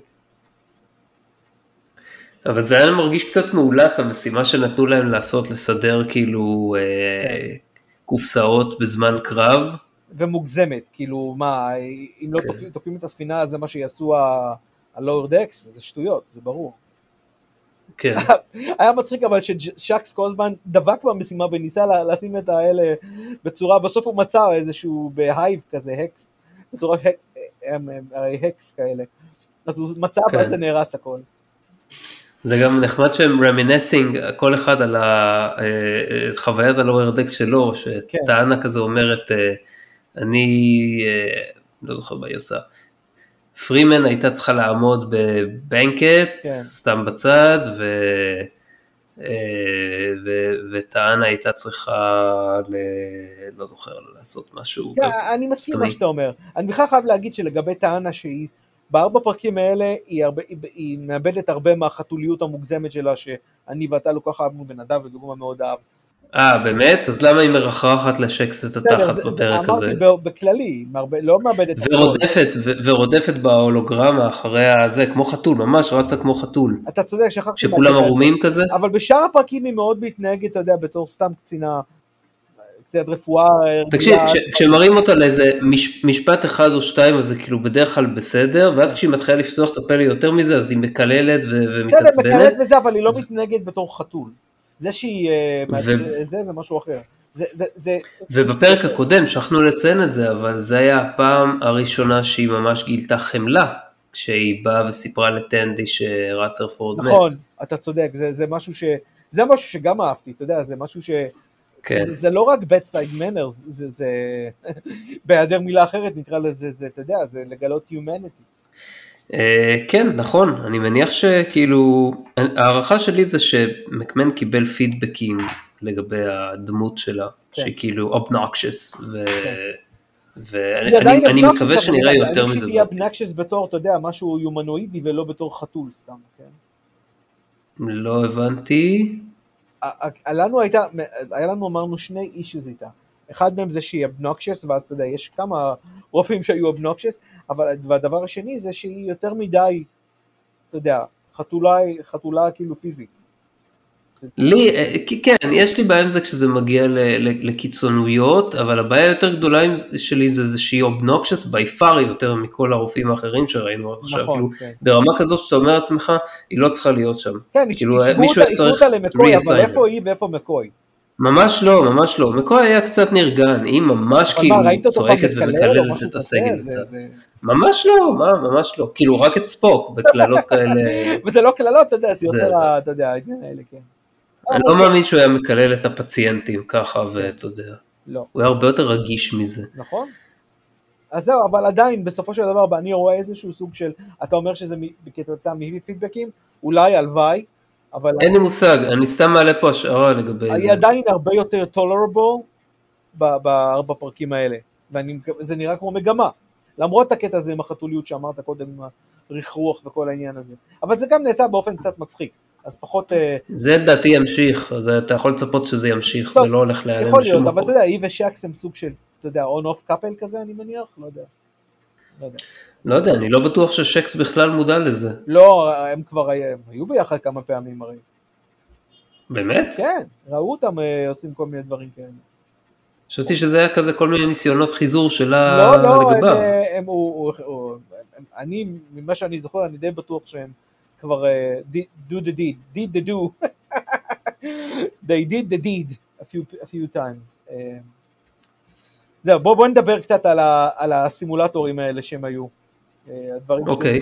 אבל זה היה מרגיש קצת מעולת, המשימה שנתנו להם לעשות, לסדר כאילו קופסאות בזמן קרב. ומוגזמת, כאילו מה, אם לא תוקפים את הספינה, זה מה שיעשו ה-lower decks, זה שטויות, זה ברור. כן. היה מצחיק אבל ששקס כל הזמן דבק במשימה וניסה לשים את האלה בצורה, בסוף הוא מצא איזשהו בהייב כזה, הקס, בצורה הקס כאלה, אז הוא מצא ואז זה נהרס הכל. זה גם נחמד שהם רמינסינג, כל אחד על חוויית הלואוור דקס שלו, שטענה כזה אומרת, אני לא זוכר מה היא עושה, פרימן הייתה צריכה לעמוד בבנקט, סתם בצד, וטענה הייתה צריכה, לא זוכר, לעשות משהו. אני מסכים מה שאתה אומר. אני בכלל חייב להגיד שלגבי טענה שהיא, בארבע פרקים האלה, היא מאבדת הרבה מהחתוליות המוגזמת שלה, שאני ואתה לא כך אהבנו בנדב, ודוגמה מאוד אהב. באמת? אז למה היא מרחרחת לשקס את התחת בפרק הזה? אמרתי בכללי, לא מאבדת. ורודפת בהולוגרמה אחרי הזה, כמו חתול, ממש רצה כמו חתול. אתה צודק, שכולם ערומים כזה? אבל בשאר הפרקים היא מאוד מתנהגת, אתה יודע, בתור סתם קצינה, קצינת רפואה. תקשיב, כשמראים אותה לאיזה משפט אחד או שתיים, אז זה כאילו בדרך כלל בסדר, ואז כשהיא מתחילה לפתוח את הפלא יותר מזה, אז היא מקללת ומתעצבנת. בסדר, מקללת וזה, אבל היא לא מתנהגת בתור חתול. זה שהיא, זה משהו אחר. ובפרק הקודם שכחנו לציין את זה, אבל זה היה הפעם הראשונה שהיא ממש גילתה חמלה, כשהיא באה וסיפרה לטנדי שרת'רפורד מת. נכון, אתה צודק, זה משהו שגם אהבתי, אתה יודע, זה משהו זה לא רק bedside manners, זה בהיעדר מילה אחרת נקרא לזה, אתה יודע, זה לגלות humanity. כן, נכון, אני מניח שכאילו, הערכה שלי זה שמקמן קיבל פידבקים לגבי הדמות שלה, שהיא כאילו obnoxious, ואני מקווה שנראה יותר מזה. שהיא obnoxious בתור, אתה יודע, משהו יומנואידי ולא בתור חתול סתם, כן? לא הבנתי. היה לנו אמרנו שני אישוז איתה. אחד מהם זה שהיא obnoxious, ואז אתה יודע, יש כמה רופאים שהיו obnoxious, והדבר השני זה שהיא יותר מדי, אתה יודע, חתולה כאילו פיזית. כן, יש לי בעיה עם זה כשזה מגיע לקיצונויות, אבל הבעיה יותר גדולה שלי זה שהיא obnoxious by far יותר מכל הרופאים האחרים שראינו עכשיו, כאילו ברמה כזאת שאתה אומר לעצמך, היא לא צריכה להיות שם. כן, מישהו אותה למקוי, אבל איפה היא ואיפה מקוי? ממש לא, ממש לא. מקוי היה קצת נרגן, היא ממש כאילו צועקת ומקללת את הסגל. ממש לא, ממש לא. כאילו רק את ספוק, בקללות כאלה. וזה לא קללות, אתה יודע, זה יותר, אתה יודע, העניין האלה, כן. אני לא מאמין שהוא היה מקלל את הפציינטים ככה, ואתה יודע. לא. הוא היה הרבה יותר רגיש מזה. נכון. אז זהו, אבל עדיין, בסופו של דבר, אני רואה איזשהו סוג של, אתה אומר שזה כתוצאה מפידבקים, אולי, הלוואי, אבל... אין לי מושג, אני סתם מעלה פה השערה לגבי זה. היא עדיין הרבה יותר tolerable בארבע פרקים האלה, וזה נראה כמו מגמה, למרות הקטע הזה עם החתוליות שאמרת קודם, עם הריחרוח וכל העניין הזה, אבל זה גם נעשה באופן קצת מצחיק, אז פחות... זה לדעתי ימשיך, אז אתה יכול לצפות שזה ימשיך, טוב, זה לא הולך להיעלם יכול בשום להיות, מקום. אבל אתה יודע, היא ושקס הם סוג של, אתה יודע, on-off קאפל כזה, אני מניח, לא יודע. לא יודע, אני לא בטוח ששקס בכלל מודע לזה. לא, הם כבר היו ביחד כמה פעמים הרי. באמת? כן, ראו אותם עושים כל מיני דברים כאלה. חשבתי שזה היה כזה כל מיני ניסיונות חיזור שלה לגביו. לא, אני, ממה שאני זוכר, אני די בטוח שהם כבר do the deed, did the do. They did the deed a few times. זהו, בואו נדבר קצת על הסימולטורים האלה שהם היו. הדברים אוקיי.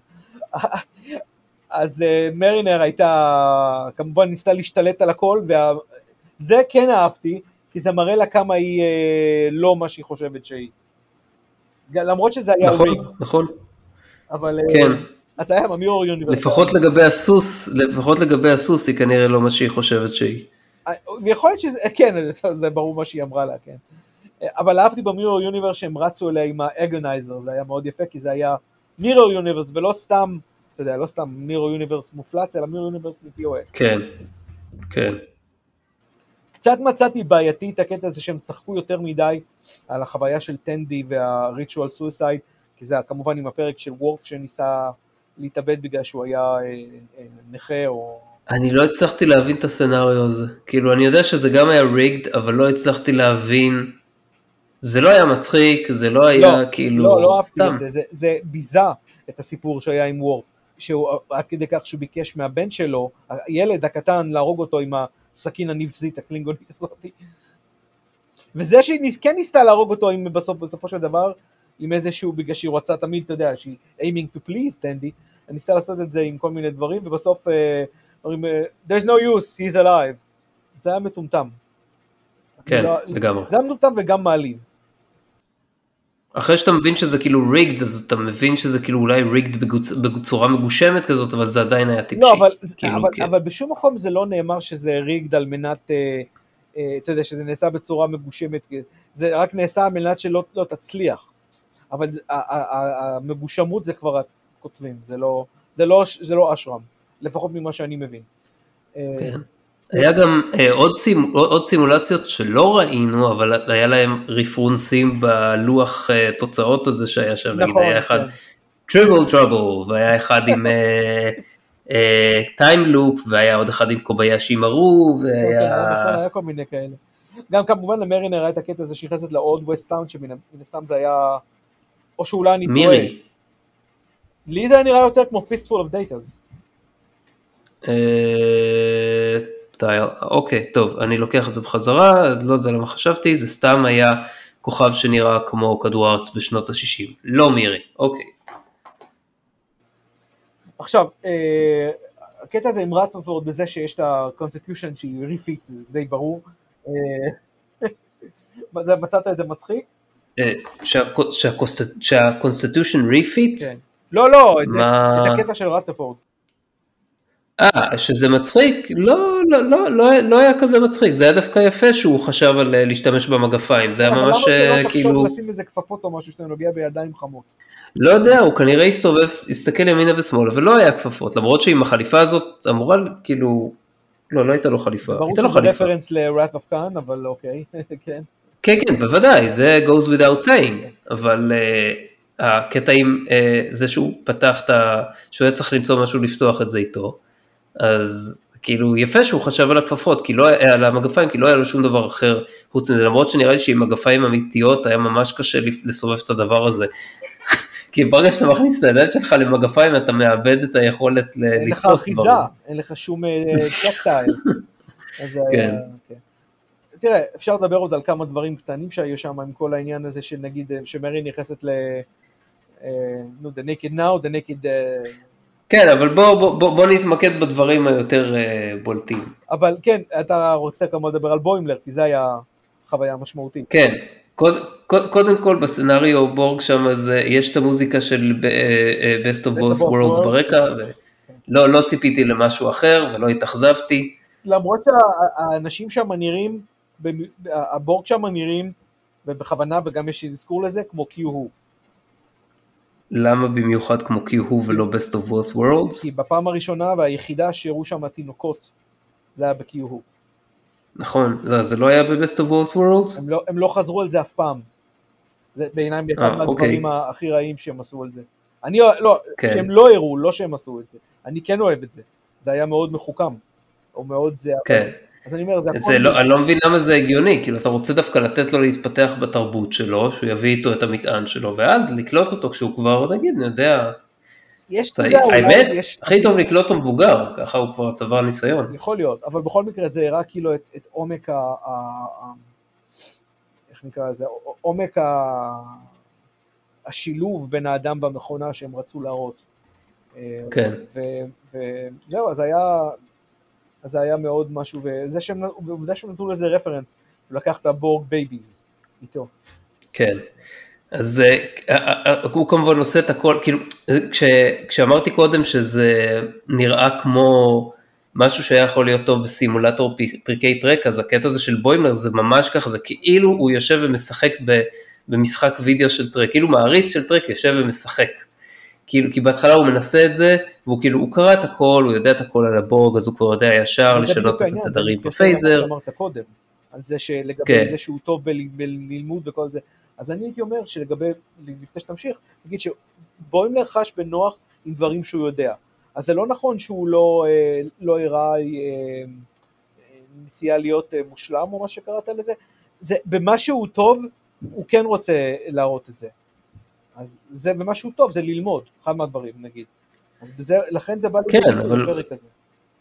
אז מרינר הייתה, כמובן ניסתה להשתלט על הכל, וזה כן אהבתי, כי זה מראה לה כמה היא לא מה שהיא חושבת שהיא. למרות שזה היה נכון, ריג. נכון. אבל כן. אז היה המירור יוניברס. לפחות לגבי הסוס היא כנראה לא מה שהיא חושבת שהיא. ויכול להיות שזה, כן, זה ברור מה שהיא אמרה לה, כן. אבל אהבתי במירור יוניברס שהם רצו אליה עם האגונייזר, זה היה מאוד יפה, כי זה היה מירור יוניברס, ולא סתם, אתה יודע, לא סתם מירור יוניברס מופלץ, אלא מירור יוניברס מ-POS. כן, כן. קצת מצאתי בעייתי את הקטע הזה שהם צחקו יותר מדי על החוויה של טנדי והריטואל סויסייד, כי זה כמובן עם הפרק של וורף שניסה להתאבד בגלל שהוא היה נכה או... אני לא הצלחתי להבין את הסצנריו הזה. כאילו, אני יודע שזה גם היה ריגד, אבל לא הצלחתי להבין. זה לא היה מצחיק, זה לא היה כאילו... לא סתם. אהבתי את זה, זה ביזה את הסיפור שהיה עם וורף, עד כדי כך שהוא ביקש מהבן שלו, הילד הקטן, להרוג אותו עם הסכין הנבזית, הקלינגונית הזאת. וזה שהיא כן ניסתה להרוג אותו בסופו של דבר, עם איזשהו, בגלל שהיא רוצה תמיד, אתה יודע, שהיא aiming to please, טנדי, ניסתה לעשות את זה עם כל מיני דברים, ובסוף אומרים, there's no use, he's alive. זה היה מטומטם. כן, לגמרי. זה היה מטומטם וגם מעליב. אחרי שאתה מבין שזה כאילו ריגד, אז אתה מבין שזה כאילו אולי ריגד בצורה מגושמת כזאת, אבל זה עדיין היה טיפשי. לא, כאילו, אבל בשום מקום זה לא נאמר שזה ריגד על מנת, אתה יודע, שזה נעשה בצורה מגושמת, זה רק נעשה על מנת שלא תצליח. אבל המגושמות זה כבר כותבים, זה לא אשרם, לפחות ממה שאני מבין. כן. היה גם עוד סימולציות שלא ראינו, אבל היה להם רפרנסים בלוח תוצאות הזה שהיה שם, נגיד היה אחד טריבל טראבל, והיה אחד עם טיים לופ, והיה עוד אחד עם קוביישי מרו, היה כל מיני כאלה. גם כמובן למרינר היה את הקטע הזה שנכנסת לעוד ווסט טאון, שמן הסתם זה היה, או שאולי אני טועה. מירי. לי זה נראה יותר כמו Fistful of Datas. אוקיי, טוב, אני לוקח את זה בחזרה, אז לא זה למה חשבתי, זה סתם היה כוכב שנראה כמו כדור הארץ בשנות ה-60, לא מירי, אוקיי. עכשיו, הקטע הזה עם רטפורד בזה שיש את ה-Constitution שהיא ריפית, זה די ברור. מצאת את זה מצחיק? שה-Constitution ריפית? כן. לא, את הקטע של רטפורד. שזה מצחיק? לא היה כזה מצחיק, זה היה דווקא יפה שהוא חשב על להשתמש במגפיים, זה היה ממש כאילו... למה לא תחשוב לשים איזה כפפות או משהו שאתה נוגע בידיים חמות? לא יודע, הוא כנראה הסתכל ימינה ושמאלה, ולא היה כפפות, למרות שעם החליפה הזאת אמורה כאילו... לא הייתה לו חליפה. ברור שזה רפרנס ל-Wrath of Khan, אבל אוקיי, כן. כן, בוודאי, זה goes without saying, אבל... הקטעים, זה שהוא פתח שהוא היה צריך למצוא משהו לפתוח את זה איתו, אז כאילו יפה שהוא חשב על הכפפות, על המגפיים, כי לא היה לו שום דבר אחר חוץ מזה, למרות שנראה לי שעם מגפיים אמיתיות היה ממש קשה לסובב את הדבר הזה, כי ברגע שאתה מכניס את הידיים שלך למגפיים, אתה מאבד את היכולת לתפוס דברים. אין לך אחיזה, אין לך שום טקטייל. כן. תראה, אפשר לדבר עוד על כמה דברים קטנים שהיו שם, עם כל העניין הזה של נגיד, שמרי נכנסת the naked now, the naked... כן, אבל בוא נתמקד בדברים היותר בולטים. אבל כן, אתה רוצה כמובן לדבר על בוימלר, כי זה היה חוויה משמעותית. כן, קודם כל בסצנריו בורג שם יש את המוזיקה של Best of Both Worlds ברקע, ולא ציפיתי למשהו אחר ולא התאכזבתי. למרות שהאנשים שם נראים, הבורג שם נראים, ובכוונה וגם יש אזכור לזה, כמו קיו-הו. למה במיוחד כמו קיו-הו ולא Best of Both Worlds? כי בפעם הראשונה והיחידה שהראו שם התינוקות, זה היה בקיו-הו. נכון, זה לא היה ב-Best of Both Worlds? הם לא חזרו על זה אף פעם. זה בעיניים אחד מהדברים הכי רעים שהם עשו על זה. שהם לא הראו, לא שהם עשו את זה. אני כן אוהב את זה. זה היה מאוד מחוכם. או מאוד זה... כן. אז אני אומר, זה אני לא מבין למה זה הגיוני, כאילו אתה רוצה דווקא לתת לו להתפתח בתרבות שלו, שהוא יביא איתו את המטען שלו, ואז לקלוט אותו כשהוא כבר, נגיד, אני יודע, האמת, הכי טוב לקלוט אותו מבוגר, ככה הוא כבר צבר ניסיון. יכול להיות, אבל בכל מקרה זה הראה כאילו את עומק איך נקרא לזה, עומק השילוב בין האדם במכונה שהם רצו להראות. כן. וזהו, אז זה היה מאוד משהו, ועובדה שהם נתנו לזה רפרנס, הוא לקח את הבורג בייביז איתו. כן, אז הוא כמובן עושה את הכל, כאילו, כשאמרתי קודם שזה נראה כמו משהו שהיה יכול להיות טוב בסימולטור פרקי טרק, אז הקטע הזה של בוימלר זה ממש ככה, זה כאילו הוא יושב ומשחק במשחק וידאו של טרק, כאילו מעריץ של טרק יושב ומשחק. כי בהתחלה הוא מנסה את זה, והוא כאילו, הוא קרא את הכל, הוא יודע את הכל על הבורג, אז הוא כבר יודע ישר לשנות את התדרים בפייזר. אמרת קודם, על זה שלגבי זה שהוא טוב בללמוד וכל זה, אז אני הייתי אומר שלגבי, לפני שתמשיך, נגיד שבוימלר חש בנוח עם דברים שהוא יודע, אז זה לא נכון שהוא לא הראה נציאה להיות מושלם או מה שקראת לזה, במה שהוא טוב, הוא כן רוצה להראות את זה. אז זה ומשהו טוב, זה ללמוד, אחד מהדברים נגיד. אז בזה, לכן זה בא לפרק הזה.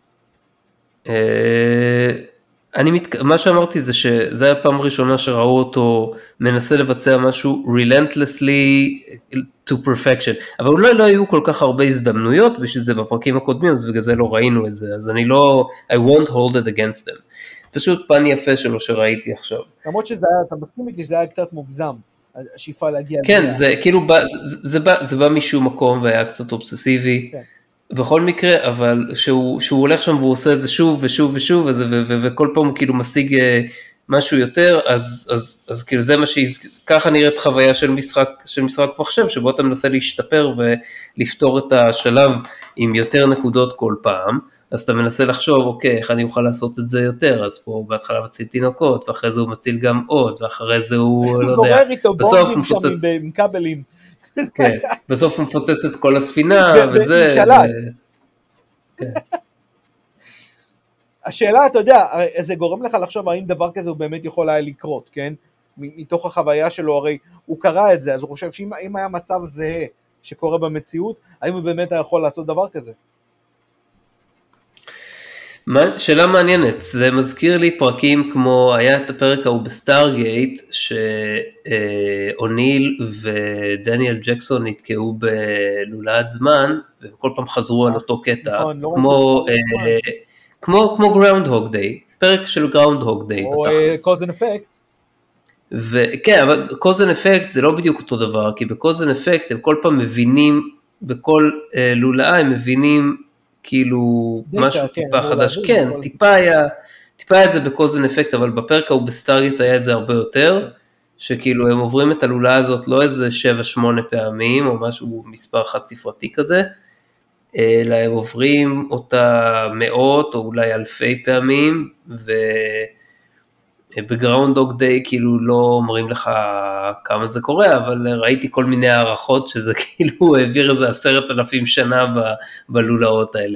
מה שאמרתי זה שזה היה פעם ראשונה שראו אותו מנסה לבצע משהו relentlessly to perfection, אבל אולי לא היו כל כך הרבה הזדמנויות בשביל זה בפרקים הקודמים, אז בגלל זה לא ראינו את זה, אז אני לא, I won't hold it against them. פשוט פן יפה שלו שראיתי עכשיו. למרות שזה היה, אתה מסכים איתי שזה היה קצת מוגזם. השאיפה להגיע... כן, זה כאילו, זה בא משום מקום והיה קצת אובססיבי, בכל מקרה, אבל שהוא הולך שם והוא עושה את זה שוב ושוב ושוב, וכל פעם הוא כאילו משיג משהו יותר, אז כאילו זה מה ככה נראית חוויה של משחק מחשב, שבו אתה מנסה להשתפר ולפתור את השלב עם יותר נקודות כל פעם, אז אתה מנסה לחשוב, אוקיי, איך אני אוכל לעשות את זה יותר, אז פה בהתחלה מציל תינוקות, ואחרי זה הוא מציל גם עוד, ואחרי זה הוא, לא יודע, בסוף הוא מפוצץ... עם כבלים. כן, בסוף הוא מפוצץ את כל הספינה, וזה... השאלה, אתה יודע, זה גורם לך לחשוב, האם דבר כזה הוא באמת יכול היה לקרות, כן? מתוך החוויה שלו, הרי הוא קרא את זה, אז הוא חושב שאם היה מצב זהה שקורה במציאות, האם הוא באמת היה יכול לעשות דבר כזה? שאלה מעניינת, זה מזכיר לי פרקים כמו, היה את הפרק ההוא בסטארגייט, שאוניל ודניאל ג'קסון נתקעו בלולאת זמן, וכל פעם חזרו על אותו קטע, כמו גראונדהוג דיי, פרק של גראונדהוג דיי בתכלס. או קוז אנד אפקט. וכן, אבל קוז אנד אפקט זה לא בדיוק אותו דבר, כי בקוז אנד אפקט הם כל פעם מבינים, בכל לולאה הם מבינים, כאילו משהו טיפה חדש, כן, טיפה היה את זה בקוז אנד אפקט, אבל בפרק ההוא בסטארגייט היה את זה הרבה יותר, שכאילו הם עוברים את הלולה הזאת לא איזה 7-8 פעמים, או משהו מספר חד ספרתי כזה, אלא הם עוברים אותה מאות או אולי אלפי פעמים, ובגראונדהוג דיי כאילו לא אומרים לך כמה זה קורה, אבל ראיתי כל מיני הערכות שזה כאילו העביר איזה 10,000 שנה בלולאות האלה.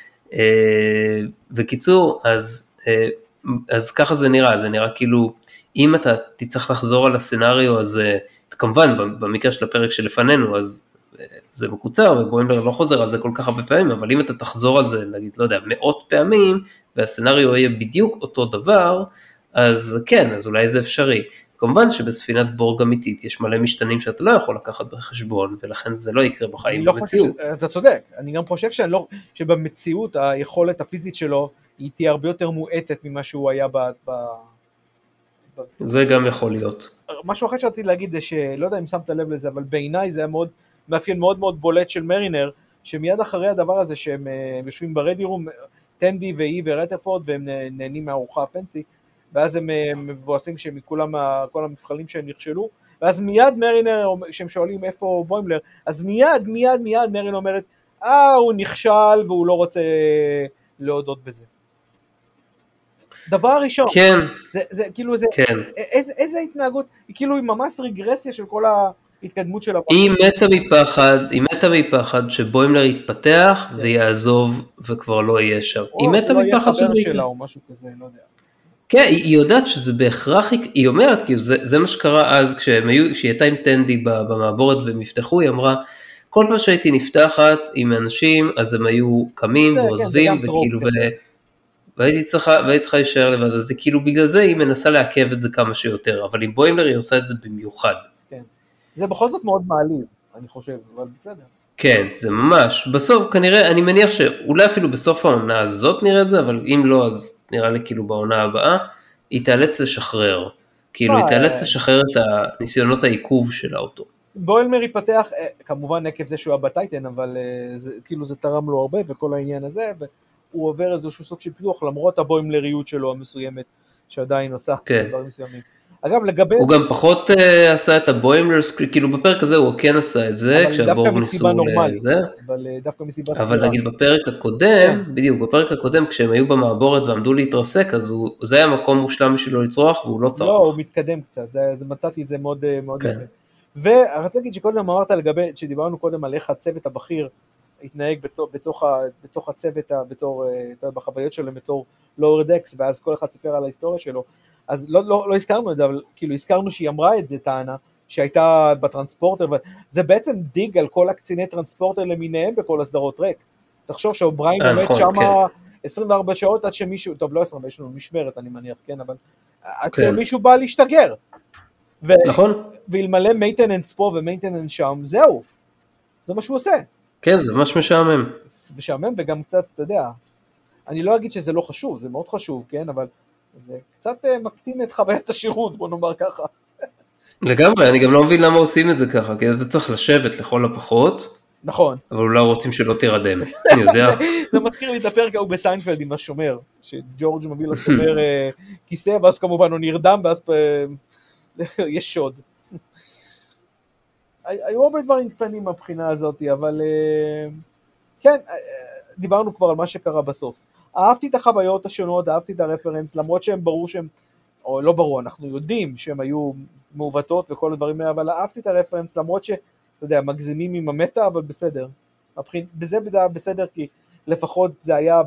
בקיצור, אז ככה זה נראה כאילו, אם אתה תצטרך לחזור על הסצנריו הזה, כמובן במקרה של הפרק שלפנינו, אז זה מקוצר, ובוימלר לא חוזר על זה כל כך הרבה פעמים, אבל אם אתה תחזור על זה, נגיד, לא יודע, מאות פעמים, והסצנריו יהיה בדיוק אותו דבר, אז כן, אז אולי זה אפשרי. כמובן שבספינת בורג אמיתית יש מלא משתנים שאתה לא יכול לקחת בחשבון, ולכן זה לא יקרה בחיים במציאות. אתה צודק, אני גם חושב שבמציאות היכולת הפיזית שלו היא תהיה הרבה יותר מועטת ממה שהוא היה זה גם יכול להיות. משהו אחר שרציתי להגיד זה שלא יודע אם שמת לב לזה, אבל בעיניי זה היה מאפיין מאוד מאוד בולט של מרינר, שמיד אחרי הדבר הזה שהם יושבים ברדי רום, טנדי ואי ורטרפורד, והם נהנים מהארוחה הפנסי, ואז הם מבואסים שמכל המבחנים שהם נכשלו, ואז מיד מרינר, כשהם שואלים איפה בוימלר, אז מיד מרינר אומרת, הוא נכשל והוא לא רוצה להודות בזה. דבר ראשון, כן. זה כאילו זה, כן. איזה התנהגות, היא כאילו היא ממש רגרסיה של כל ההתקדמות שלה. היא מתה מפחד שבוימלר יתפתח ויעזוב וכבר לא יהיה שם. היא מתה מפחד שזה יקרה. או משהו כזה, לא יודע. כן, היא יודעת שזה בהכרח, היא אומרת, כאילו זה מה שקרה אז כשהיא הייתה עם טנדי במעבורת והם יפתחו, היא אמרה, כל פעם שהייתי נפתחת עם אנשים, אז הם היו קמים ועוזבים, וכאילו, והייתי צריכה להישאר לבד, אז זה כאילו בגלל זה היא מנסה לעכב את זה כמה שיותר, אבל עם בוימלר היא עושה את זה במיוחד. כן, זה בכל זאת מאוד מעליב, אני חושב, אבל בסדר. כן, זה ממש, בסוף כנראה, אני מניח שאולי אפילו בסוף העונה הזאת נראה את זה, אבל אם לא, אז נראה לי כאילו בעונה הבאה, היא תאלץ לשחרר, כאילו היא תאלץ לשחרר את הניסיונות העיכוב של האוטו. בוימלר יפתח, כמובן עקב זה שהוא היה בטייטן, אבל כאילו זה תרם לו הרבה וכל העניין הזה, והוא עובר איזשהו סוג של פיתוח, למרות הבוימלריות שלו המסוימת, שעדיין עושה דברים מסוימים. אגב, לגבי... הוא גם פחות עשה את הבוימלר, כאילו בפרק הזה הוא כן עשה את זה, כשהבורג ניסו לזה. אבל דווקא מסיבה סביבה. אבל נגיד בפרק הקודם, בדיוק, בפרק הקודם, כשהם היו במעבורת ועמדו להתרסק, אז זה היה מקום מושלם בשבילו לצרוח, והוא לא צרח. לא, הוא מתקדם קצת, מצאתי את זה מאוד יפה. ורציתי להגיד שקודם אמרת לגבי, שדיברנו קודם על איך הצוות הבכיר התנהג בתוך הצוות, בחוויות שלהם בתור לואוור דקס, ואז כל אחד סיפר על ההיסטוריה שלו. אז לא הזכרנו את זה, אבל כאילו הזכרנו שהיא אמרה את זה, טענה, שהייתה בטרנספורטר, וזה בעצם דיג על כל הקציני טרנספורטר למיניהם בכל הסדרות רק. תחשוב שאובריין עומד שם 24 שעות עד שמישהו, טוב לא 24, יש לנו משמרת אני מניח, כן, אבל עד שמישהו בא להשתגר. נכון. ואלמלא מייטננס פה ומייטננס שם, זהו. זה מה שהוא עושה. כן, זה ממש משעמם. משעמם וגם קצת, אתה יודע, אני לא אגיד שזה לא חשוב, זה מאוד חשוב, כן, אבל זה קצת מקטין את חוויית השירות, בוא נאמר ככה. לגמרי, אני גם לא מבין למה עושים את זה ככה, כי אתה צריך לשבת לכל הפחות. נכון. אבל אולי רוצים שלא תירדם, אני יודע. זה מזכיר לי את הפרק ההוא בסיינפלד עם השומר, שג'ורג' מביא לשומר כיסא, ואז כמובן הוא נרדם, ואז יש שוד. היו הרבה דברים קטנים מהבחינה הזאת, אבל כן, דיברנו כבר על מה שקרה בסוף. אהבתי את החוויות השונות, אהבתי את הרפרנס, למרות שהם ברור שהם, או לא ברור, אנחנו יודעים שהם היו מעוותות וכל הדברים האלה, אבל אהבתי את הרפרנס, למרות שאתה יודע, מגזימים עם המטה, אבל בסדר. בזה בסדר, כי לפחות זה היה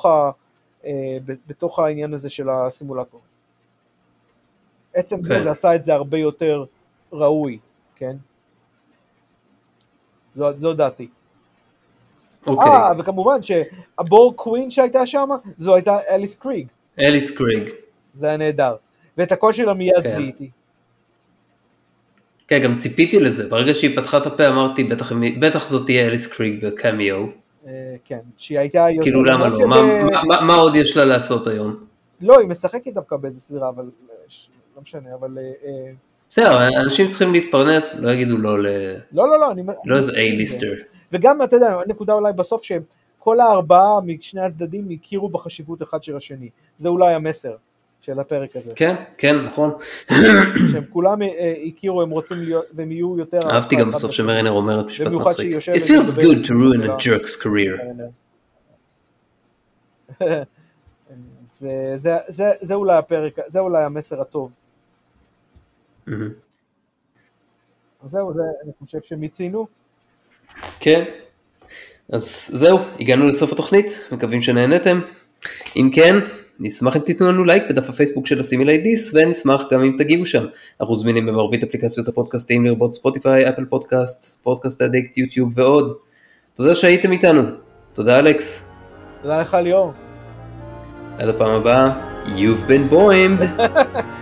בתוך העניין הזה של הסימולטור. עצם זה עשה את זה הרבה יותר ראוי, כן? זו דעתי. אוקיי. וכמובן שהבור קווין שהייתה שם, זו הייתה אליס קריג. אליס קריג. זה היה נהדר. ואת הקול שלה מיד זיהיתי. כן, גם ציפיתי לזה. ברגע שהיא פתחה את הפה אמרתי, בטח זאת תהיה אליס קריג בקמיו. כן, שהיא הייתה... כאילו למה לא? מה עוד יש לה לעשות היום? לא, היא משחקת דווקא באיזה סדרה, אבל לא משנה, אבל... בסדר, אנשים צריכים להתפרנס, לא יגידו לא לא איזה A-ליסטר. וגם, אתה יודע, נקודה אולי בסוף שכל הארבעה משני הצדדים הכירו בחשיבות אחד של השני. זה אולי המסר של הפרק הזה. כן, כן, נכון. שהם כולם הכירו, הם רוצים להיות, והם יהיו יותר... אהבתי גם בסוף שמרינר אומרת משפט מצחיק. It feels good to ruin a jerk's career. זה אולי הפרק, זה אולי המסר הטוב. אז זהו, אני חושב שמיצינו. כן, אז זהו, הגענו לסוף התוכנית, מקווים שנהנתם. אם כן, נשמח אם תיתנו לנו לייק בדף הפייסבוק של הסימילאי דיס, ונשמח גם אם תגיבו שם. אנחנו זמינים במרבית אפליקציות הפודקאסטיים, לרבות ספוטיפיי, אפל פודקאסט, פודקאסט אדיקט, יוטיוב ועוד. תודה שהייתם איתנו. תודה אלכס. תודה לך ליאור. עד הפעם הבאה, you've been boimed.